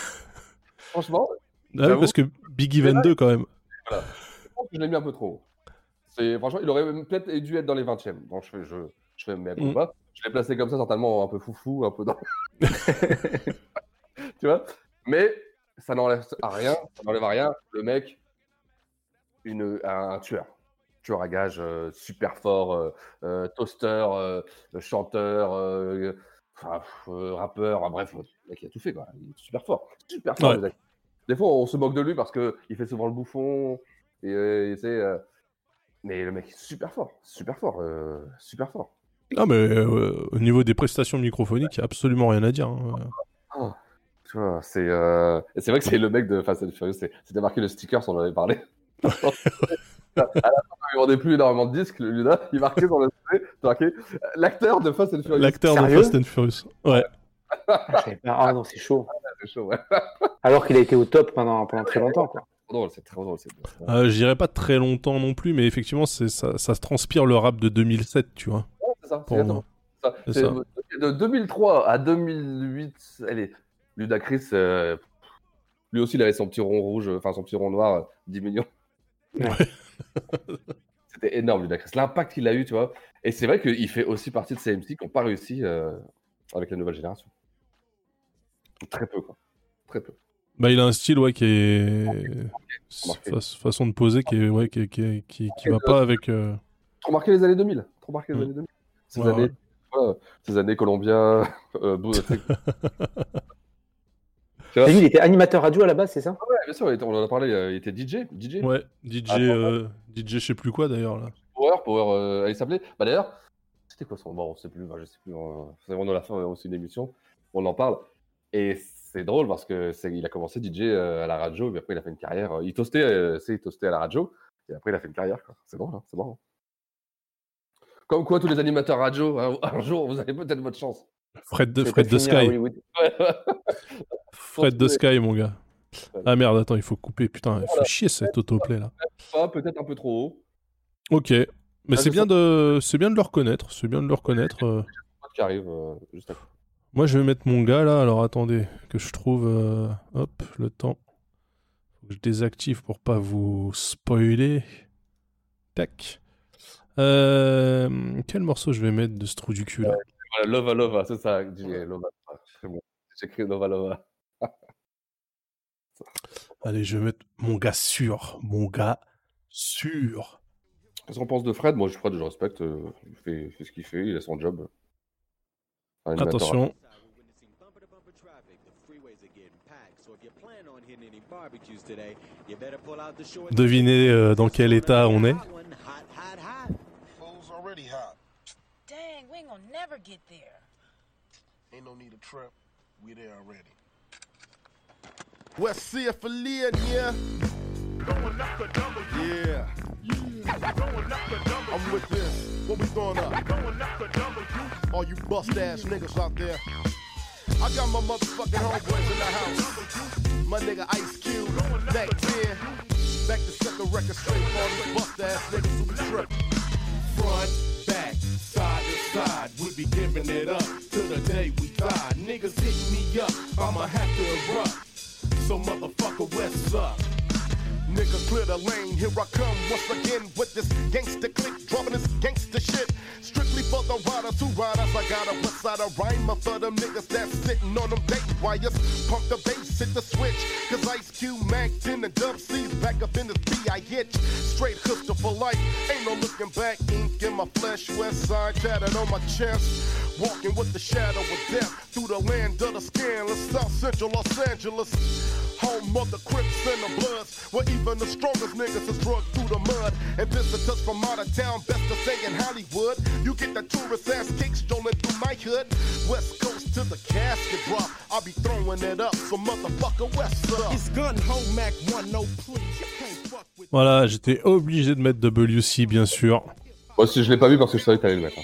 Franchement, Ah oui, j'avoue, parce que Biggie vingt-deux, quand même. voilà. Je pense que je l'ai mis un peu trop haut. C'est, franchement, il aurait même peut-être dû être dans les vingtièmes. Donc je fais, je, je fais mes combats. Mm. Je l'ai placé comme ça, certainement un peu foufou, un peu dans. Tu vois. Mais ça n'enlève à rien. Ça n'enlève à rien. Le mec, une, un, un tueur. Tueur à gage, euh, super fort, euh, euh, toaster, euh, chanteur, euh, enfin, euh, rappeur, hein, bref, le mec il a tout fait, quoi. Il est super fort. Super fort. Ouais. Des fois, on se moque de lui parce qu'il fait souvent le bouffon. Et, euh, et, euh, mais le mec est super fort, super fort, euh, super fort. Ah, mais euh, au niveau des prestations microphoniques, il n'y a absolument rien à dire. Hein. Oh, tu vois, c'est, euh... c'est vrai que c'est le mec de Fast and Furious, c'est... c'était marqué le sticker, on en avait parlé. À la fin, il vendait plus énormément de disques, le Luna, il marquait sur le C D, marqué l'acteur de Fast and Furious. L'acteur de Fast and Furious, ouais. Ah, ah non, c'est chaud. Ah, c'est chaud, ouais. Alors qu'il a été au top pendant, pendant très longtemps, quoi. Drôle, c'est très drôle. C'est... Euh, je dirais pas très longtemps non plus, mais effectivement, c'est, ça, ça se transpire le rap de deux mille sept, tu vois. Ouais, c'est ça. Pour c'est moi. Ça. C'est c'est ça. De deux mille trois à deux mille huit, allez, Ludacris, euh, lui aussi, il avait son petit rond rouge, enfin son petit rond noir, dix millions. Ouais. C'était énorme, Ludacris. L'impact qu'il a eu, tu vois. Et c'est vrai qu'il fait aussi partie de ces M C qui n'ont pas réussi euh, avec la nouvelle génération. Très peu, quoi. Très peu. Bah, il a un style, ouais, qui est. Fa- façon de poser qui est, ouais, qui, qui, qui, qui va pas avec. Euh... Trop marqué les années deux mille. Trop marqué les mmh. années deux mille. Ces ouais, années, ouais. Ouais, ces années colombiens. Euh, beau, Et lui, il était animateur radio à la base, c'est ça? Ouais, bien sûr, on en a parlé, il était D J. D J. Ouais, D J, ah, euh, D J, je sais plus quoi d'ailleurs. Là. Power, Power, euh, il s'appelait. Bah d'ailleurs, c'était quoi son nom? Bon, on sait plus, bah, je sais plus. On... C'est vraiment à la fin, on a aussi une émission, on en parle. Et c'est drôle parce que c'est... il a commencé D J euh, à la radio, puis après il a fait une carrière. Euh, il toastait, euh, c'est, il toastait à la radio, et après il a fait une carrière, quoi. C'est drôle, hein, c'est marrant. Comme quoi, tous les animateurs radio, un, un jour, vous avez peut-être votre chance. Fred de, Fred de Sky. Fred de Sky, mon gars. Ah merde, attends, il faut couper. Putain, il faut chier cet autoplay là. Pas, peut-être un peu trop haut. Ok, mais ah, c'est bien de, c'est bien de le reconnaître. C'est bien de le reconnaître. Euh... Qui arrive euh, juste après. Moi, je vais mettre mon gars là. Alors attendez, que je trouve. Euh... Hop, le temps. Faut que je désactive pour pas vous spoiler. Tac. Euh... Quel morceau je vais mettre de ce trou du cul là? Voilà, Lova Lova, c'est ça. Lova. C'est bon. J'écris Lova Lova. Allez, je vais mettre mon gars sûr. Mon gars sûr. Qu'est-ce qu'on pense de Fred? Moi, je Fred, je respecte. Euh, il fait, il fait ce qu'il fait, il a son job. Attention. Devinez euh, dans quel état on est. Dang, we ain't gonna never get there. Ain't no need to trip. We there already. West Sea affiliate, yeah. Going up the double, yeah. Yeah. Going up the double. I'm with this. What we going up? Going up the double. All you bust ass niggas out there. I got my motherfucking homeboys in the house. My nigga Ice Cube, back then. Back to set the record straight for all these bust ass niggas who be tripping. Front, back, side to side, we be giving it up till the day we die. Niggas hit me up, I'ma have to erupt. So motherfucker, what's up? Nigga, clear the lane, here I come once again with this gangster click, dropping this gangster shit. Strictly for the riders who ride us. I got a west side of rhyme for them niggas that's sitting on them date wires. Pump the bass, hit the switch, cause Ice Cube, Mac ten, and Dub C's back up in this B I itch. Straight pistol for life, ain't no looking back, ink in my flesh, west side tatted on my chest. Walking with the shadow of death through the land of the scandalous, South Central Los Angeles. Home of the Crips and the Bloods, where even the strongest niggas is drugged through the mud. And visitors from out of town, best to say in Hollywood. You get the tourist ass kicks strolling through my hood. West Coast to the casket drop, I'll be throwing it up, so motherfucker west up. It's gun home Mac one, no please. You can't fuck with. Voilà, j'étais obligé de mettre W C, bien sûr. Moi aussi, je l'ai pas vu parce que je savais que t'allais le mettre.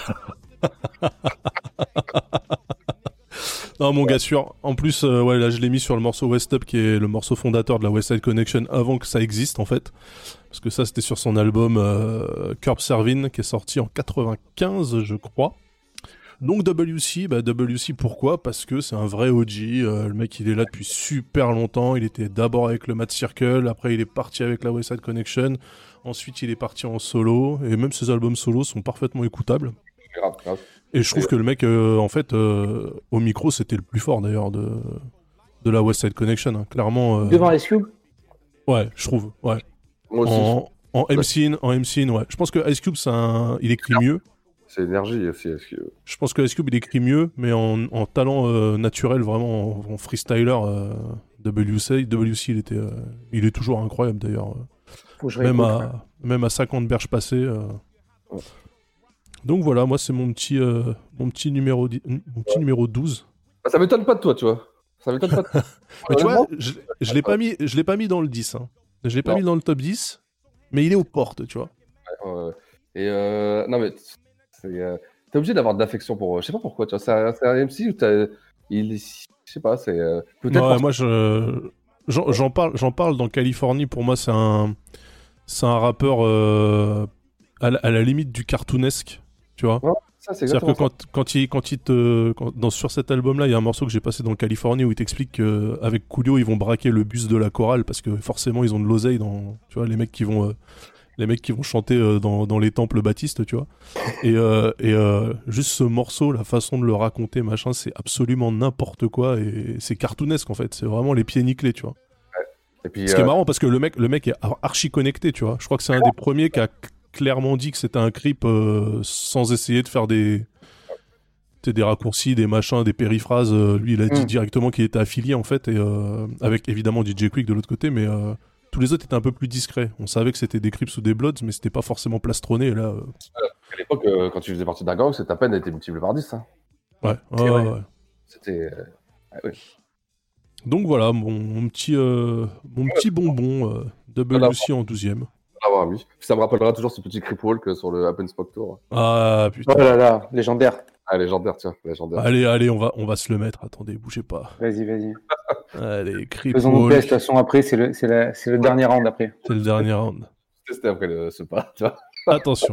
Non, mon gars sûr. En plus, euh, ouais, là, je l'ai mis sur le morceau West Up, qui est le morceau fondateur de la West Side Connection, avant que ça existe, en fait. Parce que ça, c'était sur son album euh, Curb Servin, qui est sorti en quatre-vingt-quinze, je crois. Donc W C, bah W C pourquoi? Parce que c'est un vrai O G, euh, le mec il est là depuis super longtemps, il était d'abord avec le Mad Circle, après il est parti avec la West Side Connection, ensuite il est parti en solo, et même ses albums solo sont parfaitement écoutables. Grave, grave. Et je trouve que le mec, euh, en fait, euh, au micro c'était le plus fort d'ailleurs de, de la West Side Connection, hein. Clairement. Euh... Devant Ice Cube? Ouais, je trouve, ouais. Moi aussi. En, en M C N, en M C N, ouais. Je pense que Ice Cube, c'est un... il écrit mieux. C'est énergie aussi. Ice Cube. Je pense que Ice Cube, il écrit mieux, mais en, en talent euh, naturel, vraiment, en, en freestyler, euh, W C, W C, il était, euh, il est toujours incroyable d'ailleurs. Faut que je Même réécoute, à, ouais. même à cinquante berges passées. Euh... Donc voilà, moi c'est mon petit, euh, mon petit numéro, dix... mon petit numéro douze. Bah, ça m'étonne pas de toi, tu vois. Ça m'étonne pas de toi. Mais tu vois, je, je l'ai pas mis, je l'ai pas mis dans le dix. Hein. Je l'ai pas Non. mis dans le top dix, mais il est aux portes, tu vois. Ouais, ouais, ouais. Et euh, non mais c'est, euh, t'es obligé d'avoir de l'affection pour. Je sais pas pourquoi, tu vois. C'est un, c'est un M C où t'as. Il, je sais pas, c'est euh, peut-être. Ouais, parce- moi je, j'en, j'en parle, j'en parle dans Californie. Pour moi, c'est un, c'est un rappeur euh, à, la, à la limite du cartoonesque, tu vois. Ouais, ça, c'est C'est-à-dire que exactement quand, quand il, quand il te, quand- dans, sur cet album-là, il y a un morceau que j'ai passé dans Californie où il t'explique qu'avec Coolio, ils vont braquer le bus de la chorale parce que forcément, ils ont de l'oseille dans, tu vois, les mecs qui vont, euh, les mecs qui vont chanter euh, dans, dans les temples baptistes, tu vois. Et, euh, et euh, juste ce morceau, la façon de le raconter, machin, c'est absolument n'importe quoi et c'est cartoonesque en fait. C'est vraiment les pieds nickelés, tu vois. Et puis, Ce qui est euh, marrant parce que le mec, le mec est ar- archi connecté, tu vois. Je crois que c'est un des premiers qui a c- clairement dit que c'était un creep euh, sans essayer de faire des, tu sais, des raccourcis, des machins, des périphrases. Euh, lui, il a dit Mm. directement qu'il était affilié en fait, et euh, avec évidemment D J Quick de l'autre côté, mais euh, tous les autres étaient un peu plus discrets. On savait que c'était des Crips ou des Bloods, mais c'était pas forcément plastronné. Et là, euh, à l'époque, euh, quand tu faisais partie d'un gang, c'est ta peine était multipliée par dix. Hein. ouais, C'est ouais, vrai. ouais. C'était. euh, ouais, ouais. Donc voilà, mon, mon petit, euh, mon petit bonbon euh, W C en douzième. Ah ouais, oui. Puis ça me rappellera toujours ce petit creep walk sur le Happen Spock Tour. Ah putain. Oh là là, légendaire. Ah, légendaire, tiens, légendaire. Allez, allez, on va, on va se le mettre. Attendez, bougez pas. Vas-y, vas-y. Allez, Creep Faisons nos Walk. tests, de toute façon, après, c'est le, c'est la- c'est le dernier round après. C'est le dernier round. C'était après le, ce pas, tu vois. Attention.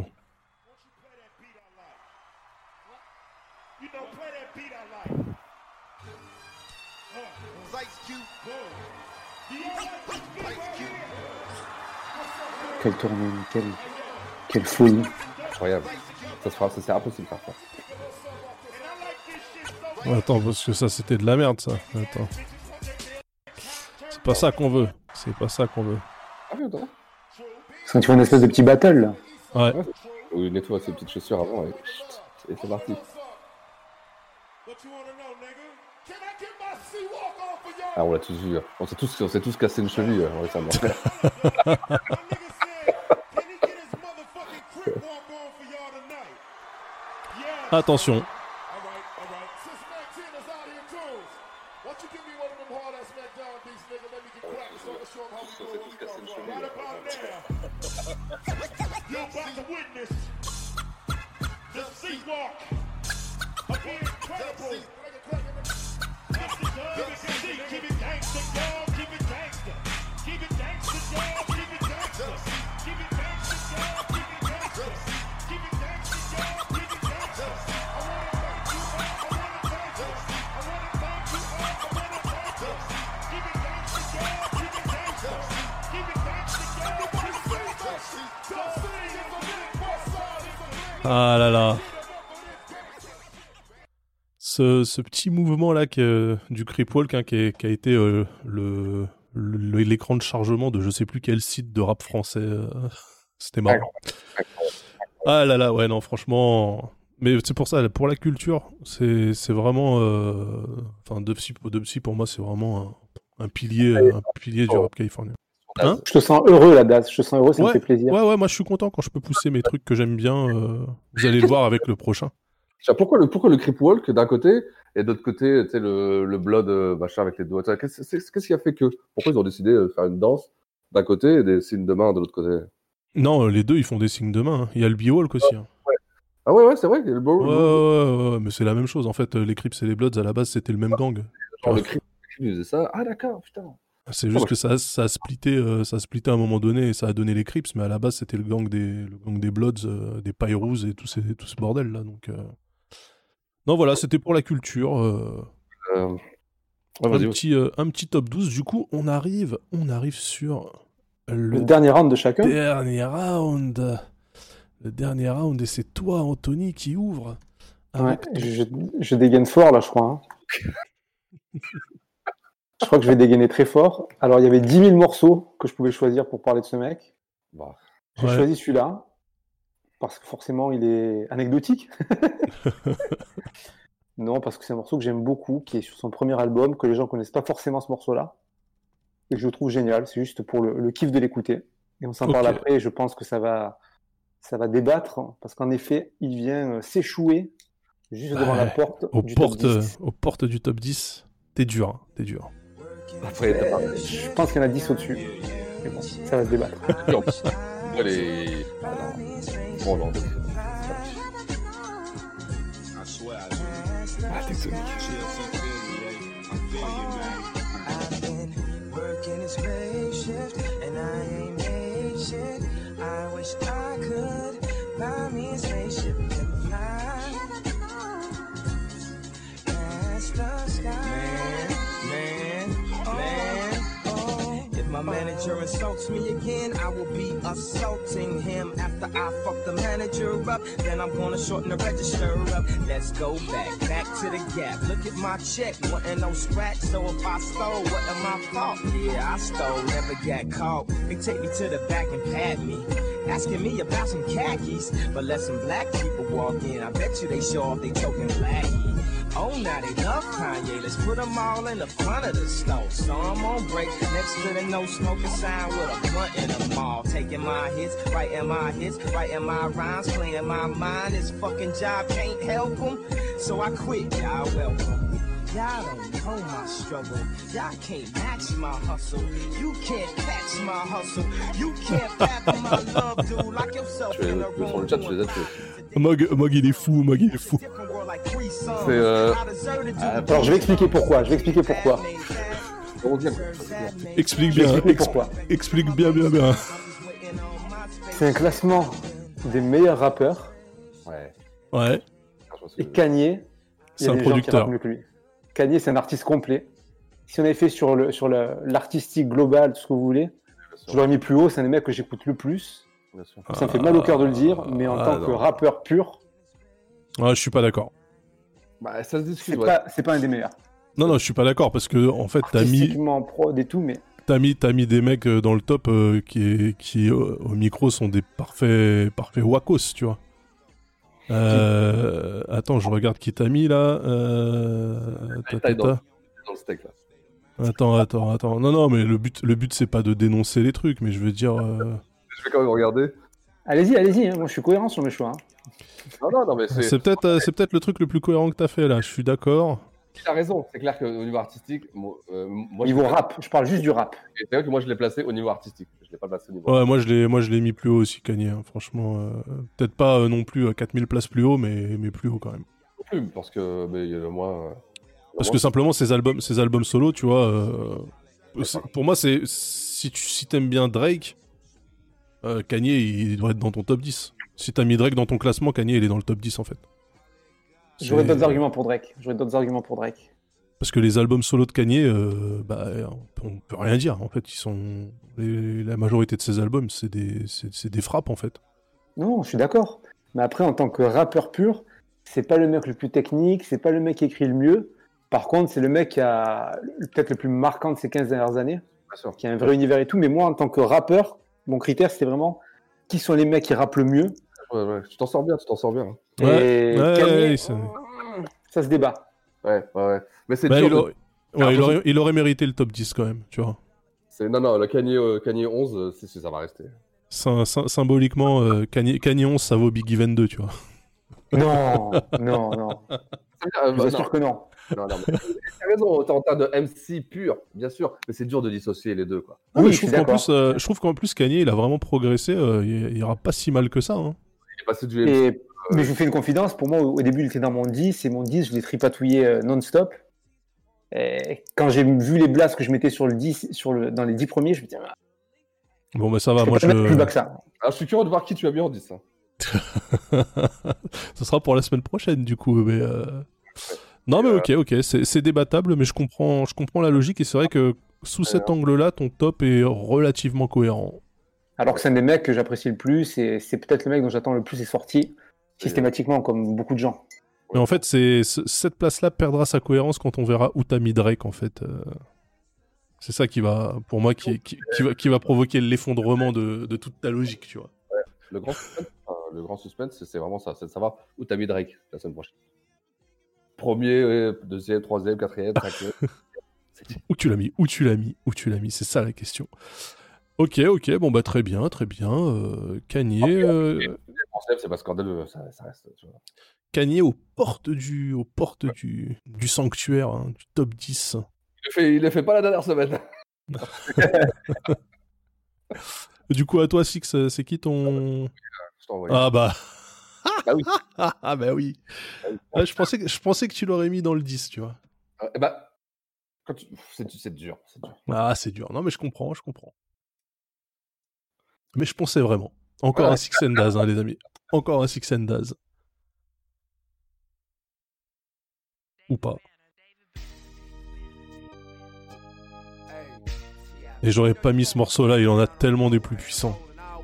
Quelle tournée, quelle, quelle folie. Incroyable. Ça se fera, ça, c'est impossible parfois. Attends, parce que ça, c'était de la merde, ça. Attends. C'est pas ça qu'on veut. C'est pas ça qu'on veut. Ah oui, attends. Parce que tu fais une espèce de petit battle, là. Ouais. Oui, nettoie ses petites chaussures avant et, et c'est parti. Ah, on l'a tous vu. hein. On s'est tous, on s'est tous cassé une cheville euh, récemment. Attention. Ah là là. Ce, ce petit mouvement là que, du Creepwalk hein, qui, est- qui a été euh, le, le- l'écran de chargement de je sais plus quel site de rap français. euh, C'était marrant. Ah là là, ouais, non, franchement. Mais c'est pour ça, pour la culture, c'est, c'est vraiment. euh, Enfin, Dubsy, Dubsy pour moi, c'est vraiment un, un pilier, un pilier du rap californien. Hein Je te sens heureux, la Daz. Je te sens heureux, ça ouais, me fait plaisir. Ouais, ouais, moi je suis content quand je peux pousser mes trucs que j'aime bien. euh, Vous allez le voir avec le prochain. Tiens, Pourquoi le, pourquoi le creep walk d'un côté et de l'autre côté, tu sais, le, le blood euh, machin avec les doigts. tu sais, Qu'est-ce c'est- qu'est-ce qui a fait que Pourquoi ils ont décidé de faire une danse d'un côté et des signes de main de l'autre côté? Non, euh, les deux ils font des signes de main. hein. Il y a le B-Walk aussi. hein. Ah ouais, ouais, c'est vrai. Il y a le beau. Ouais, ouais, ouais, ouais, mais c'est la même chose. En fait, euh, les Crips et les Bloods à la base c'était le même gang. Genre le creep, le creep, il faisait ça. Ah d'accord, putain. C'est juste que ça, a- ça a splitté, euh, ça a splitté à un moment donné et ça a donné les Crips, mais à la base c'était le gang des, le gang des Bloods, euh, des Pyrus et tout, ces, tout ce bordel là. Donc, euh... Non, voilà, c'était pour la culture. Euh... Euh, un, ouais, vas-y, petit, euh, un petit top douze. Du coup, on arrive, on arrive sur le, Le dernier round de chacun. dernier round. Le dernier round, et c'est toi, Anthony, qui ouvre. Ouais, Avec ton- je, je dégaine fort là, je crois. hein. Je crois que je vais dégainer très fort. Alors, il y avait dix mille morceaux que je pouvais choisir pour parler de ce mec. Bah, J'ai Ouais. choisi celui-là parce que forcément, il est anecdotique. Non, parce que c'est un morceau que j'aime beaucoup, qui est sur son premier album, que les gens connaissent pas forcément ce morceau-là, et que je trouve génial. C'est juste pour le, le kiff de l'écouter. Et on s'en Ok. parle après, et je pense que ça va, ça va débattre, parce qu'en effet, il vient euh, s'échouer juste devant la Ouais, porte aux du portes, top dix. aux portes du top dix. T'es dur, hein, t'es dur. après, t'as pas. Je pense qu'il y en a dix au-dessus. Mais bon, ça va se débattre. Moi, les. Ah non. Bon, non. Ah, tectonique. I've been working this great shift and I ain't made shit. I wish I could buy me a spaceship and fly past the sky. Man, man, man, oh. If my manager insults me again, I will be assaulting him. After I fuck the manager up, then I'm gonna shorten the register up. Let's go back, back to the gap. Look at my check, wasn't no scratch. So if I stole, wasn't my fault. Yeah, I stole, never got caught. They take me to the back and pat me, asking me about some khakis. But let some black people walk in, I bet you they show off they token blackie. Oh, now they love Kanye. Let's put them all in the front of the store. So I'm on break next to the no smoking sign with a blunt in the mall. Taking my hits, writing my hits, writing my rhymes, playing my mind. This fucking job can't help them. So I quit, y'all welcome. Y'all don't know my struggle. Y'all can't match my hustle. You can't catch my hustle. You can't fathom my love, dude. Like yourself Tu in les- a Sur room. le chat, tu les as tués. Mog, Mog, il est fou, Mog, il est fou. C'est. Euh... ah, Alors, je vais expliquer pourquoi. Je vais expliquer pourquoi. comment dire Explique Je vais bien, expliquer ex- pourquoi. explique bien, bien, bien. C'est un classement des meilleurs rappeurs. Ouais. Ouais, Et Kanye, il c'est y a un des gens qui producteur. rappent mieux que lui. Kanye, c'est un artiste complet. Si on avait fait sur le sur le- l'artistique global, tout ce que vous voulez, je l'aurais mis plus haut. C'est un des mecs que j'écoute le plus. Bien sûr. Ça me fait mal au cœur de le dire, mais en Ah, tant que non. rappeur pur, Ouais, je suis pas d'accord. Bah, ça se discute, c'est ouais. pas c'est pas un des meilleurs. Non, non, je suis pas d'accord parce que en fait, t'as mis, Artistiquement prod et tout, mais t'as mis, t'as mis des mecs euh, dans le top euh, qui, qui euh, au micro sont des parfaits, parfaits wakos, tu vois. Euh, attends, je regarde qui t'a mis là. Euh, ta, ta, Taille dans, ta. dans le steak, là. Attends, attends, attends. Non, non, mais le but, le but, c'est pas de dénoncer les trucs, mais je veux dire. euh, Je vais quand même regarder. allez-y, allez-y. hein. Moi, je suis cohérent sur mes choix. hein. Non, non, non, mais c'est. C'est peut-être, euh, c'est peut-être le truc le plus cohérent que t'as fait là. Je suis d'accord. Tu as raison, c'est clair qu'au niveau artistique, moi, euh, moi Niveau je- rap, je parle juste du rap. Et c'est vrai que moi je l'ai placé au niveau artistique. Je l'ai pas placé au niveau. Ouais, moi je l'ai, moi je l'ai mis plus haut aussi, Kanye. hein. Franchement, euh, peut-être pas euh, non plus à quatre mille places plus haut, mais, mais plus haut quand même. Non plus, parce que mais, il y a le moins. euh, Parce le que moins- simplement ces albums, ces albums solo, tu vois, euh, c'est- pour moi c'est si tu si t'aimes bien Drake, euh, Kanye il devrait être dans ton top dix. Si t'as mis Drake dans ton classement, Kanye il est dans le top dix en fait. J'aurais C'est- d'autres arguments pour Drake. J'aurais d'autres arguments pour Drake. Parce que les albums solo de Kanye, euh, bah, on peut, on peut rien dire. En fait, ils sont les- la majorité de ces albums, c'est des, c'est, c'est des frappes en fait. Non, je suis d'accord. Mais après, en tant que rappeur pur, c'est pas le mec le plus technique, c'est pas le mec qui écrit le mieux. Par contre, c'est le mec qui a le- peut-être le plus marquant de ces quinze dernières années, Bien sûr. qui a un vrai univers et tout. Mais moi, en tant que rappeur, mon critère, c'était vraiment qui sont les mecs qui rappent le mieux. Ouais, ouais. Tu t'en sors bien, tu t'en sors bien. hein. Ouais, Et ouais, Kanye, ouais, c'est- ça se débat. Ouais, ouais, ouais. Mais c'est Bah, dur. il, de- aurait, ouais, il, aurait, il aurait mérité le top dix quand même, tu vois. c'est- Non, non, le Kanye, euh, Kanye onze, euh, si, si, ça va rester. Sym- sym- symboliquement, euh, Kanye, Kanye onze, ça vaut Biggie vingt-deux, tu vois. Non, non, non. Euh, Je vous bah, assure non. que non. Non, non, mais t'as raison, t'es en termes de M C pur, bien sûr, mais c'est dur de dissocier les deux, quoi. Ah, Oui, mais je je, trouve suis qu'en d'accord. plus, euh, je trouve qu'en plus, Kanye, il a vraiment progressé. euh, il, il ira pas si mal que ça. Hein. Il est passé du M C. Et, mais je vous fais une confidence. Pour moi, au, au début, il était dans mon dix. Et mon dix, je l'ai tripatouillé euh, non-stop. Et quand j'ai vu les blasts que je mettais sur le dix, sur le, dans les dix premiers, je me disais, ah, Bon, bah ça va. je peux Moi, pas mettre plus bas je... que ça. Alors, je suis curieux de voir qui tu as mis en dix. Hein. Ce sera pour la semaine prochaine, du coup. Mais, euh, Non, mais ok, ok, c'est, c'est débattable, mais je comprends, je comprends la logique, et c'est vrai que sous cet angle-là, ton top est relativement cohérent. Alors que c'est un des mecs que j'apprécie le plus, et c'est peut-être le mec dont j'attends le plus les sorties, systématiquement, comme beaucoup de gens. Mais en fait, c'est, c- cette place-là perdra sa cohérence quand on verra où t'as mis Drake, en fait. Euh, C'est ça qui va, pour moi, qui, qui, qui va, qui va provoquer l'effondrement de, de toute ta logique, tu vois. Ouais. Le grand suspense, enfin, le grand suspense, c'est, c'est vraiment ça, c'est de savoir où t'as mis Drake la semaine prochaine. Premier, ouais, deuxième, troisième, quatrième, cinquième. Où tu l'as mis, où tu l'as mis, où tu l'as mis, c'est ça la question. Ok, ok, bon bah très bien, très bien. Euh, Kanye, euh, Le concept, c'est pas scandaleux, ça, ça reste. Tu vois. Kanye aux portes du, aux portes du, du sanctuaire, hein, du top dix. Il le fait, il le fait pas la dernière semaine. Du coup, à toi, Six, c'est qui ton... Je t'envoie. Ah bah... Bah oui. Ah bah oui. Ouais, je, pensais que, je pensais que tu l'aurais mis dans le dix, tu vois. Euh, eh bah, quand tu... c'est, c'est dur, c'est dur. Ah, c'est dur. Non, mais je comprends, je comprends. Mais je pensais vraiment. Encore Ouais. un Six and Daz, hein, les amis. Encore un Six and Daz. Ou pas. Et j'aurais pas mis ce morceau-là, il en a tellement des plus puissants.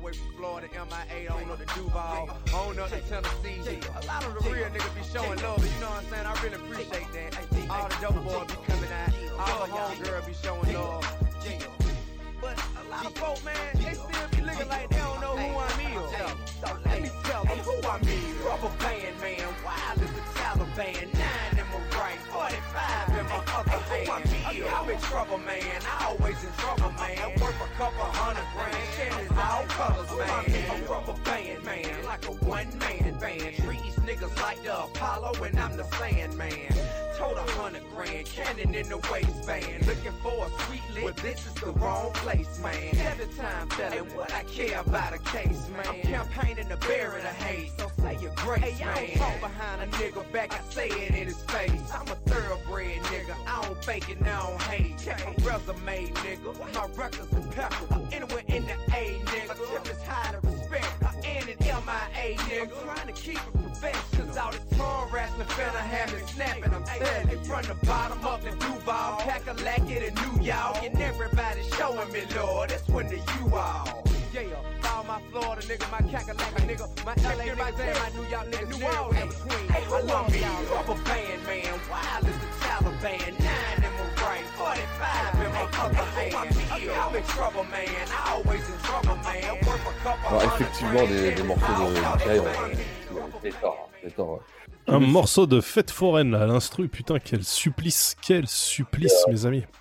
Own up to Tennessee. A lot of the real niggas be showing love, you know what I'm saying? I really appreciate that. All the dope boys be coming out, all the homegirls be showing love. But a lot of folk, man, they still be looking like they don't know who I'm is. So let me tell them who I'm is. Rubber band, man, wild as the Taliban. Nine in my right, forty-five in my other hand. I'm in trouble, man, I always in trouble, man. Worth a couple hundred grand, shit is all colors, man. A rubber band, man, like a one-man band. Treat these niggas like the Apollo and I'm the Sandman. Told a hundred grand, cannon in the waistband. Looking for a sweet lick, but this is the wrong place, man. Every time telling what I care about a case, man. I'm campaigning to bury the hate, so say your grace, hey, man. I don't talk behind a nigga back, I say it in his face. I'm a thoroughbred nigga, I don't fake it, I don't hate. Check my resume, nigga, my records impeccable. Anywhere in the A, nigga, tip is high to respect. And in M I A, nigga, trying to keep it professional. Cause all this tongue wrestling finna have me snapping, I'm telling you. From the bottom up to Duval, Cackalack it and New York. And everybody showing me, Lord, that's when the you all. Yeah, all my Florida nigga, my Cackalack nigga, my L A nigga, my New York nigga, New Orleans in between. I love y'all, rubber band, man, wild as the Taliban. Nine in my right, forty-five in my other hand. I'm in trouble, man, I always in trouble, man. Worth a couple Alors, hundred effectivement, des, des morceaux de Kanye, c'est tort, c'est tort. Un morceau de fête foraine là, à l'instru, putain, quel supplice, quel supplice, euh, mes amis.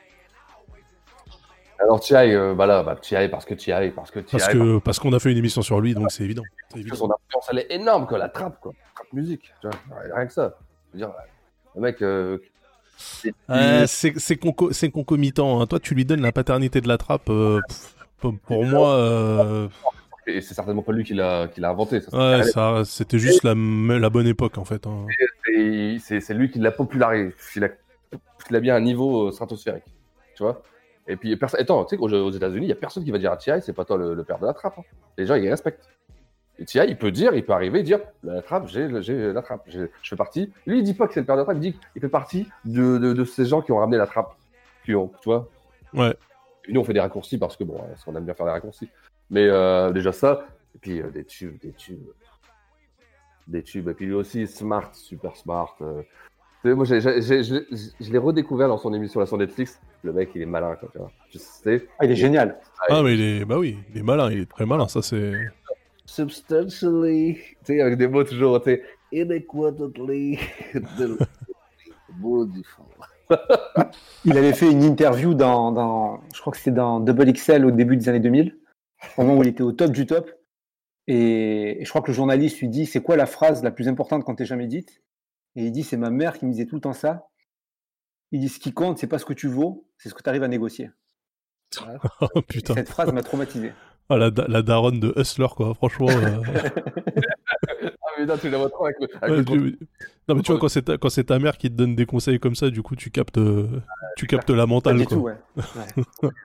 Alors T I, euh, bah là, bah, T I parce que T I, parce que T I. Parce que parce qu'on a fait une émission sur lui, donc c'est évident. C'est évident. Son influence, elle est énorme, quoi, la trappe, quoi. Trappe musique, tu vois, rien que ça. Je veux dire, le mec... Euh, c'est, Euh, c'est, c'est, conco- c'est concomitant, hein. Toi, tu lui donnes la paternité de la trappe, euh, pff, pour, pour moi... Euh... Et c'est certainement pas lui qui l'a, qui l'a inventé. Ça, Ouais, ça, c'était juste la, la bonne époque, en fait. Hein. C'est, c'est, c'est lui qui l'a popularisé. Il a, il a bien un niveau stratosphérique, tu vois. Et puis, personne... Attends, tu sais qu'aux aux États-Unis, il y a personne qui va dire à T I, c'est pas toi le, le père de la trappe. Hein. Les gens, ils respectent. Et T I, il peut dire, il peut arriver et dire, la trappe, j'ai, j'ai la trappe. J'ai, je fais partie. Lui, il dit pas que c'est le père de la trappe, il dit qu'il fait partie de, de, de ces gens qui ont ramené la trappe. Qui ont, tu vois. Ouais. Et nous, on fait des raccourcis parce que, bon, parce qu'on aime bien faire des raccourcis. Mais euh, déjà ça, et puis euh, des tubes, des tubes, des tubes. Et puis lui aussi, smart, super smart. Euh. Moi, j'ai, j'ai, j'ai, je, je l'ai redécouvert dans son émission là sur Netflix. Le mec, il est malin, quoi, tu vois. Je sais. Ah, il est génial. Ah, mais il est, bah oui, il est malin, il est très malin, ça c'est... Substantially, tu sais, avec des mots toujours, tu sais, inequitably, beautiful. Il avait fait une interview dans, dans, je crois que c'était dans Double X L au début des années deux mille, au moment où il était au top du top. Et, et je crois que le journaliste lui dit, c'est quoi la phrase la plus importante qu'on t'ait jamais dite? Et il dit, c'est ma mère qui me disait tout le temps ça. Il dit, ce qui compte, c'est pas ce que tu vaux, c'est ce que tu arrives à négocier. Oh putain. Cette phrase m'a traumatisé. Ah, la, da- la daronne de Hustler, quoi, franchement. Euh... Ah, mais non, tu la vois trop avec le. Avec Ouais, le tu- Non, mais tu vois, quand c'est, ta... quand c'est ta mère qui te donne des conseils comme ça, du coup, tu captes, euh, tu captes la Pas mentale, du quoi. tout, ouais. Ouais.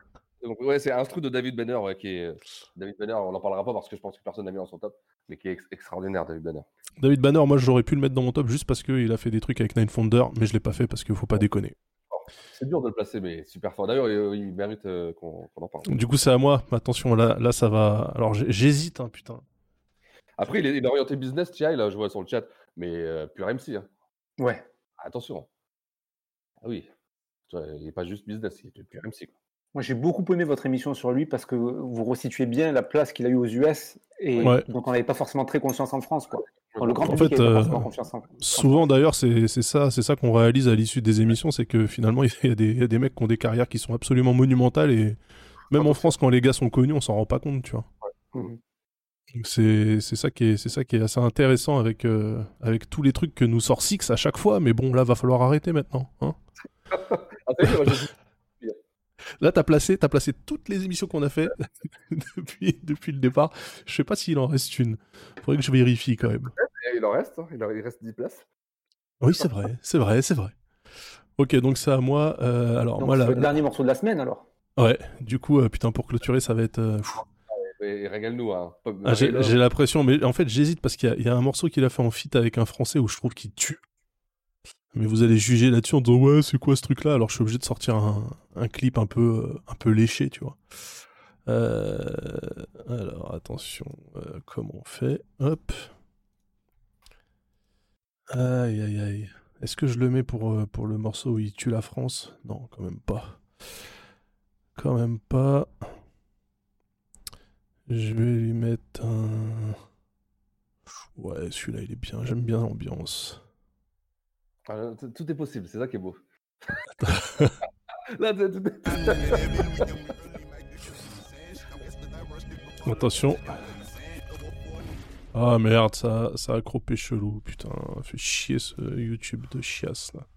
Donc, ouais, c'est un truc de David Banner, ouais, qui est. David Banner, on n'en parlera pas parce que je pense que personne n'a mis dans son top, mais qui est ex- extraordinaire, David Banner. David Banner, moi j'aurais pu le mettre dans mon top juste parce qu'il a fait des trucs avec Nine Founder, mais je l'ai pas fait parce qu'il faut pas déconner. C'est dur de le placer, mais super fort. D'ailleurs, il, il mérite euh, qu'on, qu'on en parle. Du coup, c'est à moi. Attention, là, là ça va. Alors j'ai- j'hésite, hein, putain. Après, il est, il est orienté business, T I, là, je vois sur le chat, mais euh, pur M C. Hein. Ouais. Attention. Ah oui. Tu vois, il n'est pas juste business, il est pur M C. Quoi. Moi, j'ai beaucoup aimé votre émission sur lui parce que vous resituez bien la place qu'il a eue aux U S et Ouais. dont on n'avait pas forcément très conscience en France, quoi. Enfin, le grand En public fait, n'avait pas euh, forcément confiance en souvent d'ailleurs, c'est c'est ça, c'est ça qu'on réalise à l'issue des émissions, c'est que finalement, il y, a des- il y a des mecs qui ont des carrières qui sont absolument monumentales et même en France, quand les gars sont connus, on s'en rend pas compte, tu vois. Mhm. Donc C'est c'est ça qui est c'est ça qui est assez intéressant avec euh, avec tous les trucs que nous sort Six à chaque fois, mais bon, là, va falloir arrêter maintenant, hein. Ah, t'as vu, moi, j'ai- Là, t'as placé, t'as placé toutes les émissions qu'on a fait depuis, depuis le départ. Je sais pas s'il en reste une. Faudrait que je vérifie quand même. Il en reste, hein, il, en- il reste dix places. Oui, c'est vrai, c'est vrai, c'est vrai. Ok, donc c'est à moi. Euh, alors Donc, moi, c'est là, le dernier morceau de la semaine, alors. ouais. Du coup, euh, putain, pour clôturer, ça va être. euh, pff. Et, et régale-nous, hein. Pop- Ah, j'ai Régale- j'ai la pression, mais en fait, j'hésite parce qu'il y, a- il y a un morceau qu'il a fait en feat avec un Français où je trouve qu'il tue. Mais vous allez juger là-dessus en disant ouais, c'est quoi ce truc-là? Alors je suis obligé de sortir un, un clip un peu, euh, un peu léché, tu vois. Euh, alors attention, euh, comment on fait? Hop. Aïe aïe aïe. Est-ce que je le mets pour, euh, pour le morceau où il tue la France? Non, quand même pas. Quand même pas. Je vais lui mettre un. Ouais, celui-là il est bien, j'aime bien l'ambiance. Ah, tout- tout est possible, c'est ça qui est beau. Là, tout- tout- Attention. Ah merde, ça, ça a croppé chelou, putain. Fait chier ce YouTube de chiasse là.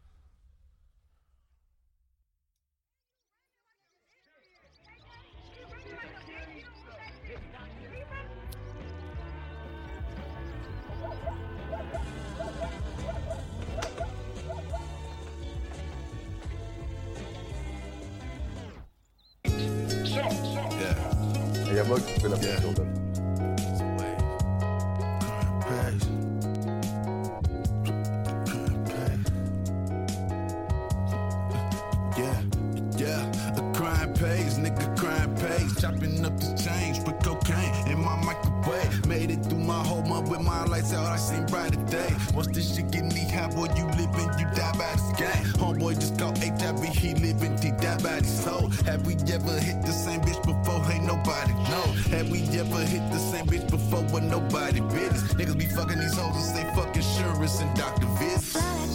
Il y a moi qui fait la pression. là. Yeah, yeah, a crime pays, nigga crime pays. Chopping up the change, put cocaine in my microwave. Made it through my whole month with my lights out, I seen brighter day. Once this shit get me hot, boy, you living, you die by this game. Homeboy just called H I V, he living, he died by his soul. Have we ever hit the same bitch before? Ain't nobody know. Have we ever hit the same bitch before with nobody business? Niggas be fucking these hoes and say fuck insurance and doctor visits.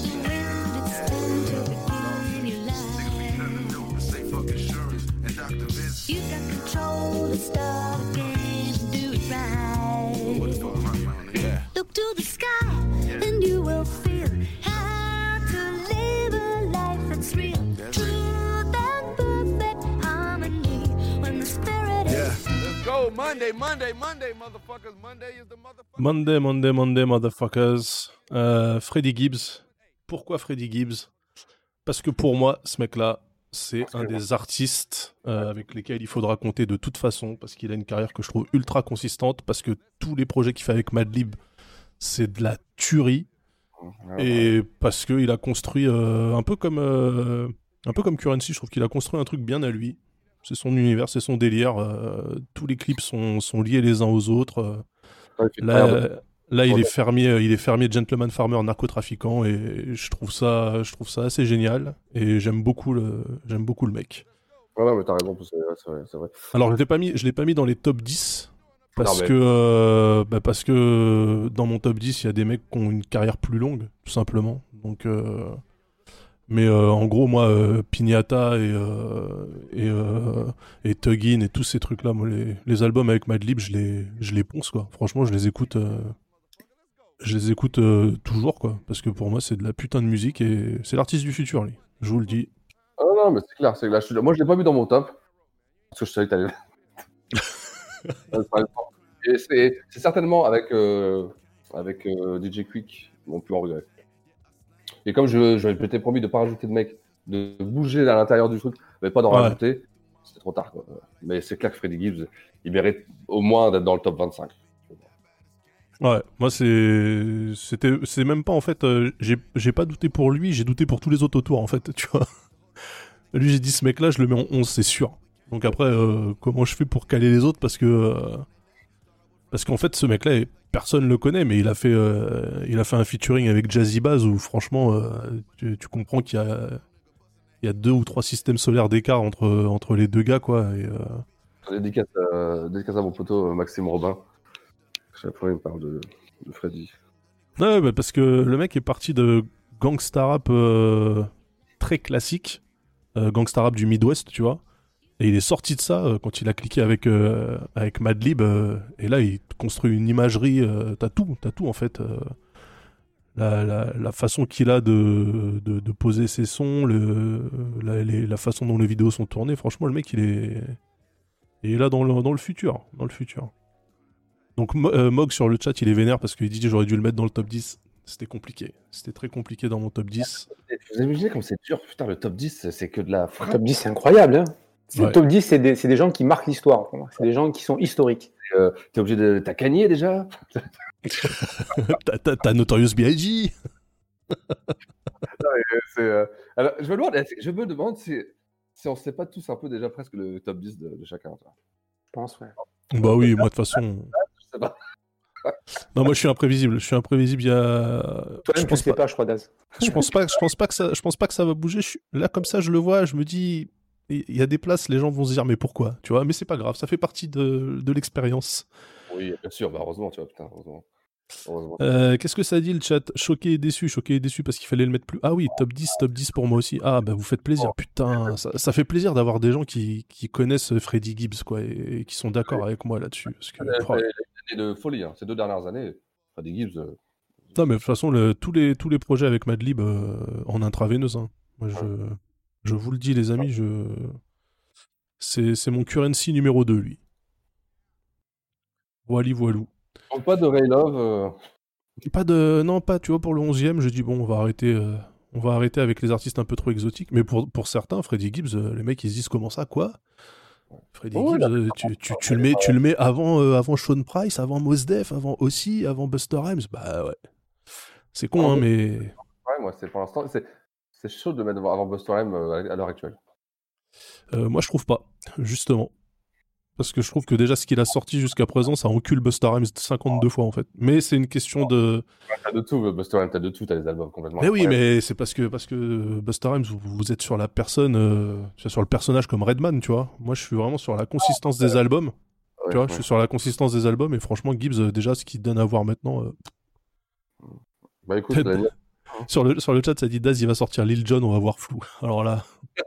You got control to stop and do it right. Look to the sky and you will feel how to live a life that's real. Truth and perfect harmony when the spirit is. Let's go. Monday, Monday, Monday, motherfuckers. Monday is the motherfucker. Monday, Monday, Monday, motherfuckers. Euh, Freddie Gibbs. Pourquoi Freddie Gibbs? Parce que pour moi, ce mec-là, c'est un des artistes euh, avec lesquels il faudra compter de toute façon, parce qu'il a une carrière que je trouve ultra consistante, parce que tous les projets qu'il fait avec Madlib, c'est de la tuerie, et parce qu'il a construit euh, un peu comme euh, un peu comme Currency, je trouve qu'il a construit un truc bien à lui. C'est son univers, c'est son délire. Euh, tous les clips sont, sont liés les uns aux autres. Euh, Ouais, il fait là, très bien. là, il Ouais. est fermier, il est fermier, gentleman farmer, narcotrafiquant, et je trouve ça, je trouve ça assez génial. Et j'aime beaucoup le, j'aime beaucoup le mec. Ouais, ouais, mais t'as raison, c'est vrai, c'est vrai. C'est vrai. Alors je l'ai pas mis, je l'ai pas mis dans les top dix parce Non, mais- que euh, bah, parce que dans mon top dix, il y a des mecs qui ont une carrière plus longue, tout simplement. Donc euh, mais euh, en gros, moi, euh, Pignata et euh, et, euh, et Tuggin et tous ces trucs-là, moi, les, les albums avec Madlib, je les je les ponce quoi. Franchement, je les écoute, euh, je les écoute euh, toujours quoi, parce que pour moi, c'est de la putain de musique et c'est l'artiste du futur, lui. Je vous le dis. Ah non, mais c'est clair, c'est clair. Je suis- Moi, je l'ai pas mis dans mon top. Parce que je savais que t'allais. C'est pas le temps. Et c'est c'est certainement avec, euh, avec euh, D J Quick mon plus grand regret. Et comme je, je m'étais promis de pas rajouter de mec, de bouger à l'intérieur du truc, mais pas d'en Ouais. rajouter, c'était trop tard. Quoi. Mais c'est clair que Freddie Gibbs, il mérite au moins d'être dans le top vingt-cinq. Ouais, moi c'est c'était c'est même pas en fait euh, j'ai j'ai pas douté pour lui, j'ai douté pour tous les autres autour en fait, tu vois. Lui j'ai dit ce mec là, je le mets en onze, c'est sûr. Donc après euh, comment je fais pour caler les autres parce que euh, parce qu'en fait ce mec là personne le connaît mais il a fait euh, il a fait un featuring avec Jazzy Bass où franchement euh, tu, tu comprends qu'il y a il y a deux ou trois systèmes solaires d'écart entre entre les deux gars quoi et euh... dédicace, euh, dédicace à mon poteau Maxime Robin. Chaque fois, il me parle de, de Freddy. Ouais, bah parce que le mec est parti de gangsta rap euh, très classique, euh, gangsta rap du Midwest, tu vois. Et il est sorti de ça euh, quand il a cliqué avec, euh, avec Madlib. Euh, et là, il construit une imagerie. Euh, t'as tout, t'as tout en fait. Euh, la, la, la façon qu'il a de, de, de poser ses sons, le, la, les, la façon dont les vidéos sont tournées. Franchement, le mec, il est, il est là dans le, dans le futur. Dans le futur. Donc euh, Mog sur le chat il est vénère parce qu'il dit j'aurais dû le mettre dans le top dix. C'était compliqué. C'était très compliqué dans mon top dix. Vous imaginez comme c'est dur. Putain, le top dix c'est que de la frappe. Le top dix c'est incroyable. Hein. Ouais. Le top dix c'est des, c'est des gens qui marquent l'histoire. C'est des gens qui sont historiques. Euh, t'es obligé de... T'as Kanye déjà. t'as, t'as, t'as Notorious B I G. Non, c'est, euh... Alors, je me demande, je me demande si, si on sait pas tous un peu déjà presque le top dix de, de chacun. Toi. Je pense, ouais. Bah oui, moi de toute façon... Je sais pas. Non, moi je suis imprévisible. Je suis imprévisible. Il y a. Toi, je pense pas. pas, je crois, Daz. Je pense pas. Je pense pas que ça. Je pense pas que ça va bouger. Je suis... Là, comme ça, je le vois. Je me dis, il y a des places. Les gens vont se dire, mais pourquoi, tu vois. Mais c'est pas grave. Ça fait partie de, de l'expérience. Oui, bien sûr. Bah heureusement, tu vois, putain, heureusement. heureusement. Euh, qu'est-ce que ça dit le chat? Choqué et déçu. Choqué et déçu parce qu'il fallait le mettre plus. Ah oui, top dix, top dix pour moi aussi. Ah bah vous faites plaisir. Putain, ça, ça fait plaisir d'avoir des gens qui, qui connaissent Freddie Gibbs quoi et, et qui sont d'accord avec moi là-dessus. Parce que. C'est de folie, hein. Ces deux dernières années, Freddie Gibbs. Euh... Non, mais de toute façon, le, tous, les, tous les projets avec Madlib euh, en intraveineuse. Hein. Moi, je, ouais. je vous le dis, les amis, je... c'est, c'est mon currency numéro deux, lui. Voili, voilou. Donc, pas de Ray Love euh... Pas de. Non, pas, tu vois, pour le onzième, je dis, bon, on va arrêter. Euh... On va arrêter avec les artistes un peu trop exotiques. Mais pour, pour certains, Freddie Gibbs, euh, les mecs, ils se disent, comment ça, quoi? Freddie oh, Gibbs, euh, tu, tu, tu, le mets, tu le mets avant, euh, avant Sean Price, avant Mos Def, avant aussi, avant Busta Rhymes. Bah ouais. C'est con, oh, hein, mais. Ouais, moi, c'est pour l'instant, c'est, c'est chaud de mettre avant Busta Rhymes euh, à l'heure actuelle. Euh, moi, je trouve pas, justement. Parce que je trouve que déjà, ce qu'il a sorti jusqu'à présent, ça encule Busta Rhymes cinquante-deux fois, en fait. Mais c'est une question de. Ouais, t'as de tout, Busta Rhymes, t'as de tout, t'as des albums complètement. Mais oui, mais c'est parce que, parce que Busta Rhymes, vous, vous êtes sur la personne, euh, sur le personnage comme Redman, tu vois. Moi, je suis vraiment sur la consistance des albums. Ouais, tu vois, ouais. Je suis sur la consistance des albums, et franchement, Gibbs, euh, déjà, ce qu'il donne à voir maintenant. Euh... Bah écoute, sur, le, sur le chat, ça dit Daz, il va sortir Lil Jon, on va voir flou. Alors là.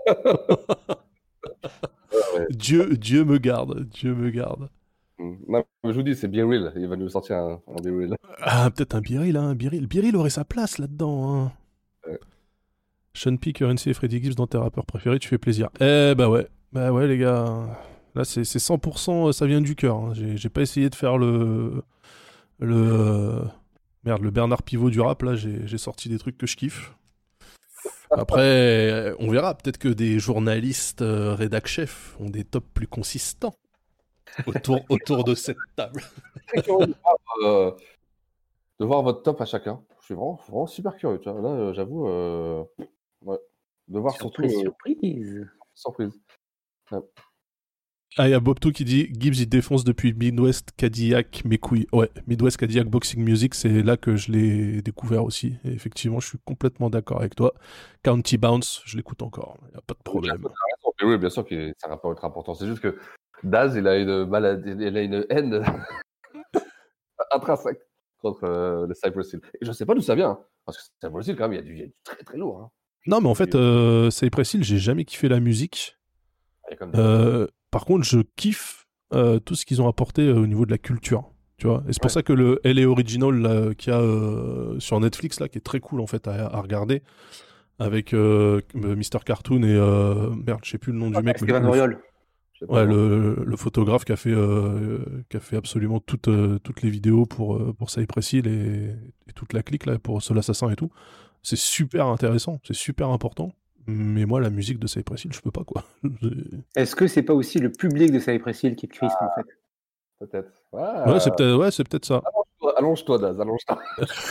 Ouais. Dieu, Dieu me garde, Dieu me garde. Non, je vous dis, c'est Be Real, il va nous sortir un, un Be Real. Ah, peut-être un Be Real, hein, Be Real. Be Real aurait sa place là-dedans. Hein. Ouais. Sean P, Currency et Freddie Gibbs dans tes rappeurs préférés, tu fais plaisir. Eh bah ouais, bah ouais les gars, là c'est, c'est cent pour cent, ça vient du cœur. Hein. J'ai, j'ai pas essayé de faire le... le... Merde, le Bernard Pivot du rap, là, j'ai, j'ai sorti des trucs que je kiffe. Après, on verra. Peut-être que des journalistes euh, rédac-chefs ont des tops plus consistants autour, autour de cette table. Très curieux de voir, euh, de voir votre top à chacun. Je suis vraiment, vraiment super curieux. Tu vois. Là, euh, j'avoue, euh, ouais. de voir surprise, surtout... Euh, surprise. Surprise. Ouais. Ah, il y a Bobto qui dit Gibbs il défonce depuis Midwest Cadillac mes couilles. Ouais, Midwest Cadillac Boxing Music, c'est là que je l'ai découvert aussi. Et effectivement, je suis complètement d'accord avec toi. County Bounce, je l'écoute encore, il n'y a pas de problème. Oui, oui, bien sûr que ça n'a pas être important. C'est juste que Daz, il a une maladie, il a une haine intrinsèque contre euh, le Cypress Hill. Et je ne sais pas d'où ça vient, hein, parce que Cypress Hill, quand même, il y a du, il y a du très très lourd. Hein. Non, mais en fait, euh, Cypress Hill, j'ai jamais kiffé la musique. Euh, par contre, je kiffe euh, tout ce qu'ils ont apporté euh, au niveau de la culture, tu vois. Et c'est pour ouais. ça que le L A Original là, qu'il y a euh, sur Netflix là, qui est très cool en fait à, à regarder, avec euh, Mister Cartoon et euh, merde, je sais plus le nom du mec. Steven Oriol. Ouais, le, le photographe qui a fait euh, qui a fait absolument toutes euh, toutes les vidéos pour euh, pour Cypress Hill et, et toute la clique là pour Soul Assassin et tout. C'est super intéressant, c'est super important. Mais moi, la musique de Cypress Hill, je peux pas, quoi. Est-ce que c'est pas aussi le public de Cypress Hill qui te crispe, en fait? Peut-être. Ouais, ouais c'est peut-être ouais, c'est peut-être ça. Allonge-toi, allonge-toi Daz, allonge-toi.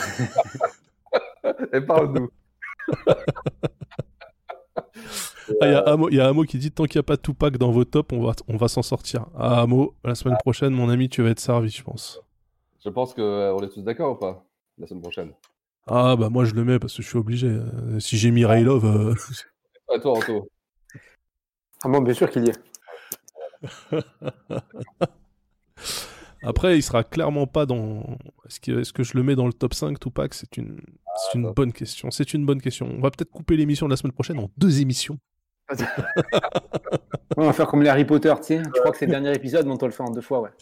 Et parle-nous. Il ah, y a Amo, y a Amo qui dit tant qu'il n'y a pas de Tupac dans vos tops, on va, on va s'en sortir. Ah, Amo, la semaine ah. prochaine, mon ami, tu vas être servi, je pense. Je pense qu'on euh, est tous d'accord ou pas? La semaine prochaine. Ah, bah moi je le mets parce que je suis obligé. Euh, si j'ai mis Ray Love. Euh... À toi, Anto. Ah, bon, bien sûr qu'il y est. Après, il sera clairement pas dans. Est-ce que, est-ce que je le mets dans le top cinq, Tupac? C'est une, c'est une bonne question. C'est une bonne question. On va peut-être couper l'émission de la semaine prochaine en deux émissions. On va faire comme les Harry Potter, tu sais. Je crois que c'est le dernier épisode, mais on te le fait en deux fois, ouais.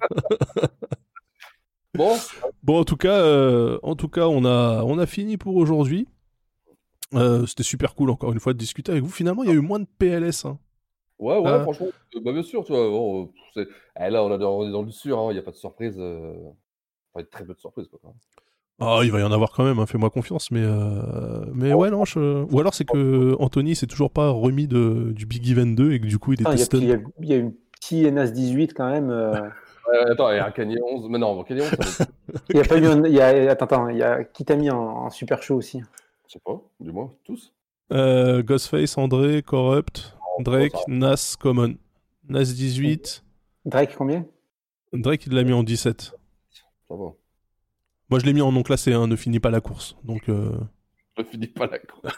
Bon. Bon, en tout cas, euh, en tout cas, on a, on a fini pour aujourd'hui. Euh, c'était super cool, encore une fois, de discuter avec vous. Finalement, il y a eu moins de P L S. Hein. Ouais, ouais, euh... franchement, euh, bah, bien sûr, tu vois. Bon, c'est... Eh, là, on, a, on est dans le sûr, il hein, n'y a pas de surprise. Euh... Enfin, très peu de surprises, quoi. Quand même. Ah, il va y en avoir quand même, hein, fais-moi confiance, mais, euh... mais ouais, non, je... ou alors c'est que Anthony s'est toujours pas remis de... du Big Event deux et que du coup il était stun. Il y, a... y a eu un petit N A S dix-huit quand même. Euh... euh, attends, il y a un Kanye onze, mais non, Kanye onze, ça Il y a pas eu un... il y a... Attends, attends, il y a qui t'a mis en... en super show aussi? Je sais pas, dis-moi, tous. Euh, Ghostface, André, Corrupt, oh, Drake, oh, Nas, Common. Nas dix-huit. Drake combien? Drake il l'a mis en dix-sept. Ça va. Moi, je l'ai mis en non classé, hein, ne finit pas la course. Donc, euh... ne finit pas la course.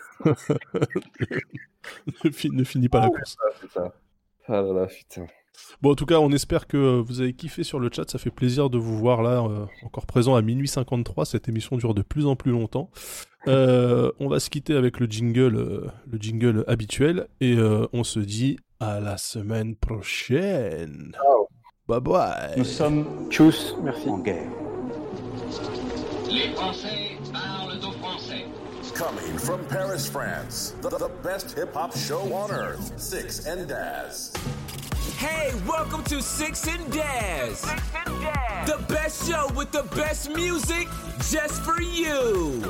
ne, fi- ne finit pas la course. C'est ça. Ah là là, putain. Bon, en tout cas, on espère que vous avez kiffé sur le chat. Ça fait plaisir de vous voir là, euh, encore présent à minuit cinquante-trois. Cette émission dure de plus en plus longtemps. Euh, on va se quitter avec le jingle, euh, le jingle habituel. Et euh, on se dit à la semaine prochaine. Ciao. Bye bye. Nous sommes tous, merci. En guerre. Les Français parlent aux Français. Coming from Paris, France, the, the best hip-hop show on earth, Six and Daz. Hey, welcome to Six and Daz. Six and Daz. The best show with the best music just for you.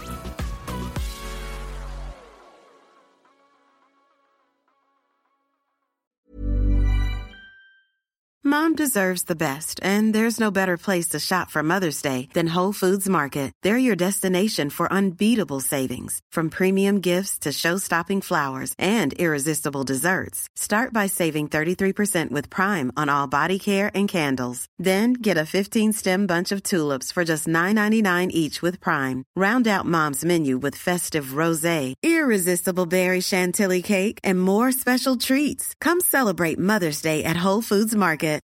Mom deserves the best, and there's no better place to shop for Mother's Day than Whole Foods Market. They're your destination for unbeatable savings, from premium gifts to show-stopping flowers and irresistible desserts. Start by saving thirty-three percent with Prime on all body care and candles. Then get a fifteen-stem bunch of tulips for just nine ninety-nine each with Prime. Round out Mom's menu with festive rosé, irresistible berry chantilly cake, and more special treats. Come celebrate Mother's Day at Whole Foods Market.